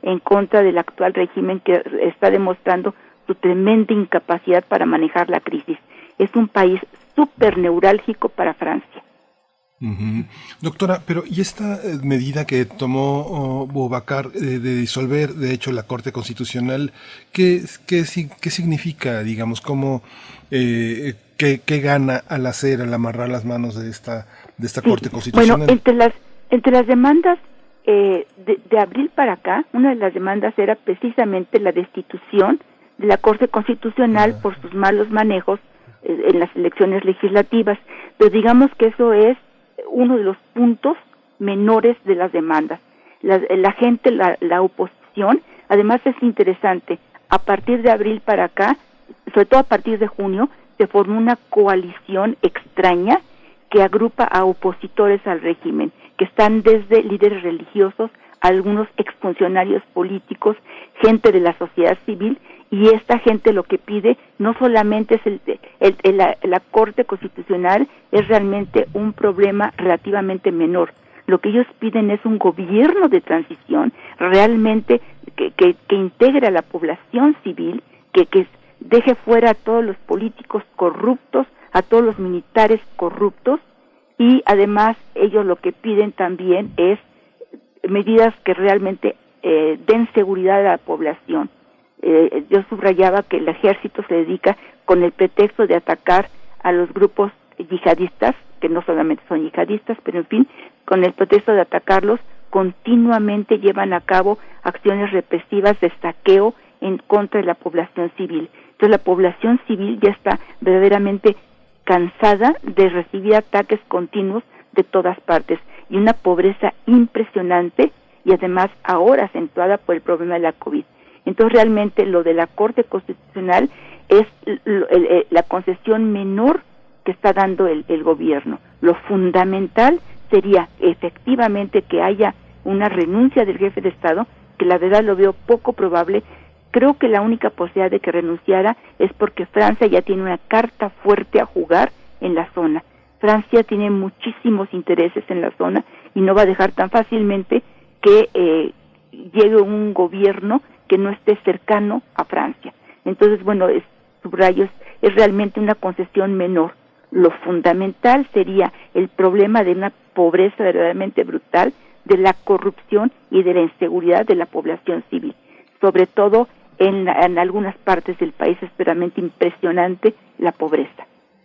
en contra del actual régimen que está demostrando su tremenda incapacidad para manejar la crisis. Es un país súper neurálgico para Francia. Uh-huh. Doctora, pero ¿y esta medida que tomó oh, Boubacar eh, de disolver, de hecho, la Corte Constitucional, qué, qué, qué significa, digamos, cómo, eh, qué, qué gana al hacer, al amarrar las manos de esta, de esta sí. Corte Constitucional? Bueno, entre las, entre las demandas eh, de, de abril para acá, una de las demandas era precisamente la destitución de la Corte Constitucional uh-huh. por sus malos manejos eh, en las elecciones legislativas, pero digamos que eso es uno de los puntos menores de las demandas. La, la gente, la, la oposición, además es interesante, a partir de abril para acá, sobre todo a partir de junio, se formó una coalición extraña que agrupa a opositores al régimen, que están desde líderes religiosos, algunos exfuncionarios políticos, gente de la sociedad civil, y esta gente lo que pide no solamente es el, el, el la, la Corte Constitucional, es realmente un problema relativamente menor. Lo que ellos piden es un gobierno de transición realmente que, que, que integre a la población civil, que, que deje fuera a todos los políticos corruptos, a todos los militares corruptos, y además ellos lo que piden también es medidas que realmente eh, den seguridad a la población. Eh, yo subrayaba que el ejército se dedica con el pretexto de atacar a los grupos yihadistas, que no solamente son yihadistas, pero en fin, con el pretexto de atacarlos, continuamente llevan a cabo acciones represivas de saqueo en contra de la población civil. Entonces la población civil ya está verdaderamente cansada de recibir ataques continuos de todas partes, y una pobreza impresionante, y además ahora acentuada por el problema de la COVID. Entonces realmente lo de la Corte Constitucional es la concesión menor que está dando el, el gobierno. Lo fundamental sería efectivamente que haya una renuncia del jefe de Estado, que la verdad lo veo poco probable. Creo que la única posibilidad de que renunciara es porque Francia ya tiene una carta fuerte a jugar en la zona. Francia tiene muchísimos intereses en la zona y no va a dejar tan fácilmente que eh, llegue un gobierno que no esté cercano a Francia. Entonces, bueno, es, subrayo, es, es realmente una concesión menor. Lo fundamental sería el problema de una pobreza verdaderamente brutal, de la corrupción y de la inseguridad de la población civil. Sobre todo en, en algunas partes del país es verdaderamente impresionante la pobreza.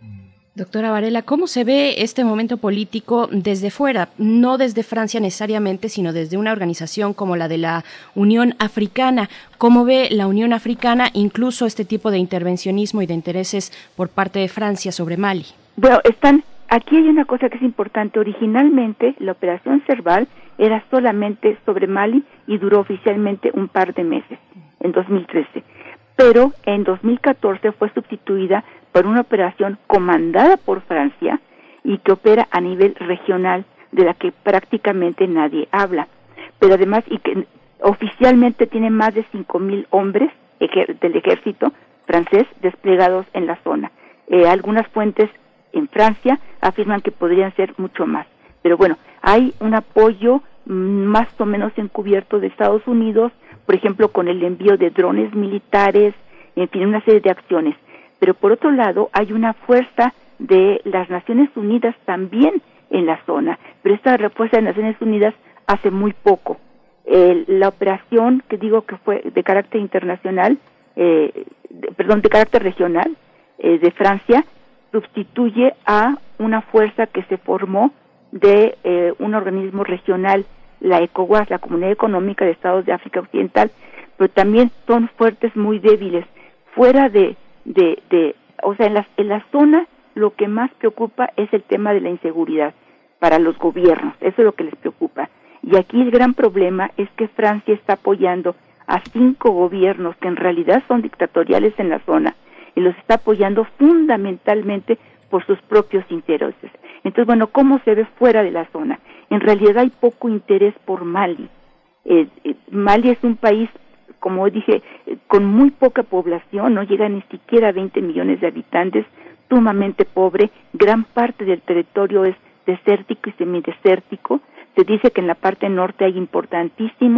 Doctora Varela, ¿cómo se ve este momento político desde fuera? No desde Francia necesariamente, sino desde una organización como la de la Unión Africana. ¿Cómo ve la Unión Africana incluso este tipo de intervencionismo y de intereses por parte de Francia sobre Mali? Bueno, están, aquí hay una cosa que es importante. Originalmente la operación Serval era solamente sobre Mali y duró oficialmente un par de meses, en dos mil trece. Pero en dos mil catorce fue sustituida por una operación comandada por Francia y que opera a nivel regional, de la que prácticamente nadie habla. Pero además, y que oficialmente tiene más de cinco mil hombres ejer- del ejército francés desplegados en la zona. Eh, algunas fuentes en Francia afirman que podrían ser mucho más. Pero bueno, hay un apoyo más o menos encubierto de Estados Unidos, por ejemplo, con el envío de drones militares, en fin, una serie de acciones. Pero por otro lado, hay una fuerza de las Naciones Unidas también en la zona, pero esta fuerza de Naciones Unidas hace muy poco. Eh, la operación, que digo que fue de carácter internacional, eh, de, perdón, de carácter regional, eh, de Francia, sustituye a una fuerza que se formó de eh, un organismo regional, la ECOWAS, la Comunidad Económica de Estados de África Occidental, pero también son fuertes muy débiles. Fuera de, de, de o sea, en la, en la zona lo que más preocupa es el tema de la inseguridad para los gobiernos, eso es lo que les preocupa. Y aquí el gran problema es que Francia está apoyando a cinco gobiernos que en realidad son dictatoriales en la zona, y los está apoyando fundamentalmente por sus propios intereses. Entonces, bueno, ¿cómo se ve fuera de la zona? En realidad hay poco interés por Mali. Eh, eh, Mali es un país, como dije, eh, con muy poca población, no llega ni siquiera a veinte millones de habitantes, sumamente pobre, gran parte del territorio es desértico y semidesértico. Se dice que en la parte norte hay importantísimos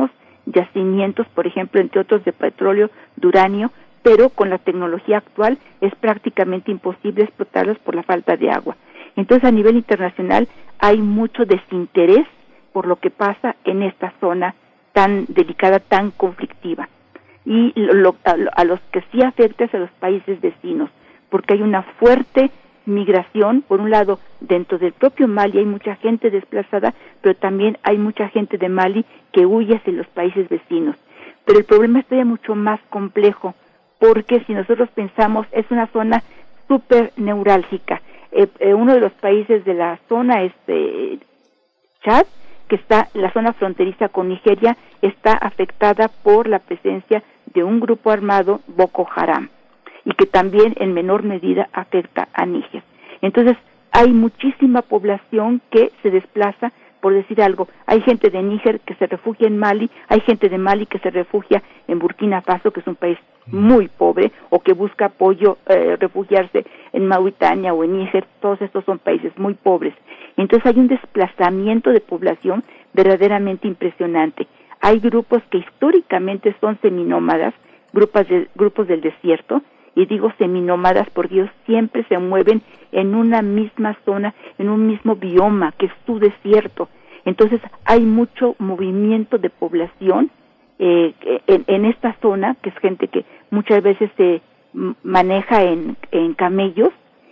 yacimientos, por ejemplo, entre otros de petróleo, de uranio, pero con la tecnología actual es prácticamente imposible explotarlos por la falta de agua. Entonces, a nivel internacional hay mucho desinterés por lo que pasa en esta zona tan delicada, tan conflictiva. Y lo, a, a los que sí afecta es a los países vecinos, porque hay una fuerte migración. Por un lado, dentro del propio Mali hay mucha gente desplazada, pero también hay mucha gente de Mali que huye hacia los países vecinos. Pero el problema es todavía mucho más complejo, porque si nosotros pensamos, es una zona súper neurálgica. Eh, eh, uno de los países de la zona es eh, Chad, que está, la zona fronteriza con Nigeria, está afectada por la presencia de un grupo armado, Boko Haram, y que también en menor medida afecta a Níger. Entonces, hay muchísima población que se desplaza, por decir algo, hay gente de Níger que se refugia en Mali, hay gente de Mali que se refugia en Burkina Faso, que es un país muy pobre, o que busca apoyo, eh, refugiarse en Mauritania o en Níger. Todos estos son países muy pobres. Entonces hay un desplazamiento de población verdaderamente impresionante. Hay grupos que históricamente son seminómadas, grupos, de, grupos del desierto, y digo seminómadas porque ellos siempre se mueven en una misma zona, en un mismo bioma, que es su desierto. Entonces hay mucho movimiento de población eh, en, en esta zona, que es gente que muchas veces se maneja en, en camellos,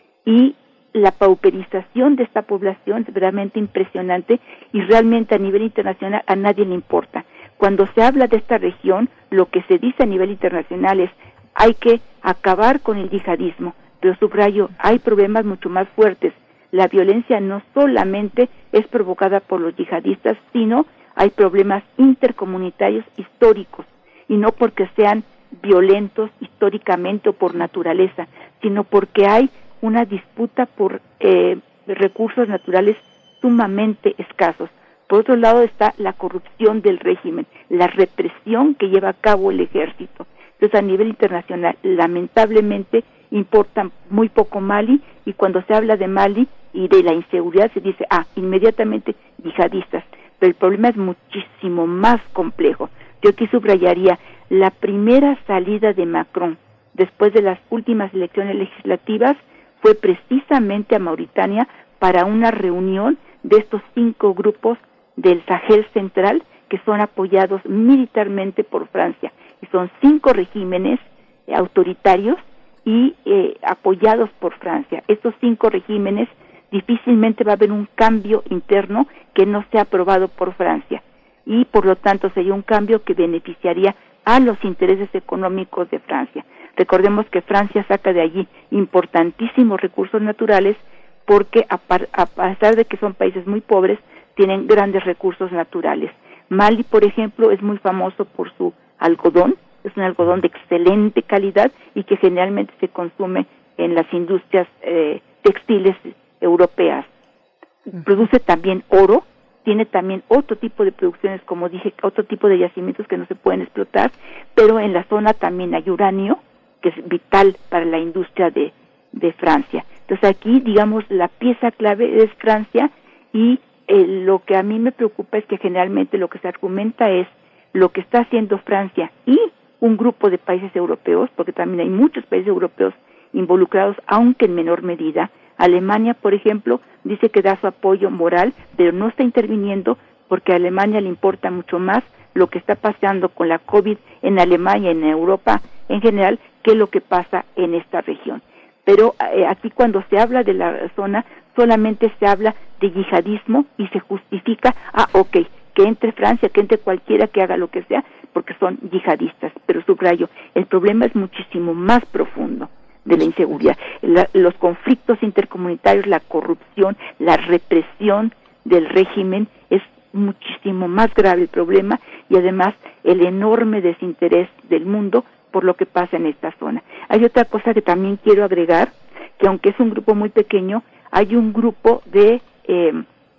y la pauperización de esta población es realmente impresionante, y realmente a nivel internacional a nadie le importa. Cuando se habla de esta región, lo que se dice a nivel internacional es hay que acabar con el yihadismo, pero subrayo, hay problemas mucho más fuertes. La violencia no solamente es provocada por los yihadistas, sino hay problemas intercomunitarios históricos, y no porque sean violentos históricamente o por naturaleza, sino porque hay una disputa por eh, recursos naturales sumamente escasos. Por otro lado está la corrupción del régimen, la represión que lleva a cabo el ejército. Entonces, a nivel internacional, lamentablemente, importa muy poco Mali, y cuando se habla de Mali y de la inseguridad, se dice, ah, inmediatamente yihadistas. Pero el problema es muchísimo más complejo. Yo aquí subrayaría la primera salida de Macron después de las últimas elecciones legislativas fue precisamente a Mauritania para una reunión de estos cinco grupos del Sahel Central que son apoyados militarmente por Francia. Y son cinco regímenes eh, autoritarios y eh, apoyados por Francia. Estos cinco regímenes difícilmente va a haber un cambio interno que no sea aprobado por Francia. Y por lo tanto sería un cambio que beneficiaría a los intereses económicos de Francia. Recordemos que Francia saca de allí importantísimos recursos naturales porque a, par, a pesar de que son países muy pobres, tienen grandes recursos naturales. Mali, por ejemplo, es muy famoso por su algodón, es un algodón de excelente calidad y que generalmente se consume en las industrias eh, textiles europeas. Produce también oro, tiene también otro tipo de producciones, como dije, otro tipo de yacimientos que no se pueden explotar, pero en la zona también hay uranio, que es vital para la industria de, de Francia. Entonces aquí, digamos, la pieza clave es Francia, y eh, lo que a mí me preocupa es que generalmente lo que se argumenta es lo que está haciendo Francia y un grupo de países europeos, porque también hay muchos países europeos involucrados, aunque en menor medida. Alemania, por ejemplo, dice que da su apoyo moral, pero no está interviniendo porque a Alemania le importa mucho más lo que está pasando con la COVID en Alemania y en Europa en general que lo que pasa en esta región. Pero eh, aquí cuando se habla de la zona, solamente se habla de yihadismo y se justifica, ah, ok, que entre Francia, que entre cualquiera que haga lo que sea, porque son yihadistas. Pero subrayo, el problema es muchísimo más profundo de la inseguridad, la, los conflictos intercomunitarios, la corrupción, la represión del régimen, es muchísimo más grave el problema, y además el enorme desinterés del mundo por lo que pasa en esta zona. Hay otra cosa que también quiero agregar, que aunque es un grupo muy pequeño, hay un grupo de eh,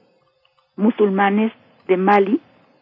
musulmanes de Mali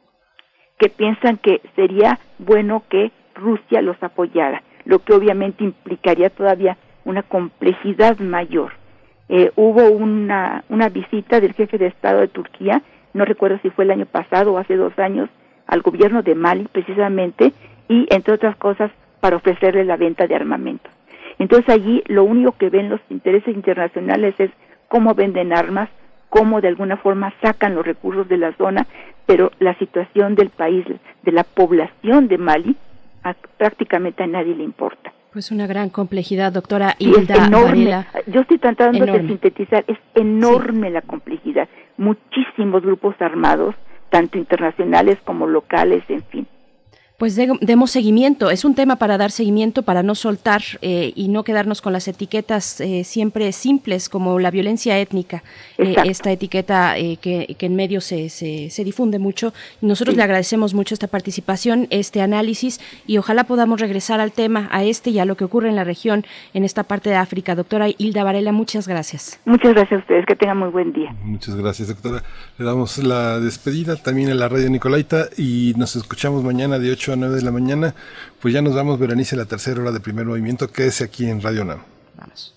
que piensan que sería bueno que Rusia los apoyara, lo que obviamente implicaría todavía una complejidad mayor. Eh, hubo una, una visita del jefe de Estado de Turquía, no recuerdo si fue el año pasado o hace dos años, al gobierno de Mali precisamente y, entre otras cosas, para ofrecerle la venta de armamentos. Entonces allí lo único que ven los intereses internacionales es cómo venden armas, cómo de alguna forma sacan los recursos de la zona, pero la situación del país, de la población de Mali, a, prácticamente a nadie le importa. Pues una gran complejidad, doctora Sí, Hilda es enorme. Varela. Yo estoy tratando Enorme. de sintetizar, es enorme sí. la complejidad. Muchísimos grupos armados, tanto internacionales como locales, en fin. Pues de, demos seguimiento, es un tema para dar seguimiento, para no soltar eh, y no quedarnos con las etiquetas eh, siempre simples como la violencia étnica, eh, esta etiqueta eh, que, que en medios se, se, se difunde mucho. Nosotros sí. le agradecemos mucho esta participación, este análisis y ojalá podamos regresar al tema, a este y a lo que ocurre en la región, en esta parte de África. Doctora Hilda Varela, muchas gracias. Muchas gracias a ustedes, que tengan muy buen día. Muchas gracias, doctora. Le damos la despedida también a la Radio Nicolaita y nos escuchamos mañana de ocho a nueve de la mañana. Pues ya nos vamos, Berenice, la tercera hora de Primer Movimiento. Quédese aquí en Radio UNAM. Vamos.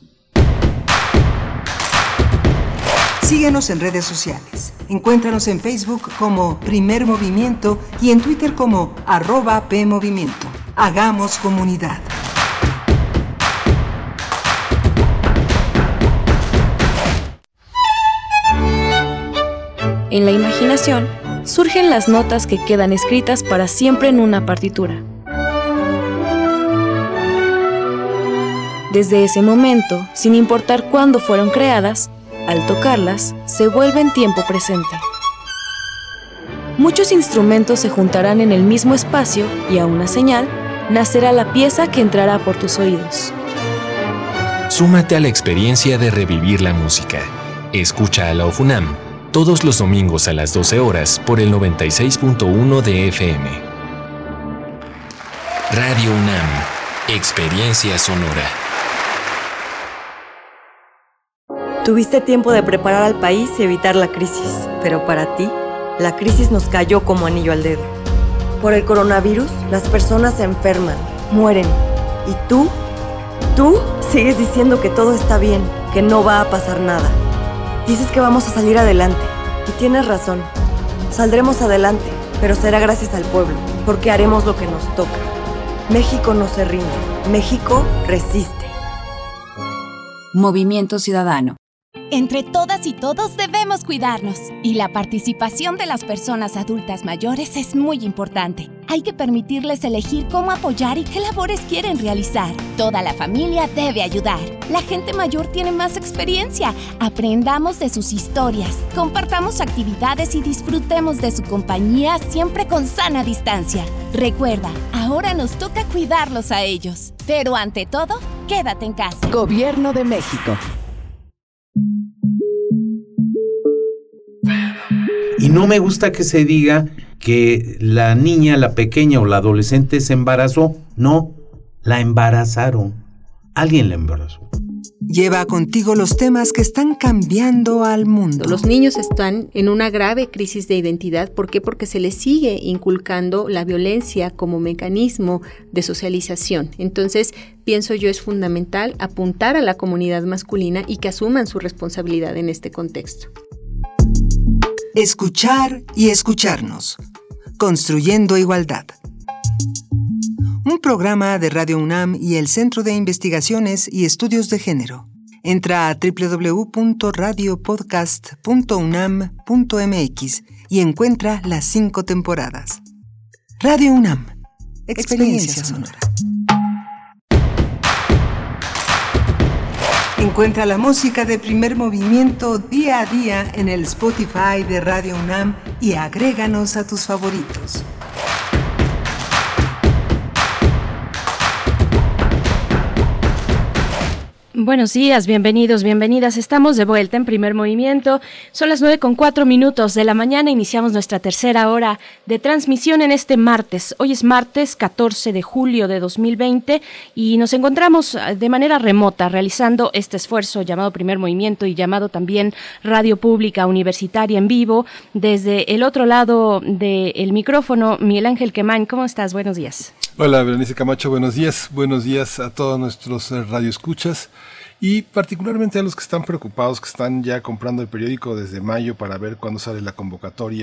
Síguenos en redes sociales. Encuéntranos en Facebook como Primer Movimiento y en Twitter como arroba PMovimiento. Hagamos comunidad. En la imaginación surgen las notas que quedan escritas para siempre en una partitura. Desde ese momento, sin importar cuándo fueron creadas, al tocarlas, se vuelven tiempo presente. Muchos instrumentos se juntarán en el mismo espacio y a una señal, nacerá la pieza que entrará por tus oídos. Súmate a la experiencia de revivir la música. Escucha a la UFUNAM todos los domingos a las doce horas por el noventa y seis punto uno de F M. Radio UNAM, experiencia sonora. Tuviste tiempo de preparar al país y evitar la crisis, pero para ti, la crisis nos cayó como anillo al dedo. Por el coronavirus, las personas se enferman, mueren. ¿Y tú? Tú sigues diciendo que todo está bien, que no va a pasar nada. Dices que vamos a salir adelante, y tienes razón. Saldremos adelante, pero será gracias al pueblo, porque haremos lo que nos toca. México no se rinde, México resiste. Movimiento Ciudadano. Entre todas y todos debemos cuidarnos, y la participación de las personas adultas mayores es muy importante. Hay que permitirles elegir cómo apoyar y qué labores quieren realizar. Toda la familia debe ayudar. La gente mayor tiene más experiencia. Aprendamos de sus historias, compartamos actividades y disfrutemos de su compañía siempre con sana distancia. Recuerda, ahora nos toca cuidarlos a ellos. Pero ante todo, quédate en casa. Gobierno de México. Y no me gusta que se diga que la niña, la pequeña o la adolescente se embarazó. No, la embarazaron. Alguien la embarazó. Lleva contigo los temas que están cambiando al mundo. Los niños están en una grave crisis de identidad. ¿Por qué? Porque se les sigue inculcando la violencia como mecanismo de socialización. Entonces, pienso yo es fundamental apuntar a la comunidad masculina y que asuman su responsabilidad en este contexto. Escuchar y escucharnos. Construyendo igualdad. Un programa de Radio UNAM y el Centro de Investigaciones y Estudios de Género. Entra a doble u doble u doble u punto radio podcast punto unam punto m x y encuentra las cinco temporadas. Radio UNAM. Experiencia sonora. Encuentra la música de Primer Movimiento día a día en el Spotify de Radio UNAM y agréganos a tus favoritos. Buenos días, bienvenidos, bienvenidas. Estamos de vuelta en Primer Movimiento. Son las nueve con cuatro minutos de la mañana. Iniciamos nuestra tercera hora de transmisión en este martes. Hoy es martes catorce de julio de dos mil veinte y nos encontramos de manera remota realizando este esfuerzo llamado Primer Movimiento y llamado también Radio Pública Universitaria en vivo. Desde el otro lado del micrófono, Miguel Ángel Quemain, ¿cómo estás? Buenos días. Hola, Berenice Camacho, buenos días. Buenos días a todos nuestros radioescuchas. Y particularmente a los que están preocupados, que están ya comprando el periódico desde mayo para ver cuándo sale la convocatoria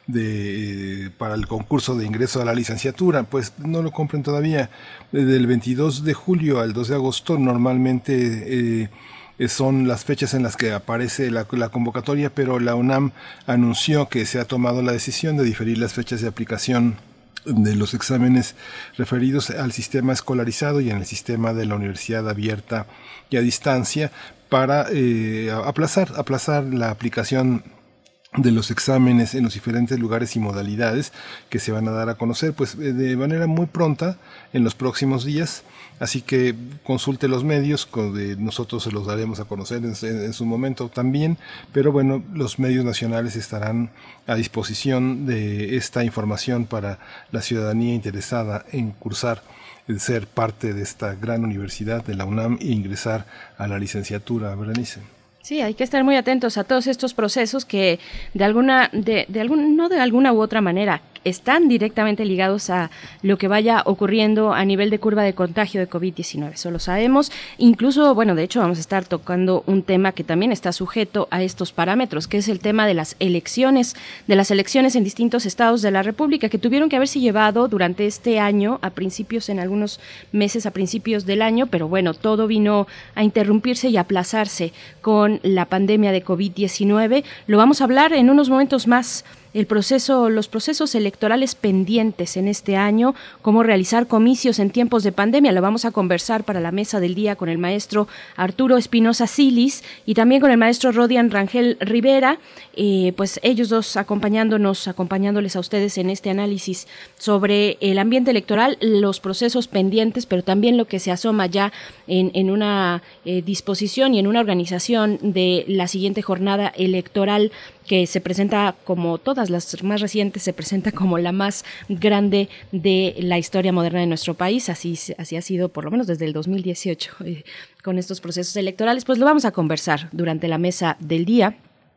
de, para el concurso de ingreso a la licenciatura, pues no lo compren todavía. Desde el veintidós de julio al dos de agosto normalmente eh, son las fechas en las que aparece la, la convocatoria, pero la UNAM anunció que se ha tomado la decisión de diferir las fechas de aplicación de los exámenes referidos al sistema escolarizado y en el sistema de la universidad abierta y a distancia para eh, aplazar, aplazar la aplicación de los exámenes en los diferentes lugares y modalidades que se van a dar a conocer pues de manera muy pronta en los próximos días. Así que consulte los medios, nosotros se los daremos a conocer en, en, en su momento también, pero bueno, los medios nacionales estarán a disposición de esta información para la ciudadanía interesada en cursar, en ser parte de esta gran universidad de la UNAM e ingresar a la licenciatura. Berenice. Sí, hay que estar muy atentos a todos estos procesos que de alguna, de, de algún, no de alguna u otra manera, están directamente ligados a lo que vaya ocurriendo a nivel de curva de contagio de covid diecinueve. Eso lo sabemos. Incluso, bueno, de hecho vamos a estar tocando un tema que también está sujeto a estos parámetros, que es el tema de las elecciones, de las elecciones en distintos estados de la República, que tuvieron que haberse llevado durante este año, a principios, en algunos meses a principios del año, pero bueno, todo vino a interrumpirse y aplazarse con la pandemia de covid diecinueve. Lo vamos a hablar en unos momentos más. El proceso, los procesos electorales pendientes en este año, cómo realizar comicios en tiempos de pandemia. Lo vamos a conversar para la mesa del día con el maestro Arturo Espinosa Silis y también con el maestro Rodian Rangel Rivera, eh, pues ellos dos acompañándonos, acompañándoles a ustedes en este análisis sobre el ambiente electoral, los procesos pendientes, pero también lo que se asoma ya en, en una eh, disposición y en una organización de la siguiente jornada electoral, que se presenta, como todas las más recientes, se presenta como la más grande de la historia moderna de nuestro país. Así, así ha sido por lo menos desde el dos mil dieciocho eh, con estos procesos electorales. Pues lo vamos a conversar durante la mesa del día.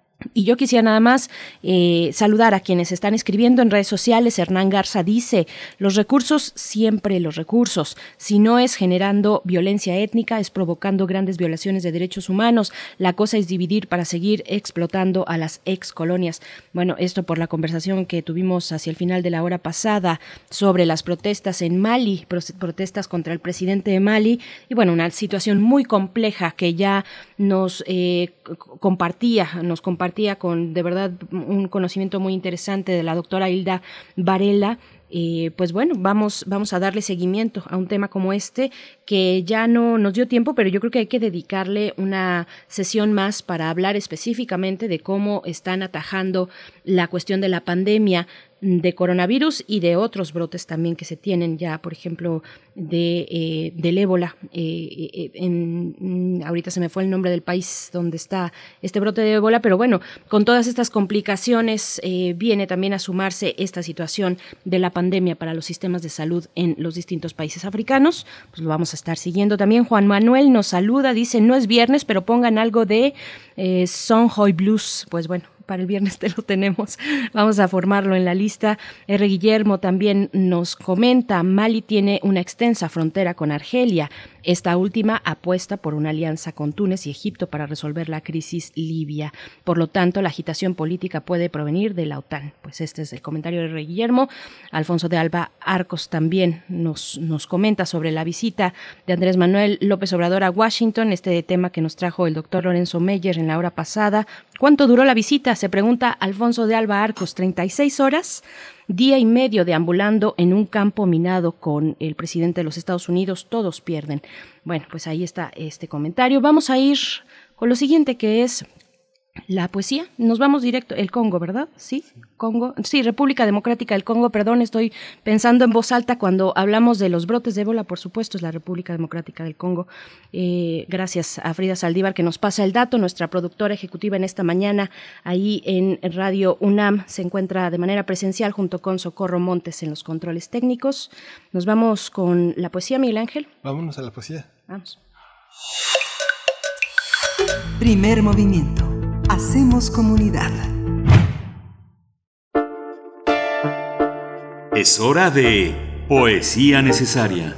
Y yo quisiera nada más eh, saludar a quienes están escribiendo en redes sociales. Hernán Garza dice: los recursos, siempre los recursos. Si no es generando violencia étnica, es provocando grandes violaciones de derechos humanos. La cosa es dividir para seguir explotando a las ex colonias. Bueno, esto por la conversación que tuvimos hacia el final de la hora pasada sobre las protestas en Mali, protestas contra el presidente de Mali. Y bueno, una situación muy compleja que ya nos eh, compartía, nos compartía con de verdad un conocimiento muy interesante de la doctora Hilda Varela. Eh, pues bueno, vamos, vamos a darle seguimiento a un tema como este que ya no nos dio tiempo, pero yo creo que hay que dedicarle una sesión más para hablar específicamente de cómo están atajando la cuestión de la pandemia de coronavirus y de otros brotes también que se tienen ya, por ejemplo, de eh, del ébola. Eh, eh, en, ahorita se me fue el nombre del país donde está este brote de ébola, pero bueno, con todas estas complicaciones eh, viene también a sumarse esta situación de la pandemia para los sistemas de salud en los distintos países africanos. Pues lo vamos a estar siguiendo también. Juan Manuel nos saluda, dice: no es viernes, pero pongan algo de eh, Songhai Blues. Pues bueno, para el viernes te lo tenemos, vamos a formarlo en la lista. R. Guillermo también nos comenta: Mali tiene una extensa frontera con Argelia. Esta última apuesta por una alianza con Túnez y Egipto para resolver la crisis libia. Por lo tanto, la agitación política puede provenir de la OTAN. Pues este es el comentario de R. Guillermo. Alfonso de Alba Arcos también nos, nos comenta sobre la visita de Andrés Manuel López Obrador a Washington, este tema que nos trajo el doctor Lorenzo Meyer en la hora pasada. ¿Cuánto duró la visita?, se pregunta Alfonso de Alba Arcos. treinta y seis horas, día y medio deambulando en un campo minado con el presidente de los Estados Unidos. Todos pierden. Bueno, pues ahí está este comentario. Vamos a ir con lo siguiente, que es la poesía. Nos vamos directo, el Congo, ¿verdad? Sí, Congo. Sí, República Democrática del Congo, perdón, estoy pensando en voz alta cuando hablamos de los brotes de ébola, por supuesto, es la República Democrática del Congo. Eh, gracias a Frida Saldívar que nos pasa el dato, nuestra productora ejecutiva en esta mañana, ahí en Radio UNAM, se encuentra de manera presencial junto con Socorro Montes en los controles técnicos. Nos vamos con la poesía, Miguel Ángel. Vámonos a la poesía. Vamos. Primer movimiento. Hacemos comunidad. Es hora de Poesía Necesaria.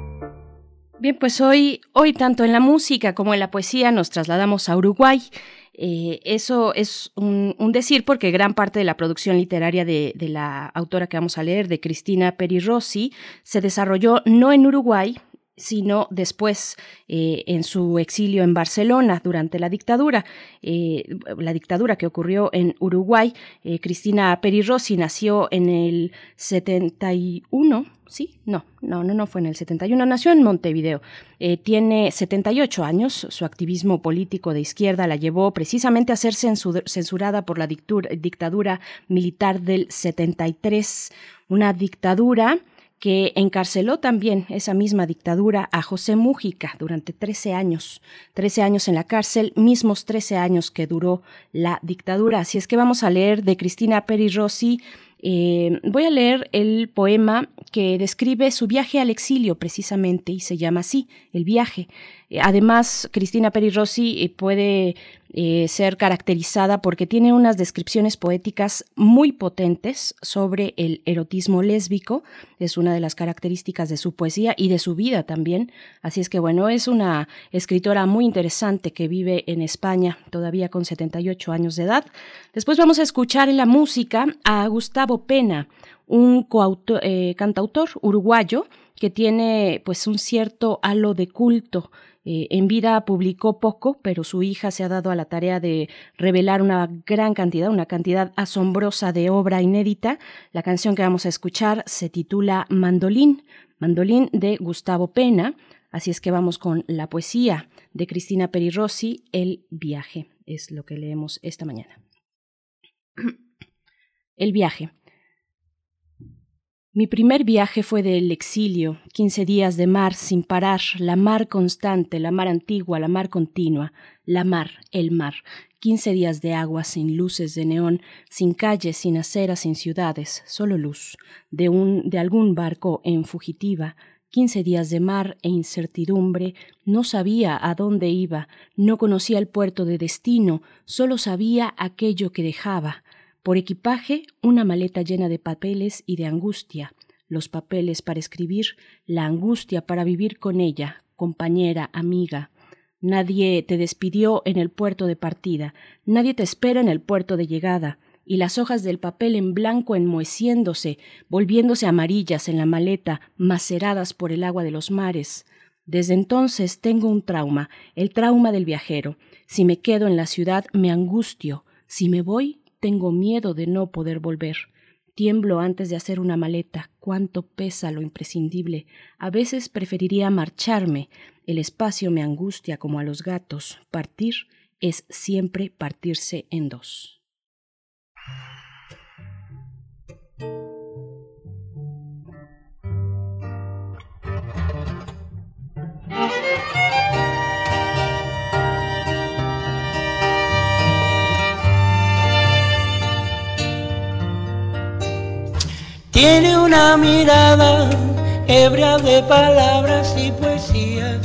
Bien, pues hoy, hoy tanto en la música como en la poesía nos trasladamos a Uruguay. Eh, eso es un, un decir porque gran parte de la producción literaria de, de la autora que vamos a leer, de Cristina Peri Rossi, se desarrolló no en Uruguay, sino después eh, en su exilio en Barcelona durante la dictadura, eh, la dictadura que ocurrió en Uruguay. Eh, Cristina Peri Rossi nació en el setenta y uno, ¿sí? No, no, no, no fue en el setenta y uno, nació en Montevideo. Eh, tiene setenta y ocho años, su activismo político de izquierda la llevó precisamente a ser censurada por la dictadura, dictadura militar del setenta y tres, una dictadura que encarceló también, esa misma dictadura, a José Mújica durante trece años, trece años en la cárcel, mismos trece años que duró la dictadura. Así es que vamos a leer de Cristina Peri Rossi. Eh, voy a leer el poema que describe su viaje al exilio precisamente y se llama así, El viaje. Eh, además, Cristina Peri Rossi eh, puede eh, ser caracterizada porque tiene unas descripciones poéticas muy potentes sobre el erotismo lésbico. Es una de las características de su poesía y de su vida también. Así es que bueno, es una escritora muy interesante que vive en España todavía con setenta y ocho años de edad. Después vamos a escuchar en la música a Gustavo Pena, un coautor, eh, cantautor uruguayo que tiene pues un cierto halo de culto. Eh, en vida publicó poco, pero su hija se ha dado a la tarea de revelar una gran cantidad, una cantidad asombrosa de obra inédita. La canción que vamos a escuchar se titula Mandolín, Mandolín de Gustavo Pena. Así es que vamos con la poesía de Cristina Peri Rossi, El viaje, es lo que leemos esta mañana. El viaje. Mi primer viaje fue del exilio, quince días de mar sin parar, la mar constante, la mar antigua, la mar continua, la mar, el mar, quince días de agua sin luces de neón, sin calles, sin aceras, sin ciudades, solo luz, de, un, de algún barco en fugitiva, quince días de mar e incertidumbre, no sabía a dónde iba, no conocía el puerto de destino, solo sabía aquello que dejaba. Por equipaje, una maleta llena de papeles y de angustia, los papeles para escribir, la angustia para vivir con ella, compañera, amiga. Nadie te despidió en el puerto de partida, nadie te espera en el puerto de llegada, y las hojas del papel en blanco enmoheciéndose, volviéndose amarillas en la maleta, maceradas por el agua de los mares. Desde entonces tengo un trauma, el trauma del viajero. Si me quedo en la ciudad me angustio, si me voy tengo miedo de no poder volver. Tiemblo antes de hacer una maleta. Cuánto pesa lo imprescindible. A veces preferiría marcharme. El espacio me angustia como a los gatos. Partir es siempre partirse en dos. Tiene una mirada ebria de palabras y poesía.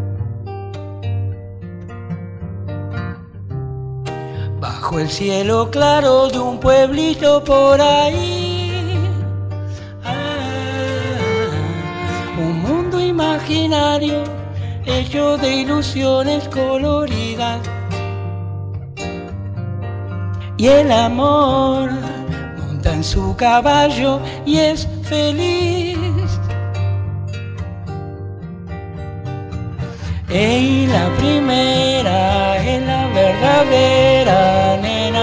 Bajo el cielo claro de un pueblito por ahí. Ah, un mundo imaginario hecho de ilusiones coloridas. Y el amor en su caballo y es feliz. Y la primera es la verdadera nena.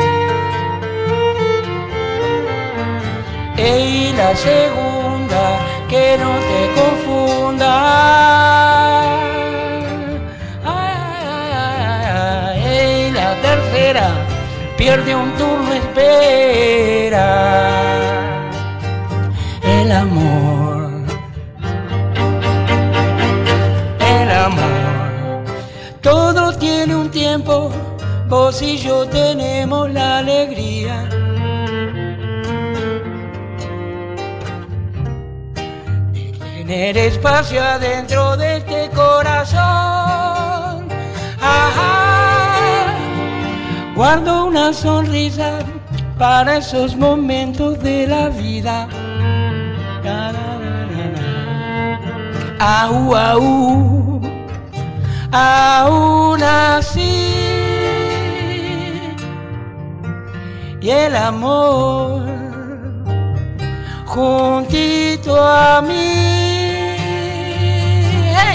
Y la segunda que no te confunda. Y la tercera pierde un turno, espera. El amor, el amor, todo tiene un tiempo, vos y yo tenemos la alegría de tener espacio adentro de este corazón. Ajá. Guardo una sonrisa para esos momentos de la vida. Au, au, aún así y el amor juntito a mí. ¡Hey!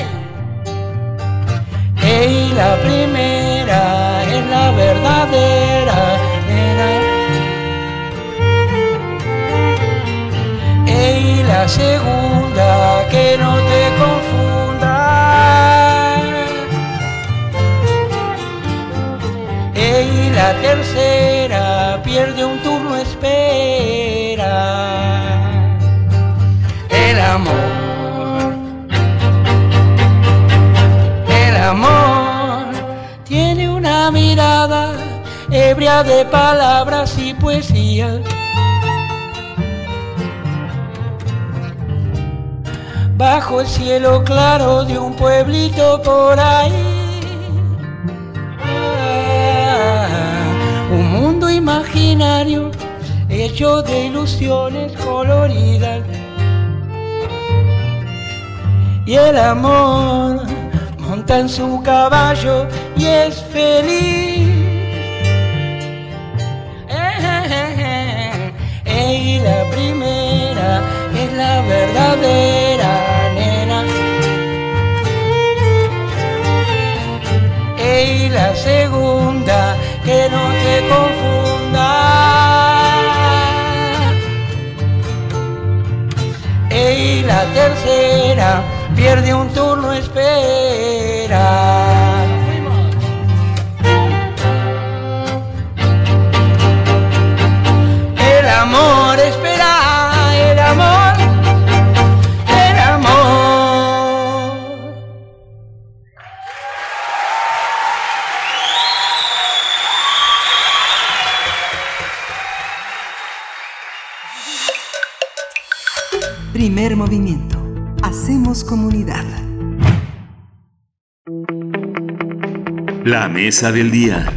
Hey, la primera es la verdadera, nena. Hey, la segunda, que no te confunda. Hey, la tercera, pierde un turno, espera. El amor, el amor tiene una mirada ebria de palabras y poesía. Bajo el cielo claro de un pueblito por ahí, ah, un mundo imaginario hecho de ilusiones coloridas. Y el amor monta en su caballo y es feliz. Y la primera es la verdadera, nena. Y la segunda, que no te confunda. Y la tercera, pierde un turno, espera. El amor espera, el amor, el amor. Primer movimiento. Hacemos comunidad. La mesa del día.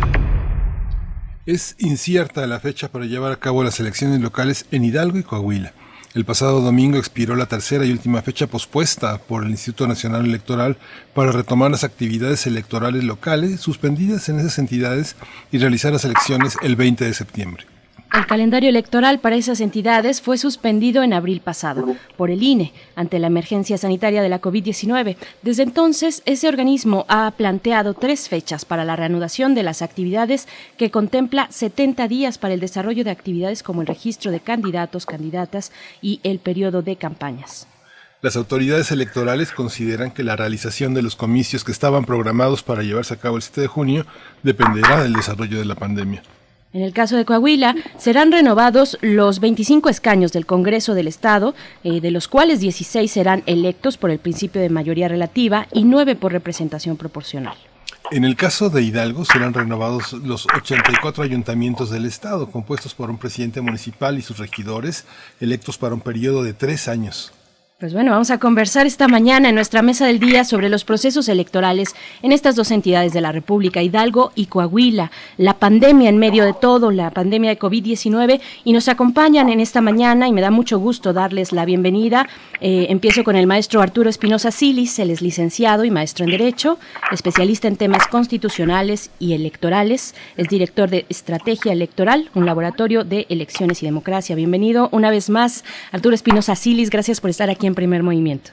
Es incierta la fecha para llevar a cabo las elecciones locales en Hidalgo y Coahuila. El pasado domingo expiró la tercera y última fecha pospuesta por el Instituto Nacional Electoral para retomar las actividades electorales locales suspendidas en esas entidades y realizar las elecciones el veinte de septiembre. El calendario electoral para esas entidades fue suspendido en abril pasado por el I N E ante la emergencia sanitaria de la COVID diecinueve. Desde entonces, ese organismo ha planteado tres fechas para la reanudación de las actividades, que contempla setenta días para el desarrollo de actividades como el registro de candidatos, candidatas y el periodo de campañas. Las autoridades electorales consideran que la realización de los comicios que estaban programados para llevarse a cabo el siete de junio dependerá del desarrollo de la pandemia. En el caso de Coahuila, serán renovados los veinticinco escaños del Congreso del Estado, eh, de los cuales dieciséis serán electos por el principio de mayoría relativa y nueve por representación proporcional. En el caso de Hidalgo, serán renovados los ochenta y cuatro ayuntamientos del Estado, compuestos por un presidente municipal y sus regidores, electos para un periodo de tres años. Pues bueno, vamos a conversar esta mañana en nuestra mesa del día sobre los procesos electorales en estas dos entidades de la República, Hidalgo y Coahuila, la pandemia en medio de todo, la pandemia de COVID diecinueve, y nos acompañan en esta mañana y me da mucho gusto darles la bienvenida. Eh, empiezo con el maestro Arturo Espinosa Silis. Él es licenciado y maestro en Derecho, especialista en temas constitucionales y electorales, es director de Estrategia Electoral, un laboratorio de elecciones y democracia. Bienvenido una vez más, Arturo Espinosa Silis, gracias por estar aquí en Primer Movimiento.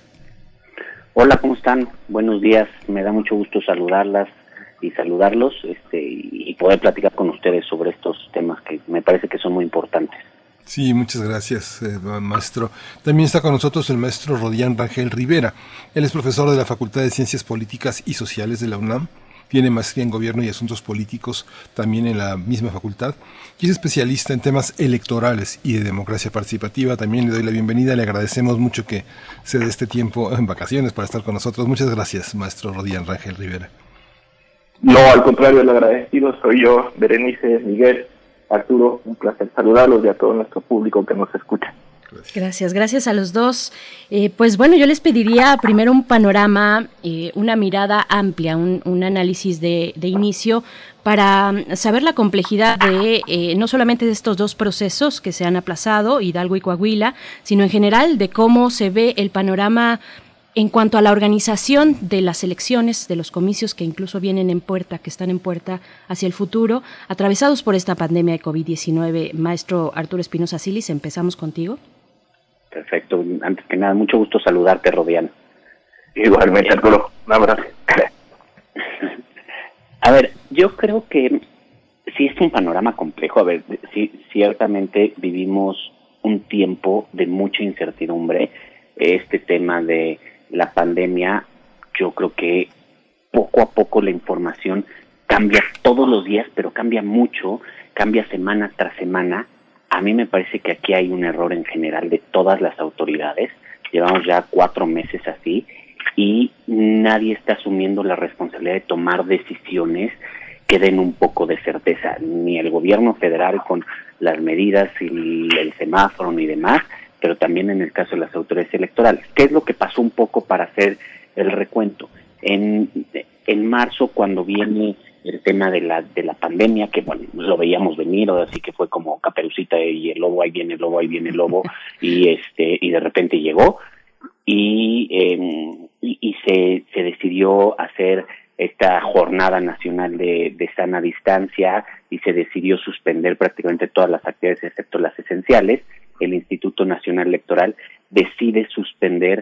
Hola, ¿cómo están? Buenos días, me da mucho gusto saludarlas y saludarlos este, y poder platicar con ustedes sobre estos temas que me parece que son muy importantes. Sí, muchas gracias, eh, maestro. También está con nosotros el maestro Rodián Rangel Rivera. Él es profesor de la Facultad de Ciencias Políticas y Sociales de la UNAM. Tiene maestría en Gobierno y Asuntos Políticos también en la misma facultad y es especialista en temas electorales y de democracia participativa. También le doy la bienvenida, le agradecemos mucho que se dé este tiempo en vacaciones para estar con nosotros. Muchas gracias, maestro Rodián Rangel Rivera. No, al contrario, el agradecido soy yo, Berenice, Miguel, Arturo, un placer saludarlos y a todo nuestro público que nos escucha. Gracias, gracias a los dos. Eh, pues bueno, yo les pediría primero un panorama, eh, una mirada amplia, un, un análisis de, de inicio para saber la complejidad de eh, no solamente de estos dos procesos que se han aplazado, Hidalgo y Coahuila, sino en general de cómo se ve el panorama en cuanto a la organización de las elecciones, de los comicios que incluso vienen en puerta, que están en puerta hacia el futuro, atravesados por esta pandemia de covid diecinueve. Maestro Arturo Espinosa Silis, empezamos contigo. Perfecto. Antes que nada, mucho gusto saludarte, Rodiano. Igualmente, Arturo. Un abrazo. A ver, yo creo que sí es un panorama complejo. A ver, sí, ciertamente vivimos un tiempo de mucha incertidumbre. Este tema de la pandemia, yo creo que poco a poco la información cambia todos los días, pero cambia mucho, cambia semana tras semana. A mí me parece que aquí hay un error en general de todas las autoridades. Llevamos ya cuatro meses así y nadie está asumiendo la responsabilidad de tomar decisiones que den un poco de certeza, ni el gobierno federal con las medidas y el semáforo ni demás, pero también en el caso de las autoridades electorales. ¿Qué es lo que pasó un poco para hacer el recuento? En, en marzo, cuando viene el tema de la de la pandemia, que bueno, lo veíamos venir, así que fue como Caperucita y el lobo, ahí viene el lobo, ahí viene el lobo, y este y de repente llegó, y eh, y, y se, se decidió hacer esta jornada nacional de, de sana distancia, y se decidió suspender prácticamente todas las actividades excepto las esenciales. El Instituto Nacional Electoral decide suspender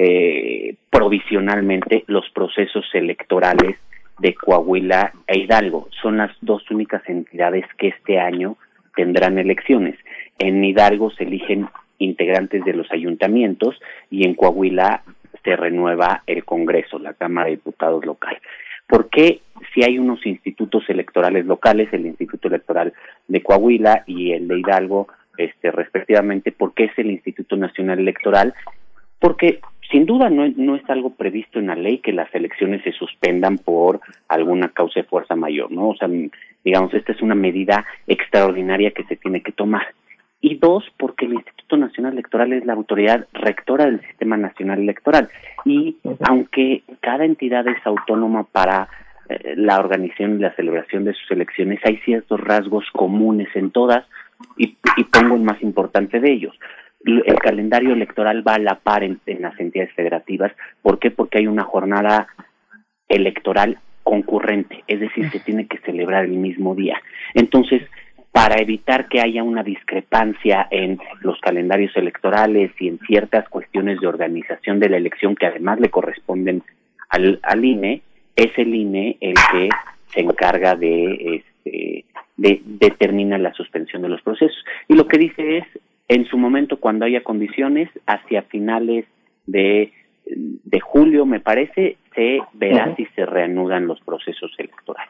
eh, provisionalmente los procesos electorales de Coahuila e Hidalgo. Son las dos únicas entidades que este año tendrán elecciones. En Hidalgo se eligen integrantes de los ayuntamientos y en Coahuila se renueva el Congreso, la Cámara de Diputados local. ¿Por qué, si hay unos institutos electorales locales, el Instituto Electoral de Coahuila y el de Hidalgo, este, respectivamente, por qué es el Instituto Nacional Electoral? Porque sin duda no, no es algo previsto en la ley que las elecciones se suspendan por alguna causa de fuerza mayor, ¿no? O sea, digamos, esta es una medida extraordinaria que se tiene que tomar. Y dos, porque el Instituto Nacional Electoral es la autoridad rectora del Sistema Nacional Electoral. Y aunque cada entidad es autónoma para eh, la organización y la celebración de sus elecciones, hay ciertos rasgos comunes en todas, y, y pongo el más importante de ellos. El calendario electoral va a la par en, en las entidades federativas. ¿Por qué? Porque hay una jornada electoral concurrente, es decir, se tiene que celebrar el mismo día. Entonces, para evitar que haya una discrepancia en los calendarios electorales y en ciertas cuestiones de organización de la elección que además le corresponden al, al I N E, es el I N E el que se encarga de, este, de determinar la suspensión de los procesos. Y lo que dice es, en su momento, cuando haya condiciones, hacia finales de, de julio, me parece, se verá uh-huh. si se reanudan los procesos electorales.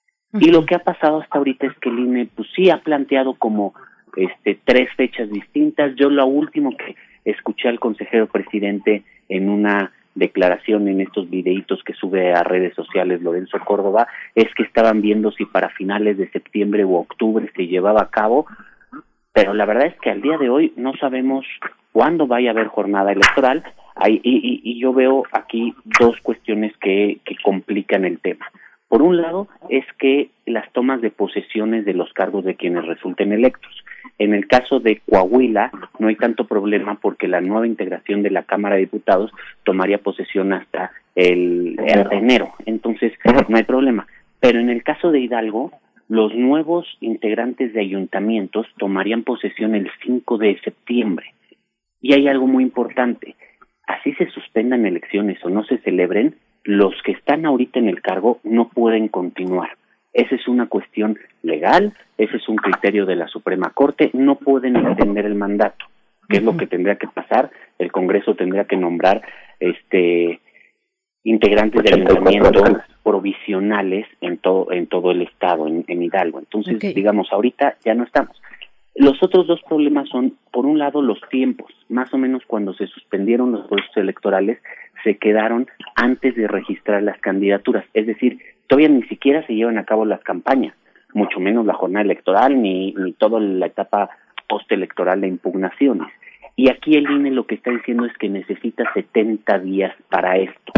Y lo que ha pasado hasta ahorita es que el I N E pues sí ha planteado como este tres fechas distintas. Yo lo último que escuché al consejero presidente en una declaración en estos videitos que sube a redes sociales Lorenzo Córdoba es que estaban viendo si para finales de septiembre u octubre se llevaba a cabo, pero la verdad es que al día de hoy no sabemos cuándo vaya a haber jornada electoral. Hay, y, y, y yo veo aquí dos cuestiones que, que complican el tema. Por un lado, es que las tomas de posesiones de los cargos de quienes resulten electos. En el caso de Coahuila, no hay tanto problema porque la nueva integración de la Cámara de Diputados tomaría posesión hasta el, el enero. Entonces, no hay problema. Pero en el caso de Hidalgo, los nuevos integrantes de ayuntamientos tomarían posesión el cinco de septiembre. Y hay algo muy importante. Así se suspendan elecciones o no se celebren, los que están ahorita en el cargo no pueden continuar. Esa es una cuestión legal, ese es un criterio de la Suprema Corte, no pueden extender el mandato. ¿Qué es lo que tendría que pasar? El Congreso tendría que nombrar este integrantes de ayuntamientos provisionales en todo en todo el estado, en, en Hidalgo. Entonces, okay. digamos, ahorita ya no estamos. Los otros dos problemas son, por un lado, los tiempos. Más o menos cuando se suspendieron los procesos electorales, se quedaron antes de registrar las candidaturas. Es decir, todavía ni siquiera se llevan a cabo las campañas, mucho menos la jornada electoral, ni, ni toda la etapa postelectoral de impugnaciones. Y aquí el I N E lo que está diciendo es que necesita setenta días para esto.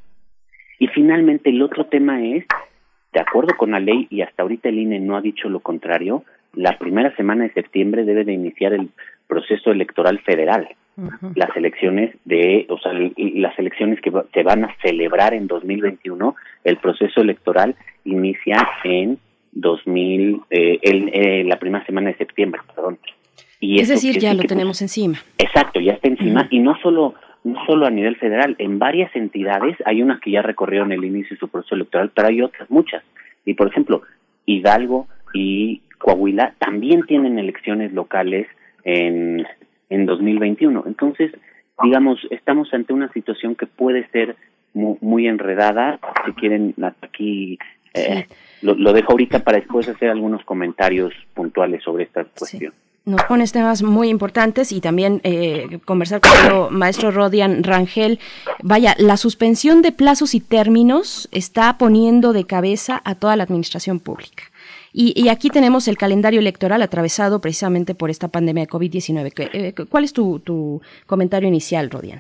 Y finalmente el otro tema es, de acuerdo con la ley, y hasta ahorita el I N E no ha dicho lo contrario, la primera semana de septiembre debe de iniciar el proceso electoral federal. Uh-huh. Las elecciones de, o sea, las elecciones que se van a celebrar en dos mil veintiuno, el proceso electoral inicia en dos mil, eh, el, eh, la primera semana de septiembre, perdón. Y es decir, ya lo que, tenemos pues, encima. Exacto, ya está encima, uh-huh. y no solo no solo a nivel federal, en varias entidades, hay unas que ya recorrieron el inicio de su proceso electoral, pero hay otras muchas. Y por ejemplo, Hidalgo y Coahuila también tienen elecciones locales en, en dos mil veintiuno. Entonces, digamos, estamos ante una situación que puede ser muy, muy enredada. Si quieren, aquí eh, sí. lo, lo dejo ahorita para después hacer algunos comentarios puntuales sobre esta cuestión. Sí. Nos pones temas muy importantes y también eh, conversar con el maestro Rodian Rangel. Vaya, la suspensión de plazos y términos está poniendo de cabeza a toda la administración pública. Y, y aquí tenemos el calendario electoral atravesado precisamente por esta pandemia de covid diecinueve. Eh, ¿Cuál es tu, tu comentario inicial, Rodian?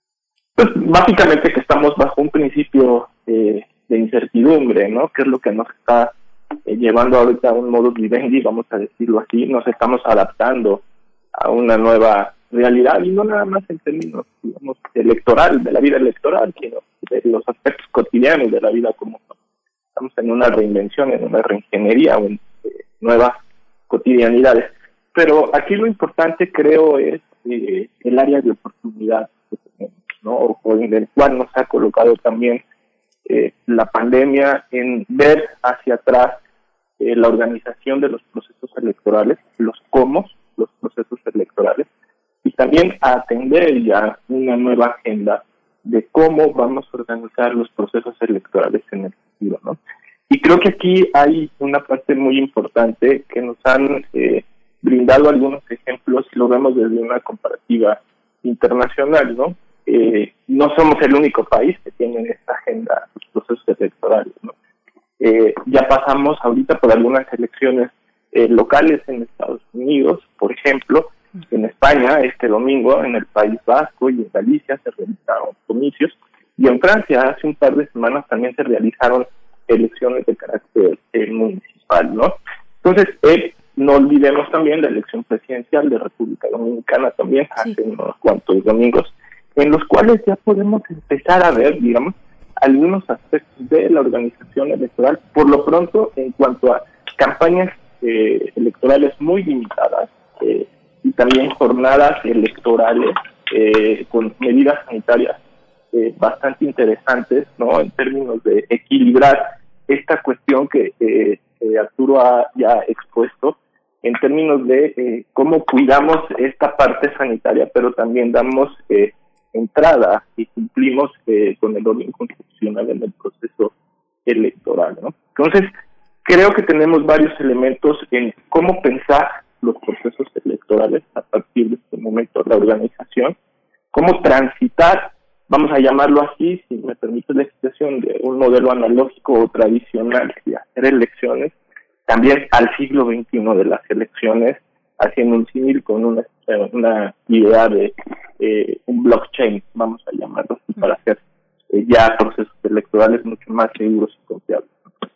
Pues básicamente que estamos bajo un principio eh, de incertidumbre, ¿no? Que es lo que nos está eh, llevando ahorita a un modus vivendi, vamos a decirlo así. Nos estamos adaptando a una nueva realidad, y no nada más en términos, digamos, electoral, de la vida electoral, sino de los aspectos cotidianos de la vida común. Estamos en una reinvención, en una reingeniería, o en eh, nuevas cotidianidades. Pero aquí lo importante, creo, es eh, el área de oportunidad que tenemos, ¿no? O en el cual nos ha colocado también eh, la pandemia, en ver hacia atrás eh, la organización de los procesos electorales, los cómo, los procesos electorales, y también a atender ya una nueva agenda de cómo vamos a organizar los procesos electorales en el futuro, ¿no? Y creo que aquí hay una parte muy importante que nos han eh, brindado algunos ejemplos, y lo vemos desde una comparativa internacional, ¿no? Eh, no somos el único país que tiene esta agenda, los procesos electorales, ¿no? Eh, ya pasamos ahorita por algunas elecciones eh, locales en Estados Unidos, por ejemplo. En España, este domingo, en el País Vasco y en Galicia se realizaron comicios, y en Francia hace un par de semanas también se realizaron elecciones de carácter eh, municipal, ¿no? Entonces, eh, no olvidemos también la elección presidencial de República Dominicana también, sí. hace unos cuantos domingos, en los cuales ya podemos empezar a ver, digamos, algunos aspectos de la organización electoral, por lo pronto, en cuanto a campañas eh, electorales muy limitadas, eh, y también jornadas electorales eh, con medidas sanitarias eh, bastante interesantes, ¿no? En términos de equilibrar esta cuestión que eh, eh, Arturo ha ya expuesto, en términos de eh, cómo cuidamos esta parte sanitaria, pero también damos eh, entrada y cumplimos eh, con el orden constitucional en el proceso electoral, ¿no? Entonces, creo que tenemos varios elementos en cómo pensar los procesos electorales a partir de este momento, la organización, cómo transitar, vamos a llamarlo así, si me permite la expresión, de un modelo analógico o tradicional de hacer elecciones, también al siglo veintiuno de las elecciones, haciendo un símil con una, una idea de eh, un blockchain, vamos a llamarlo así, para hacer eh, ya procesos electorales mucho más seguros y confiables.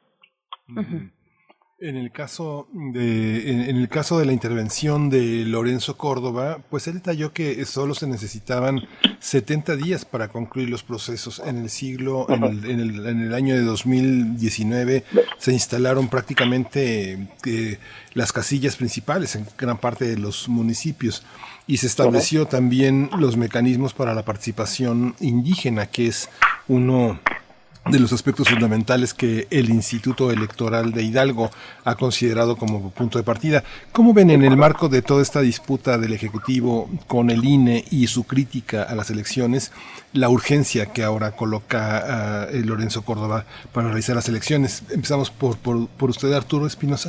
Uh-huh. En el caso de en, en el caso de la intervención de Lorenzo Córdoba, pues él detalló que solo se necesitaban setenta días para concluir los procesos. En el siglo, en el, en el, en el año de dos mil diecinueve se instalaron prácticamente eh, las casillas principales en gran parte de los municipios, y se estableció también los mecanismos para la participación indígena, que es uno de los aspectos fundamentales que el Instituto Electoral de Hidalgo ha considerado como punto de partida. ¿Cómo ven, en el marco de toda esta disputa del Ejecutivo con el I N E y su crítica a las elecciones, la urgencia que ahora coloca uh, Lorenzo Córdoba para realizar las elecciones? Empezamos por, por, por usted, Arturo Espinosa.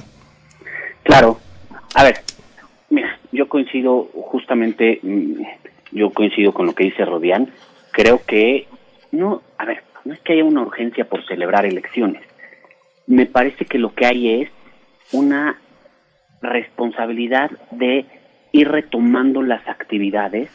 Claro. A ver, mira, yo coincido justamente, yo coincido con lo que dice Rodian. Creo que, no, a ver, no es que haya una urgencia por celebrar elecciones. Me parece que lo que hay es una responsabilidad de ir retomando las actividades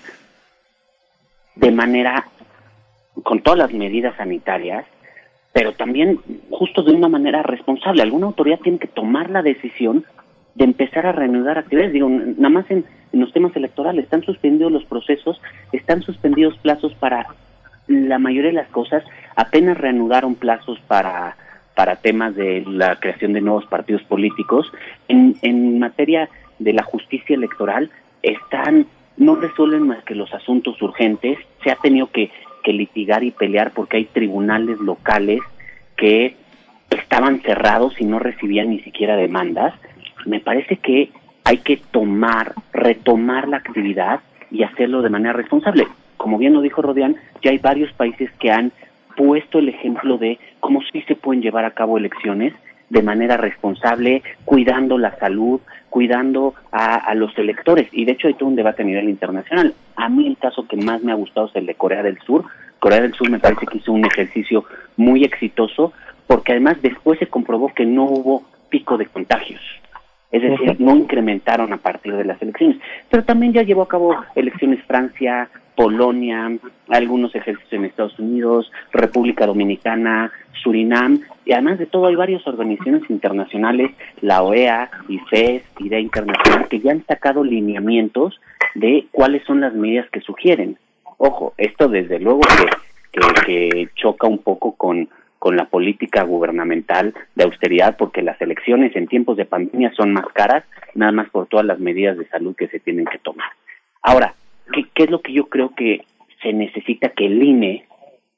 de manera, con todas las medidas sanitarias, pero también justo de una manera responsable. Alguna autoridad tiene que tomar la decisión de empezar a reanudar actividades. Digo, nada más en en los temas electorales. Están suspendidos los procesos, están suspendidos plazos para la mayoría de las cosas, apenas reanudaron plazos para para temas de la creación de nuevos partidos políticos. En, en materia de la justicia electoral, están no resuelven más que los asuntos urgentes. Se ha tenido que, que litigar y pelear porque hay tribunales locales que estaban cerrados y no recibían ni siquiera demandas. Me parece que hay que tomar, retomar la actividad y hacerlo de manera responsable. Como bien lo dijo Rodián, ya hay varios países que han puesto el ejemplo de cómo sí se pueden llevar a cabo elecciones de manera responsable, cuidando la salud, cuidando a, a los electores. Y de hecho hay todo un debate a nivel internacional. A mí el caso que más me ha gustado es el de Corea del Sur. Corea del Sur me parece que hizo un ejercicio muy exitoso, porque además después se comprobó que no hubo pico de contagios. Es decir, no incrementaron a partir de las elecciones. Pero también ya llevó a cabo elecciones Francia, Polonia, algunos ejercicios en Estados Unidos, República Dominicana, Surinam, y además de todo hay varias organizaciones internacionales, la O E A, I C E S, Idea Internacional, que ya han sacado lineamientos de cuáles son las medidas que sugieren. Ojo, esto desde luego que, que, que choca un poco con, con la política gubernamental de austeridad, porque las elecciones en tiempos de pandemia son más caras, nada más por todas las medidas de salud que se tienen que tomar. Ahora, ¿Qué, ¿Qué es lo que yo creo que se necesita? Que el I N E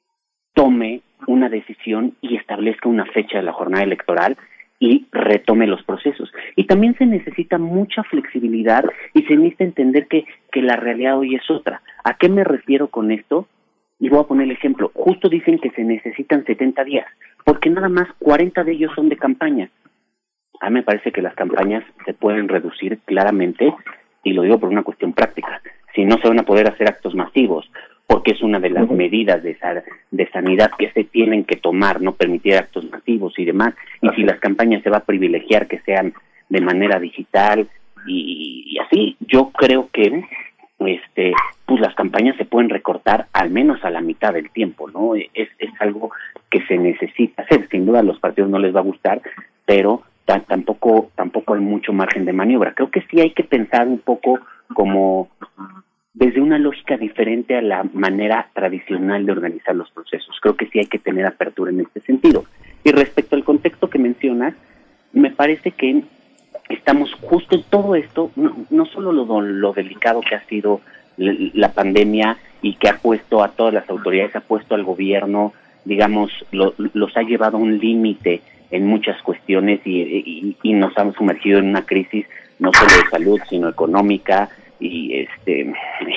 tome una decisión y establezca una fecha de la jornada electoral y retome los procesos. Y también se necesita mucha flexibilidad y se necesita entender que, que la realidad hoy es otra. ¿A qué me refiero con esto? Y voy a poner el ejemplo. Justo dicen que se necesitan setenta días, porque nada más cuarenta de ellos son de campaña. A mí me parece que las campañas se pueden reducir claramente, y lo digo por una cuestión práctica. Si no se van a poder hacer actos masivos, porque es una de las medidas de, de sanidad que se tienen que tomar, no permitir actos masivos y demás, y si las campañas se va a privilegiar que sean de manera digital y, y así, yo creo que este pues las campañas se pueden recortar al menos a la mitad del tiempo, ¿no? Es, es algo que se necesita hacer. Sin duda a los partidos no les va a gustar, pero t- tampoco tampoco hay mucho margen de maniobra. Creo que sí hay que pensar un poco como desde una lógica diferente a la manera tradicional de organizar los procesos. Creo que sí hay que tener apertura en este sentido. Y respecto al contexto que mencionas, me parece que estamos justo en todo esto, no, no solo lo, lo delicado que ha sido la pandemia y que ha puesto a todas las autoridades, ha puesto al gobierno, digamos, lo, los ha llevado a un límite en muchas cuestiones y, y, y nos han sumergido en una crisis no solo de salud, sino económica. Y este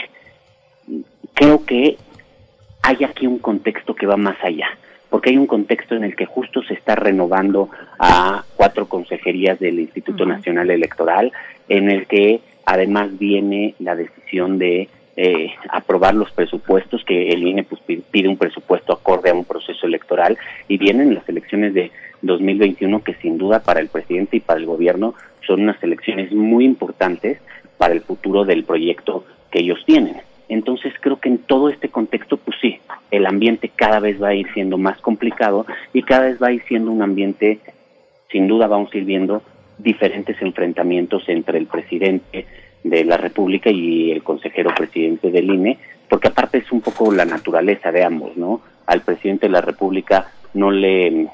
creo que hay aquí un contexto que va más allá, porque hay un contexto en el que justo se está renovando a cuatro consejerías del Instituto uh-huh. Nacional Electoral, en el que además viene la decisión de eh, aprobar los presupuestos, que el I N E pues, pide un presupuesto acorde a un proceso electoral, y vienen las elecciones de dos mil veintiuno, que sin duda para el presidente y para el gobierno son unas elecciones muy importantes para el futuro del proyecto que ellos tienen. Entonces creo que en todo este contexto, pues sí, el ambiente cada vez va a ir siendo más complicado y cada vez va a ir siendo un ambiente, sin duda vamos a ir viendo diferentes enfrentamientos entre el presidente de la República y el consejero presidente del I N E, porque aparte es un poco la naturaleza de ambos, ¿no? Al presidente de la República no le,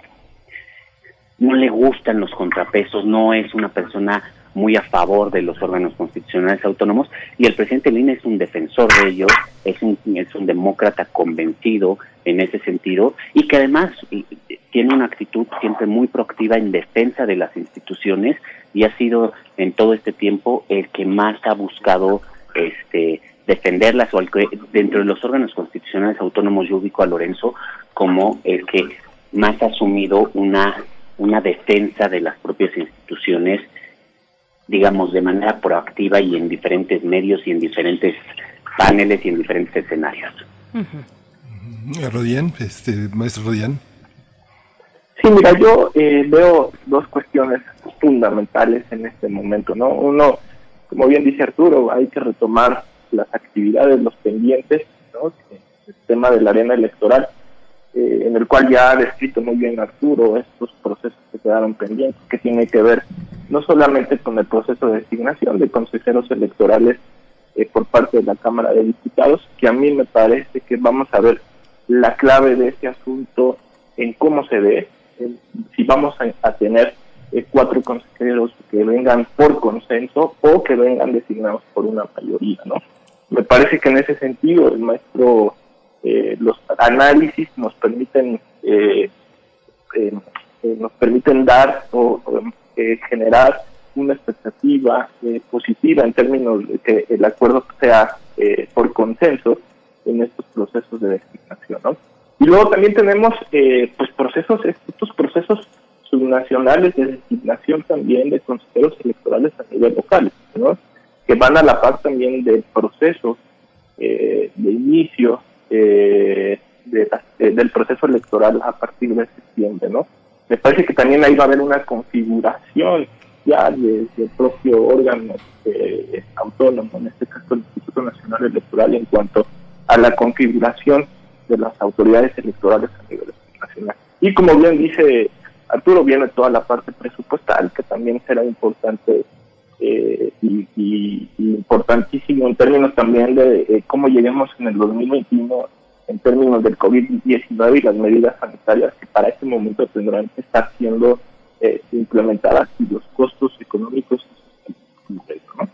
no le gustan los contrapesos, no es una persona muy a favor de los órganos constitucionales autónomos, y el presidente del I N E es un defensor de ellos, es un, es un demócrata convencido en ese sentido, y que además tiene una actitud siempre muy proactiva en defensa de las instituciones, y ha sido en todo este tiempo el que más ha buscado este defenderlas, o el que dentro de los órganos constitucionales autónomos yo ubico a Lorenzo como el que más ha asumido una, una defensa de las propias instituciones, digamos, de manera proactiva y en diferentes medios y en diferentes paneles y en diferentes escenarios. Uh-huh. Rodián, este, maestro Rodián. Sí, mira, yo eh, veo dos cuestiones fundamentales en este momento, ¿no? Uno, como bien dice Arturo, hay que retomar las actividades, los pendientes, ¿no? El tema de la arena electoral, eh, en el cual ya ha descrito muy bien Arturo estos procesos que quedaron pendientes, que tiene que ver no solamente con el proceso de designación de consejeros electorales eh, por parte de la Cámara de Diputados, que a mí me parece que vamos a ver la clave de este asunto en cómo se ve, en, si vamos a, a tener eh, cuatro consejeros que vengan por consenso o que vengan designados por una mayoría, ¿no? Me parece que en ese sentido el maestro, eh, los análisis nos permiten eh, eh, eh, nos permiten dar o, o eh, generar una expectativa eh, positiva en términos de que el acuerdo sea eh, por consenso en estos procesos de designación, ¿no? Y luego también tenemos eh, pues procesos, estos procesos subnacionales de designación también de consejeros electorales a nivel local, ¿no? Que van a la par también del proceso eh, de inicio eh, de la, eh, del proceso electoral a partir de septiembre, ¿no? Me parece que también ahí va a haber una configuración ya del de propio órgano eh, autónomo, en este caso el Instituto Nacional Electoral, en cuanto a la configuración de las autoridades electorales a nivel nacional. Y como bien dice Arturo, viene toda la parte presupuestal, que también será importante eh, y, y, y importantísimo en términos también de eh, cómo lleguemos en el dos mil veintiuno en términos del covid diecinueve y las medidas sanitarias que para este momento tendrán que estar siendo eh, implementadas y los costos económicos, ¿no?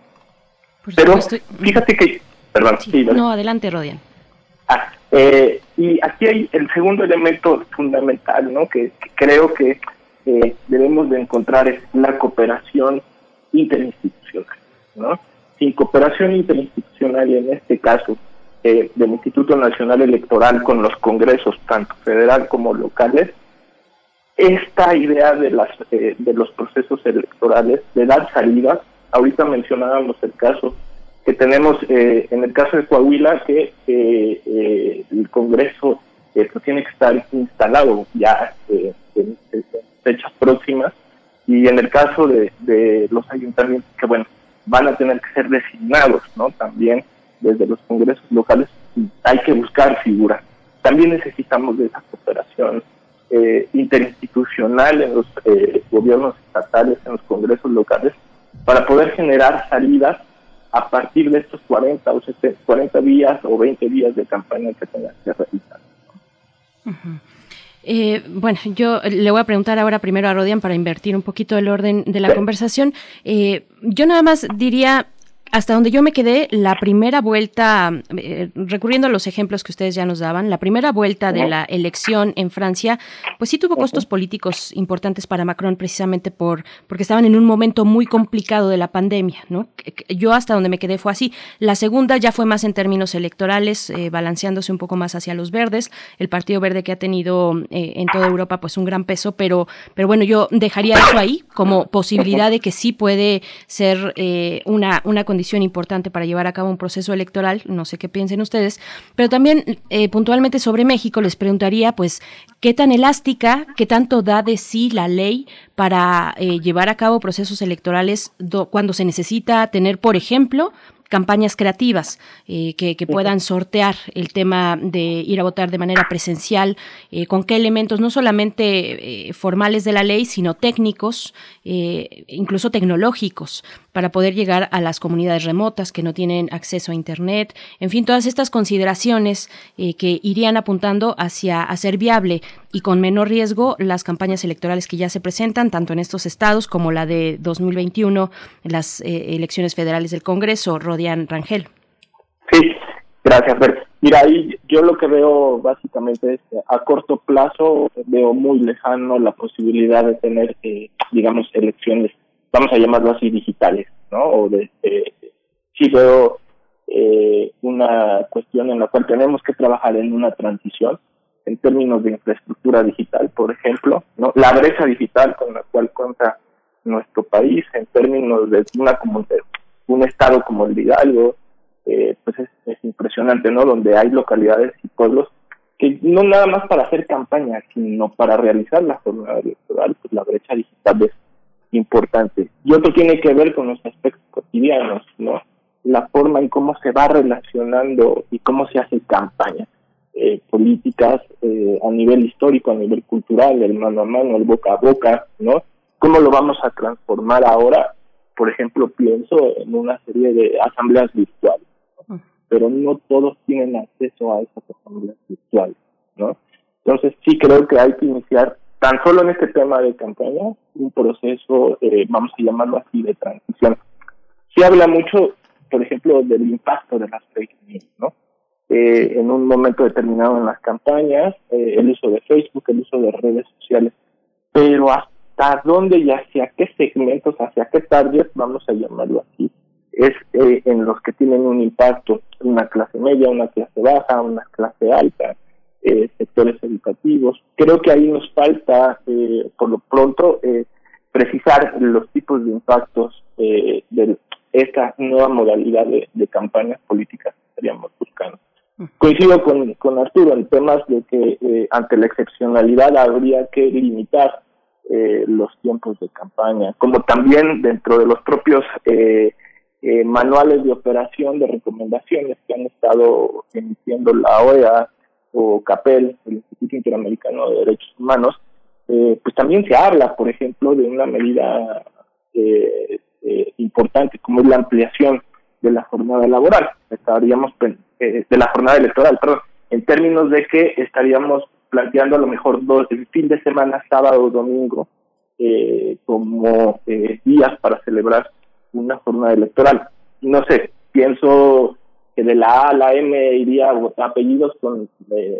Pero fíjate que... Perdón, sí, sí, no, adelante, Rodian. Ah, eh, y aquí hay el segundo elemento fundamental, ¿no? Que, que creo que eh, debemos de encontrar es la cooperación interinstitucional, ¿no? Sin cooperación interinstitucional, y en este caso eh, del Instituto Nacional Electoral con los congresos, tanto federal como locales, esta idea de las eh, de los procesos electorales, de dar salidas, ahorita mencionábamos el caso que tenemos eh, en el caso de Coahuila, que eh, eh, el Congreso eh, pues tiene que estar instalado ya eh, en, en fechas próximas, y en el caso de, de los ayuntamientos, que bueno, van a tener que ser designados, ¿no? También desde los congresos locales hay que buscar figuras. También necesitamos de esa cooperación eh, interinstitucional en los eh, gobiernos estatales, en los congresos locales, para poder generar salidas a partir de estos cuarenta o setenta, cuarenta días o veinte días de campaña que tengan que realizar. Uh-huh. Eh, bueno, yo le voy a preguntar ahora primero a Rodian para invertir un poquito el orden de la sí. conversación. Eh, yo nada más diría, hasta donde yo me quedé, la primera vuelta, eh, recurriendo a los ejemplos que ustedes ya nos daban, la primera vuelta de la elección en Francia, pues sí tuvo costos políticos importantes para Macron, precisamente por porque estaban en un momento muy complicado de la pandemia, ¿no? Yo hasta donde me quedé fue así. La segunda ya fue más en términos electorales, eh, balanceándose un poco más hacia los verdes, el Partido Verde, que ha tenido eh, en toda Europa pues un gran peso, pero, pero bueno, yo dejaría eso ahí como posibilidad de que sí puede ser eh, una, una condición importante para llevar a cabo un proceso electoral. No sé qué piensen ustedes, pero también eh, puntualmente sobre México les preguntaría pues qué tan elástica, qué tanto da de sí la ley para eh, llevar a cabo procesos electorales do, cuando se necesita tener, por ejemplo, campañas creativas eh, que, que puedan sortear el tema de ir a votar de manera presencial, eh, con qué elementos no solamente eh, formales de la ley, sino técnicos, eh, incluso tecnológicos, para poder llegar a las comunidades remotas que no tienen acceso a Internet. En fin, todas estas consideraciones eh, que irían apuntando hacia hacer viable y con menor riesgo las campañas electorales que ya se presentan, tanto en estos estados como la de dos mil veintiuno, las eh, elecciones federales del Congreso. Rodian Rangel. Sí, gracias, Bert. Mira, ahí yo lo que veo básicamente es que a corto plazo veo muy lejano la posibilidad de tener, eh, digamos, elecciones, vamos a llamarlo así, digitales, ¿no? O de, eh, sí veo eh, una cuestión en la cual tenemos que trabajar en una transición en términos de infraestructura digital, por ejemplo, ¿no? La brecha digital con la cual cuenta nuestro país en términos de una comunidad, un estado como el de Hidalgo, eh, pues es, es impresionante, ¿no? Donde hay localidades y pueblos que no nada más para hacer campaña, sino para realizar la jornada electoral, pues la brecha digital es importante. Y otro tiene que ver con los aspectos cotidianos, ¿no? La forma en cómo se va relacionando y cómo se hace campaña, eh, políticas eh, a nivel histórico, a nivel cultural, el mano a mano, el boca a boca, ¿no? ¿Cómo lo vamos a transformar ahora? Por ejemplo, pienso en una serie de asambleas virtuales, ¿no? Pero no todos tienen acceso a esas asambleas virtuales, ¿no? Entonces sí creo que hay que iniciar tan solo en este tema de campaña un proceso, eh, vamos a llamarlo así, de transición. Se habla mucho, por ejemplo, del impacto de las fake news, ¿no? Eh, en un momento determinado en las campañas, eh, el uso de Facebook, el uso de redes sociales, pero hasta dónde y hacia qué segmentos, hacia qué target, vamos a llamarlo así, es eh, en los que tienen un impacto, una clase media, una clase baja, una clase alta, eh, sectores educativos. Creo que ahí nos falta, eh, por lo pronto, eh, precisar los tipos de impactos eh, de esta nueva modalidad de, de campañas políticas que estaríamos buscando. Coincido con, con Arturo en temas de que eh, ante la excepcionalidad habría que limitar eh, los tiempos de campaña, como también dentro de los propios eh, eh, manuales de operación de recomendaciones que han estado emitiendo la O E A o CAPEL, el Instituto Interamericano de Derechos Humanos, eh, pues también se habla, por ejemplo, de una medida eh, eh, importante como es la ampliación de la jornada laboral. Estaríamos eh, de la jornada electoral, perdón, en términos de que estaríamos planteando a lo mejor dos, el fin de semana, sábado o domingo, eh, como eh, días para celebrar una jornada electoral. No sé, pienso que de la A a la M iría a votar apellidos con de,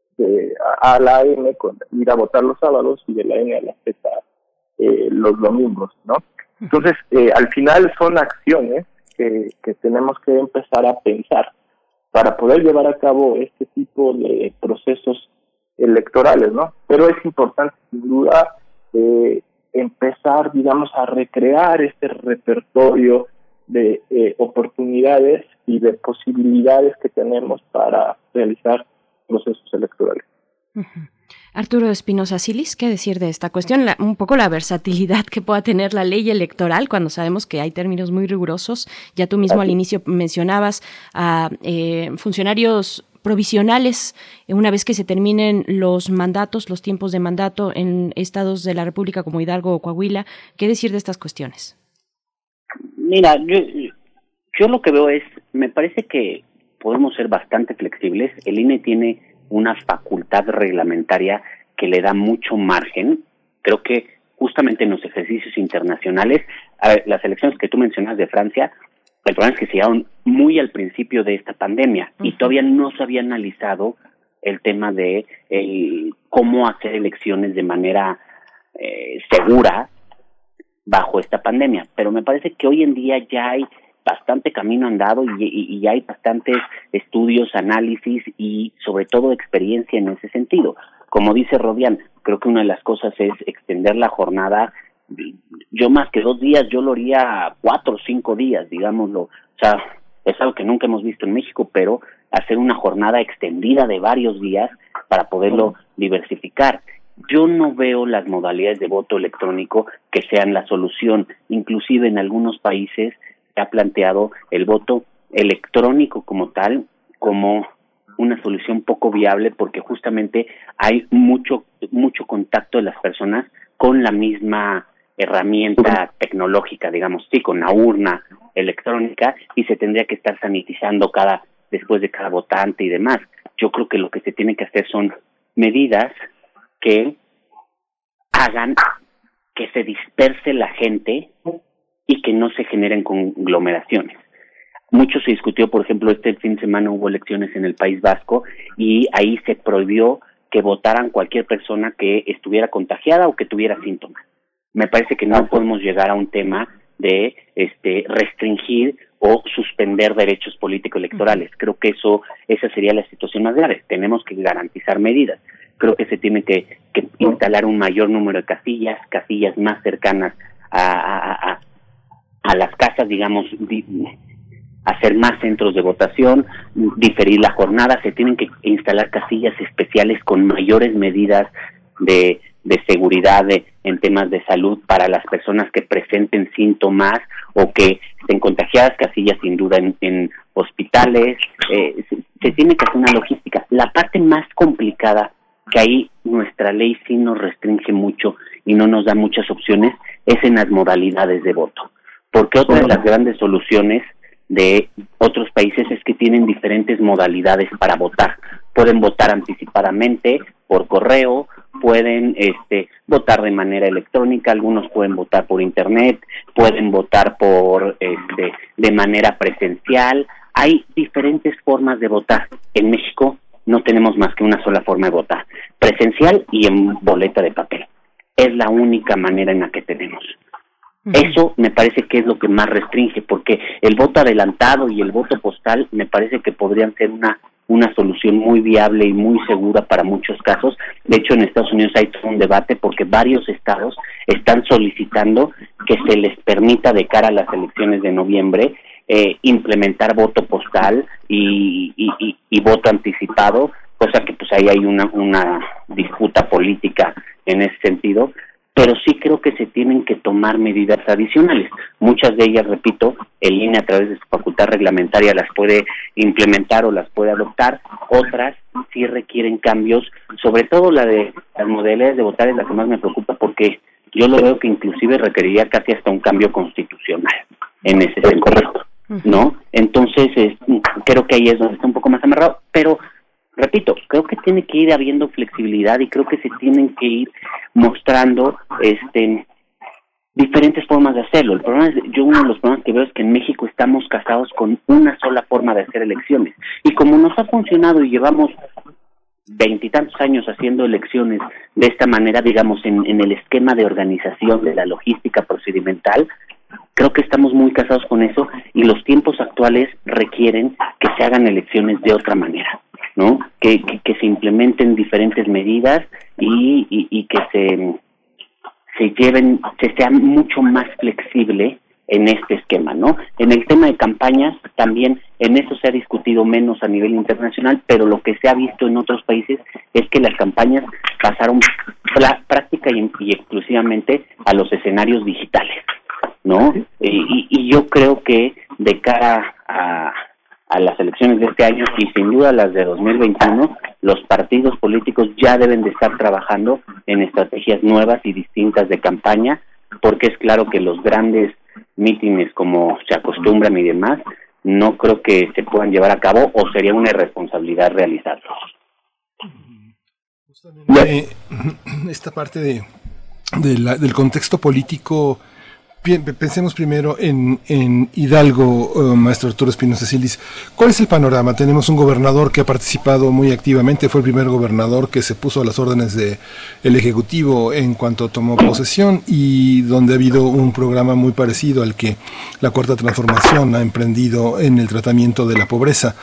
de A a la M con ir a votar los sábados y de la N a la Z eh, los domingos, ¿no? Entonces, eh, al final son acciones que, que tenemos que empezar a pensar para poder llevar a cabo este tipo de procesos electorales, ¿no? Pero es importante, sin duda, eh, empezar, digamos, a recrear este repertorio de eh, oportunidades y de posibilidades que tenemos para realizar procesos electorales. Uh-huh. Arturo Espinosa Silis, ¿qué decir de esta cuestión? La, un poco la versatilidad que pueda tener la ley electoral cuando sabemos que hay términos muy rigurosos. Ya tú mismo Así. al inicio mencionabas a eh, funcionarios provisionales, una vez que se terminen los mandatos, los tiempos de mandato en estados de la República como Hidalgo o Coahuila. ¿Qué decir de estas cuestiones? Mira, yo, yo lo que veo es, me parece que podemos ser bastante flexibles. El I N E tiene una facultad reglamentaria que le da mucho margen. Creo que justamente en los ejercicios internacionales, a ver, las elecciones que tú mencionas de Francia, el problema es que se llegaron muy al principio de esta pandemia uh-huh. y todavía no se había analizado el tema de el, cómo hacer elecciones de manera eh, segura bajo esta pandemia. Pero me parece que hoy en día ya hay bastante camino andado y, y, y hay bastantes estudios, análisis y sobre todo experiencia en ese sentido. Como dice Rodian, creo que una de las cosas es extender la jornada. Yo más que dos días, yo lo haría cuatro o cinco días, digámoslo. O sea, es algo que nunca hemos visto en México, pero hacer una jornada extendida de varios días para poderlo diversificar. Yo no veo las modalidades de voto electrónico que sean la solución. Inclusive en algunos países se ha planteado el voto electrónico como tal, como una solución poco viable, porque justamente hay mucho mucho contacto de las personas con la misma herramienta tecnológica, digamos, sí, con la urna electrónica, y se tendría que estar sanitizando cada después de cada votante y demás. Yo creo que lo que se tiene que hacer son medidas que hagan que se disperse la gente y que no se generen conglomeraciones. Mucho se discutió, por ejemplo, este fin de semana hubo elecciones en el País Vasco y ahí se prohibió que votaran cualquier persona que estuviera contagiada o que tuviera síntomas. Me parece que no podemos llegar a un tema de este restringir o suspender derechos político-electorales. Creo que eso esa sería la situación más grave. Tenemos que garantizar medidas. Creo que se tiene que, que instalar un mayor número de casillas, casillas más cercanas a, a, a, a las casas, digamos, di, hacer más centros de votación, diferir la jornada. Se tienen que instalar casillas especiales con mayores medidas de, de seguridad de, en temas de salud para las personas que presenten síntomas o que estén contagiadas, casillas sin duda en, en hospitales. Eh, se, se tiene que hacer una logística. La parte más complicada que ahí nuestra ley sí nos restringe mucho y no nos da muchas opciones, es en las modalidades de voto. Porque otra de las grandes soluciones de otros países es que tienen diferentes modalidades para votar. Pueden votar anticipadamente, por correo, pueden este, votar de manera electrónica, algunos pueden votar por internet, pueden votar por este, de manera presencial. Hay diferentes formas de votar. En México no tenemos más que una sola forma de votar, presencial y en boleta de papel. Es la única manera en la que tenemos. Uh-huh. Eso me parece que es lo que más restringe, porque el voto adelantado y el voto postal me parece que podrían ser una una solución muy viable y muy segura para muchos casos. De hecho, en Estados Unidos hay todo un debate porque varios estados están solicitando que se les permita de cara a las elecciones de noviembre eh, implementar voto postal y, y, y, y voto anticipado, cosa que pues ahí hay una, una disputa política en ese sentido, pero sí creo que se tienen que tomar medidas adicionales. Muchas de ellas, repito, el I N E a través de su facultad reglamentaria las puede implementar o las puede adoptar. Otras sí requieren cambios, sobre todo la de las modalidades de votar es la que más me preocupa, porque yo lo veo que inclusive requeriría casi hasta un cambio constitucional en ese sentido, ¿no? Entonces, es, creo que ahí es donde está un poco más amarrado, pero repito, creo que tiene que ir habiendo flexibilidad y creo que se tienen que ir mostrando este diferentes formas de hacerlo. El problema es, yo uno de los problemas que veo es que en México estamos casados con una sola forma de hacer elecciones. Y como nos ha funcionado y llevamos veintitantos años haciendo elecciones de esta manera, digamos, en, en el esquema de organización de la logística procedimental, creo que estamos muy casados con eso y los tiempos actuales requieren que se hagan elecciones de otra manera, ¿no? Que, que, que se implementen diferentes medidas y, y, y que se, se lleven, se sea mucho más flexible en este esquema, ¿no? En el tema de campañas, también en eso se ha discutido menos a nivel internacional, pero lo que se ha visto en otros países es que las campañas pasaron pra, práctica y, y exclusivamente a los escenarios digitales, ¿no? Y, y yo creo que de cara a, a las elecciones de este año y sin duda las de dos mil veintiuno, los partidos políticos ya deben de estar trabajando en estrategias nuevas y distintas de campaña, porque es claro que los grandes mítines como se acostumbran y demás, no creo que se puedan llevar a cabo o sería una irresponsabilidad realizarlos. Eh, esta parte de, de la, del contexto político, pensemos primero en, en Hidalgo, uh, maestro Arturo Espinosa Silis. ¿Cuál es el panorama? Tenemos un gobernador que ha participado muy activamente, fue el primer gobernador que se puso a las órdenes de el Ejecutivo en cuanto tomó posesión y donde ha habido un programa muy parecido al que la Cuarta Transformación ha emprendido en el tratamiento de la pobreza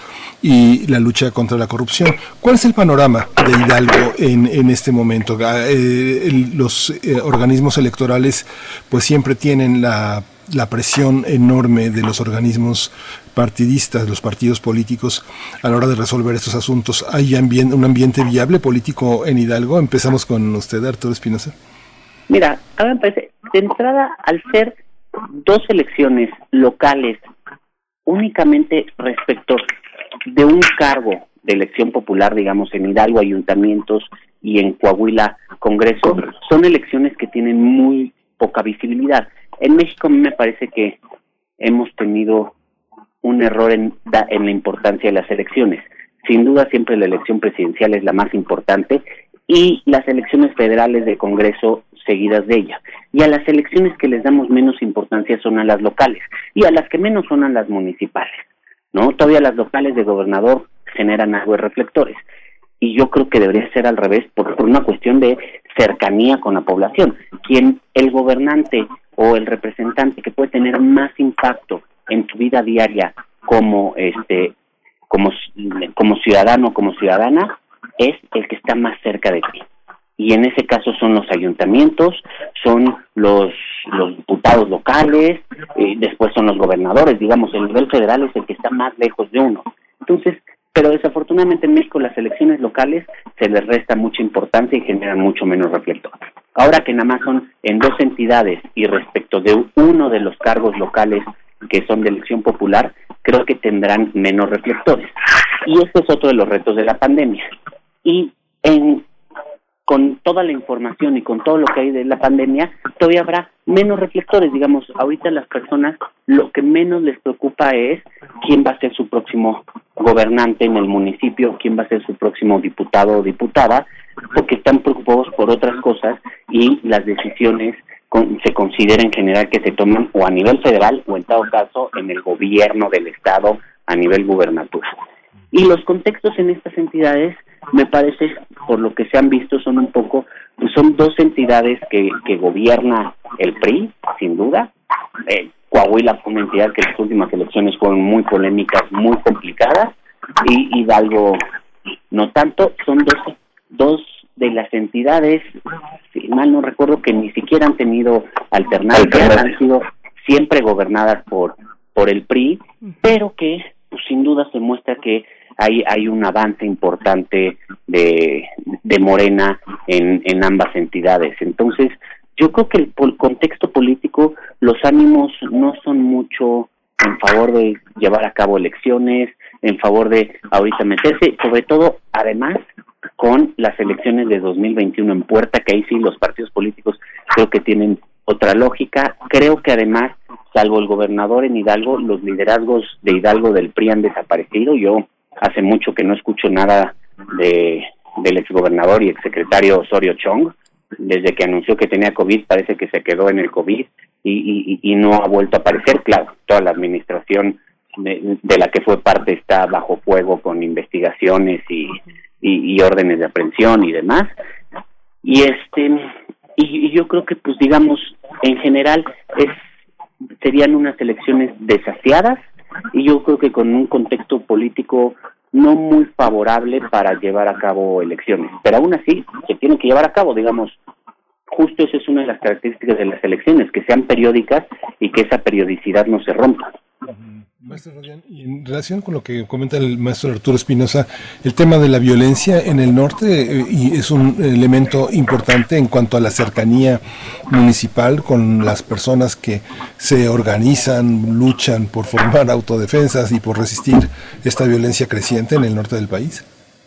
y la lucha contra la corrupción. ¿Cuál es el panorama de Hidalgo en, en este momento? Eh, el, los eh, organismos electorales pues siempre tienen La, la presión enorme de los organismos partidistas, los partidos políticos a la hora de resolver estos asuntos. ¿Hay ambien- un ambiente viable político en Hidalgo? Empezamos con usted, Arturo Espinosa. Mira, a mí me parece, de entrada, al ser dos elecciones locales únicamente respecto de un cargo de elección popular, digamos, en Hidalgo, ayuntamientos y en Coahuila, Congreso, son elecciones que tienen muy poca visibilidad. En México a mí me parece que hemos tenido un error en, en la importancia de las elecciones. Sin duda siempre la elección presidencial es la más importante y las elecciones federales de Congreso seguidas de ella. Y a las elecciones que les damos menos importancia son a las locales y a las que menos son a las municipales, ¿no? Todavía las locales de gobernador generan algo de reflectores. Y yo creo que debería ser al revés por, por una cuestión de cercanía con la población. Quien el gobernante o el representante que puede tener más impacto en tu vida diaria como este como como ciudadano o como ciudadana es el que está más cerca de ti. Y en ese caso son los ayuntamientos, son los los diputados locales, eh, después son los gobernadores, digamos, el nivel federal es el que está más lejos de uno. Entonces, pero desafortunadamente en México las elecciones locales se les resta mucha importancia y generan mucho menos reflector. Ahora que nada más son en dos entidades y respecto de uno de los cargos locales que son de elección popular, creo que tendrán menos reflectores. Y este es otro de los retos de la pandemia. Y en con toda la información y con todo lo que hay de la pandemia, todavía habrá menos reflectores. Digamos, ahorita las personas lo que menos les preocupa es quién va a ser su próximo gobernante en el municipio, quién va a ser su próximo diputado o diputada, porque están preocupados por otras cosas y las decisiones con, se considera en general que se toman o a nivel federal o en todo caso en el gobierno del estado a nivel gubernatura. Y los contextos en estas entidades, me parece, por lo que se han visto, son un poco, pues son dos entidades que, que gobierna el P R I, sin duda. Eh, Coahuila fue una entidad que las últimas elecciones fueron muy polémicas, muy complicadas, y Hidalgo no tanto. Son dos, dos de las entidades, si mal no recuerdo, que ni siquiera han tenido alternancia, han sido siempre gobernadas por, por el P R I, pero que pues, sin duda se muestra que hay hay un avance importante de, de Morena en, en ambas entidades. Entonces, yo creo que el, el contexto político, los ánimos no son mucho en favor de llevar a cabo elecciones, en favor de ahorita meterse, sobre todo, además, con las elecciones de dos mil veintiuno en puerta, que ahí sí los partidos políticos creo que tienen otra lógica. Creo que además, salvo el gobernador en Hidalgo, los liderazgos de Hidalgo del P R I han desaparecido. Yo hace mucho que no escucho nada de del exgobernador y exsecretario Osorio Chong. Desde que anunció que tenía COVID, parece que se quedó en el COVID y, y, y no ha vuelto a aparecer. Claro, toda la administración de, de la que fue parte está bajo fuego con investigaciones y, y, y órdenes de aprehensión y demás. Y este y, y yo creo que, pues digamos, en general es serían unas elecciones desasiadas, y yo creo que con un contexto político no muy favorable para llevar a cabo elecciones, pero aún así se tienen que llevar a cabo. Digamos, justo esa es una de las características de las elecciones, que sean periódicas y que esa periodicidad no se rompa. Maestro Rodián, y en relación con lo que comenta el maestro Arturo Espinosa, el tema de la violencia en el norte eh, y es un elemento importante en cuanto a la cercanía municipal con las personas que se organizan, luchan por formar autodefensas y por resistir esta violencia creciente en el norte del país.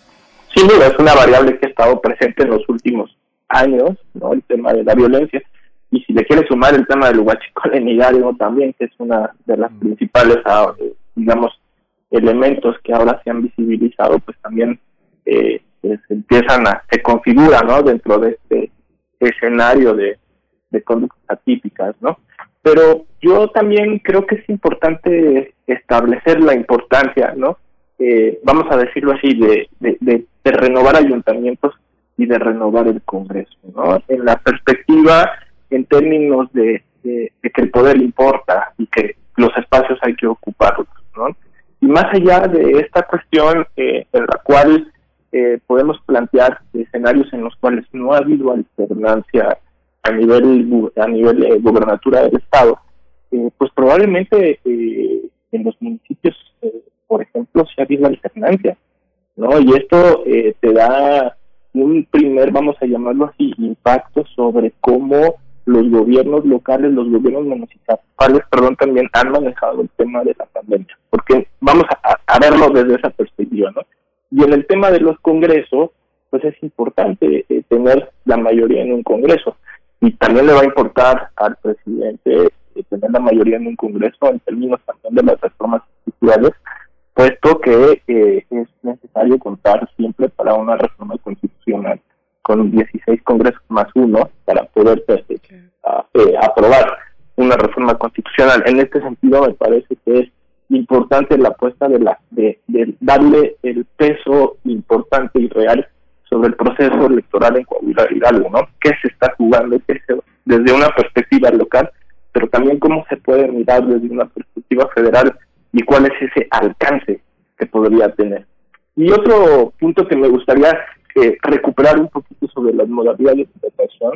Sin duda, es una variable que ha estado presente en los últimos años, ¿no? El tema de la violencia. Y si le quiere sumar el tema del huachicol en Hidalgo también, que es una de las principales, digamos, elementos que ahora se han visibilizado, pues también eh, se empiezan a, se configura, ¿no?, dentro de este escenario de, de conductas atípicas, ¿no? Pero yo también creo que es importante establecer la importancia, ¿no?, eh, vamos a decirlo así, de, de, de, de renovar ayuntamientos y de renovar el Congreso, ¿no? En la perspectiva, en términos de, de, de que el poder importa y que los espacios hay que ocuparlos, ¿no? Y más allá de esta cuestión eh, en la cual eh, podemos plantear escenarios en los cuales no ha habido alternancia a nivel a nivel eh, gobernatura del Estado, eh, pues probablemente eh, en los municipios, eh, por ejemplo, sí ha habido alternancia, ¿no? Y esto eh, te da un primer, vamos a llamarlo así, impacto sobre cómo los gobiernos locales, los gobiernos municipales, perdón, también han manejado el tema de la pandemia, porque vamos a, a verlo desde esa perspectiva, ¿no? Y en el tema de los congresos, pues es importante eh, tener la mayoría en un congreso, y también le va a importar al presidente eh, tener la mayoría en un congreso en términos también de las reformas estructurales, puesto que eh, es necesario contar siempre para una reforma constitucional con dieciséis congresos más uno para poder eh, eh, aprobar una reforma constitucional. En este sentido, me parece que es importante la apuesta de la de, de darle el peso importante y real sobre el proceso electoral en Coahuila y Hidalgo, ¿no? ¿Qué se está jugando desde una perspectiva local, pero también cómo se puede mirar desde una perspectiva federal y cuál es ese alcance que podría tener? Y otro punto que me gustaría eh, recuperar un poquito sobre las modalidades de votación,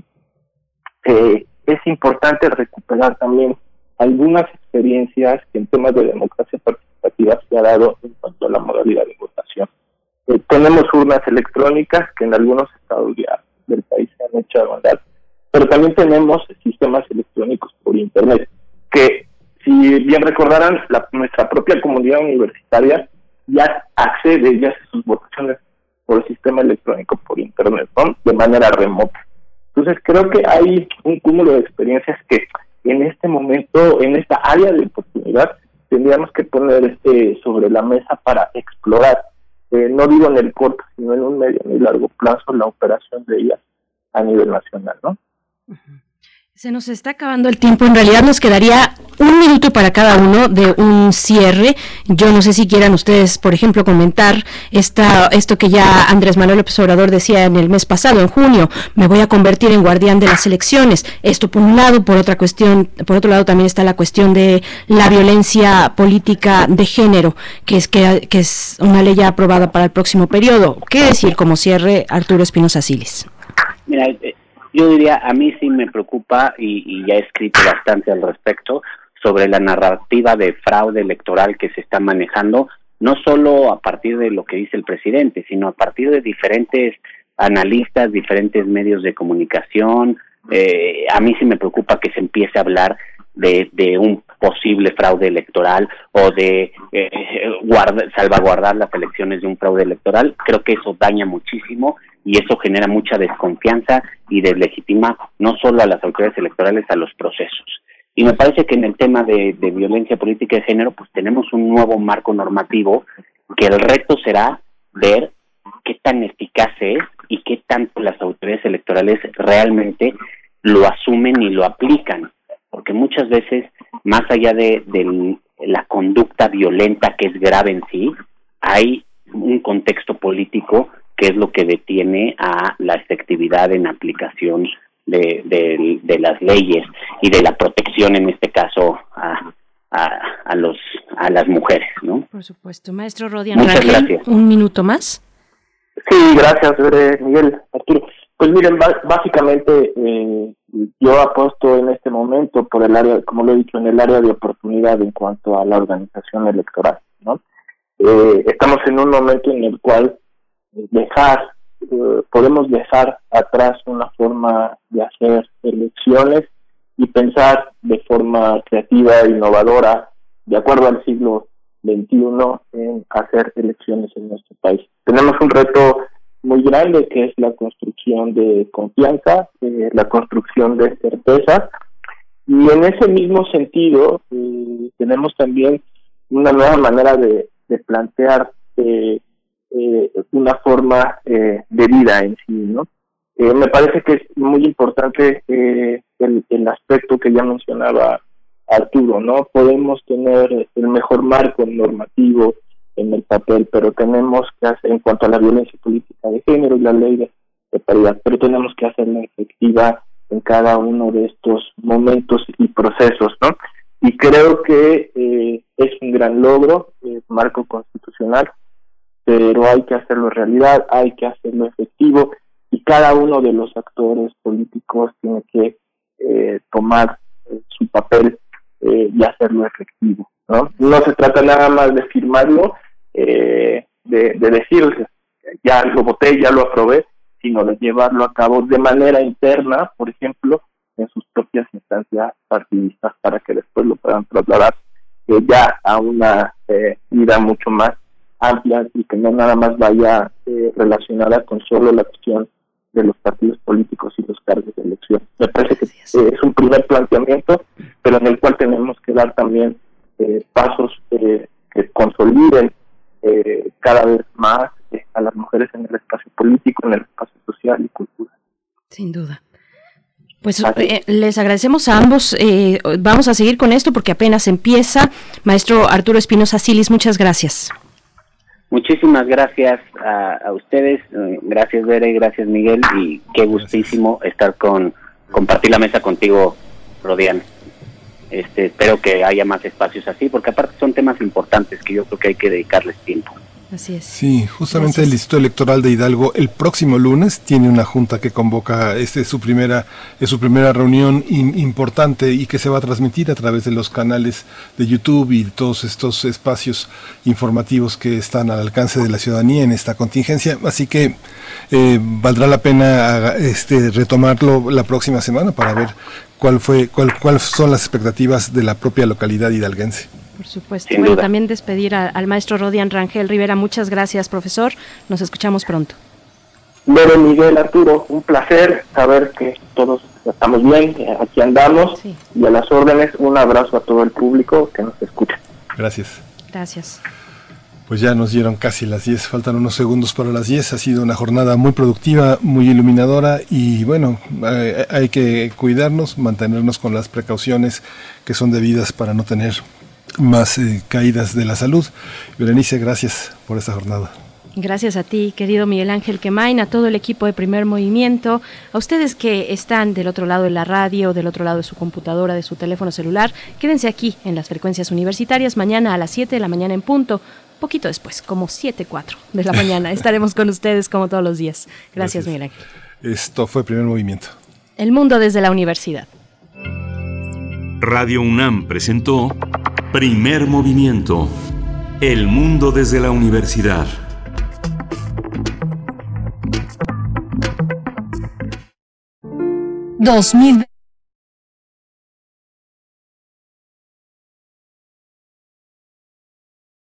eh, es importante recuperar también algunas experiencias que en temas de democracia participativa se ha dado en cuanto a la modalidad de votación. Eh, tenemos urnas electrónicas que en algunos estados ya del país se han hecho a andar, pero también tenemos sistemas electrónicos por internet, que si bien recordarán, la, nuestra propia comunidad universitaria ya accede, ya hace sus votaciones por el sistema electrónico, por internet, ¿no? De manera remota. Entonces creo que hay un cúmulo de experiencias que en este momento, en esta área de oportunidad, tendríamos que poner eh, sobre la mesa para explorar, eh, no digo en el corto, sino en un medio y largo plazo, la operación de ellas a nivel nacional, ¿no? Uh-huh. Se nos está acabando el tiempo, en realidad nos quedaría un minuto para cada uno de un cierre. Yo no sé si quieran ustedes, por ejemplo, comentar esta, esto que ya Andrés Manuel López Obrador decía en el mes pasado, en junio, me voy a convertir en guardián de las elecciones. Esto por un lado, por otra cuestión, por otro lado también está la cuestión de la violencia política de género, que es que, que es una ley ya aprobada para el próximo periodo. ¿Qué decir como cierre, Arturo Espinosa Silis? Mira, yo diría, a mí sí me preocupa, y, y ya he escrito bastante al respecto, sobre la narrativa de fraude electoral que se está manejando, no solo a partir de lo que dice el presidente, sino a partir de diferentes analistas, diferentes medios de comunicación. Eh, a mí sí me preocupa que se empiece a hablar de, de un posible fraude electoral o de eh, guarda, salvaguardar las elecciones de un fraude electoral. Creo que eso daña muchísimo y eso genera mucha desconfianza y deslegitima no solo a las autoridades electorales, a los procesos. Y me parece que en el tema de, de violencia política de género, pues tenemos un nuevo marco normativo que el reto será ver qué tan eficaz es y qué tanto las autoridades electorales realmente lo asumen y lo aplican. Porque muchas veces, más allá de, de la conducta violenta que es grave en sí, hay un contexto político que es lo que detiene a la efectividad en aplicación de, de, de las leyes y de la protección, en este caso, a, a, a los a las mujeres, ¿no? Por supuesto. Maestro Rodian Muchas Rangel, gracias. un minuto más. Sí, gracias, Miguel, Arturo. Pues miren, básicamente eh, yo apuesto en este momento por el área, como lo he dicho, en el área de oportunidad en cuanto a la organización electoral, ¿no? Eh, estamos en un momento en el cual dejar, eh, podemos dejar atrás una forma de hacer elecciones y pensar de forma creativa e innovadora, de acuerdo al siglo veintiuno, en hacer elecciones en nuestro país. Tenemos un reto muy grande que es la construcción de confianza, eh, la construcción de certeza, y en ese mismo sentido eh, tenemos también una nueva manera de, de plantear eh, eh, una forma eh, de vida en sí, ¿no? Eh, me parece que es muy importante eh, el, el aspecto que ya mencionaba Arturo, ¿no? Podemos tener el mejor marco normativo en el papel, pero tenemos que hacer, en cuanto a la violencia política de género y la ley de, de paridad, pero tenemos que hacerla efectiva en cada uno de estos momentos y procesos, ¿no? Y creo que eh, es un gran logro, eh, marco constitucional, pero hay que hacerlo realidad, hay que hacerlo efectivo, y cada uno de los actores políticos tiene que eh, tomar eh, su papel eh, y hacerlo efectivo, ¿no? No se trata nada más de firmarlo, eh, de, de decir ya lo voté, ya lo aprobé, sino de llevarlo a cabo de manera interna, por ejemplo, en sus propias instancias partidistas, para que después lo puedan trasladar eh, ya a una eh, vida mucho más amplia y que no nada más vaya eh, relacionada con solo la cuestión de los partidos políticos y los cargos de elección. Me parece que eh, es un primer planteamiento, pero en el cual tenemos que dar también eh, pasos eh, que consoliden eh, cada vez más eh, a las mujeres en el espacio político, en el espacio social y cultural. Sin duda. Pues eh, les agradecemos a ambos. Eh, vamos a seguir con esto porque apenas empieza. Maestro Arturo Espinosa Silis, muchas gracias. Muchísimas gracias a, a ustedes, gracias Bere, gracias Miguel, y qué gustísimo estar con, compartir la mesa contigo, Rodian. Este, espero que haya más espacios así, porque aparte son temas importantes que yo creo que hay que dedicarles tiempo. Así es. Sí, justamente Gracias. El Instituto Electoral de Hidalgo el próximo lunes tiene una junta que convoca, este es su primera, es su primera reunión in, importante y que se va a transmitir a través de los canales de YouTube y todos estos espacios informativos que están al alcance de la ciudadanía en esta contingencia, así que eh, valdrá la pena este, retomarlo la próxima semana para ver cuál fue, cuál, cuáles son las expectativas de la propia localidad hidalguense. Por supuesto. Sin bueno, duda. también despedir a, al maestro Rodian Rangel Rivera. Muchas gracias, profesor. Nos escuchamos pronto. Bere, Miguel, Arturo, un placer saber que todos estamos bien, eh, aquí andamos, sí. Y a las órdenes, un abrazo a todo el público que nos escucha. Gracias. Gracias. Pues ya nos dieron casi las diez, faltan unos segundos para las diez. Ha sido una jornada muy productiva, muy iluminadora y bueno, eh, hay que cuidarnos, mantenernos con las precauciones que son debidas para no tener más eh, caídas de la salud. Berenice, gracias por esta jornada. Gracias a ti, querido Miguel Ángel Quemain, a todo el equipo de Primer Movimiento, a ustedes que están del otro lado de la radio, del otro lado de su computadora, de su teléfono celular. Quédense aquí en las frecuencias universitarias, mañana a las siete de la mañana en punto, poquito después, como siete cuatro de la mañana. Estaremos con ustedes como todos los días. Gracias, Gracias. Miguel Ángel. Esto fue Primer Movimiento. El mundo desde la universidad. Radio UNAM presentó Primer Movimiento. El mundo desde la universidad. dos mil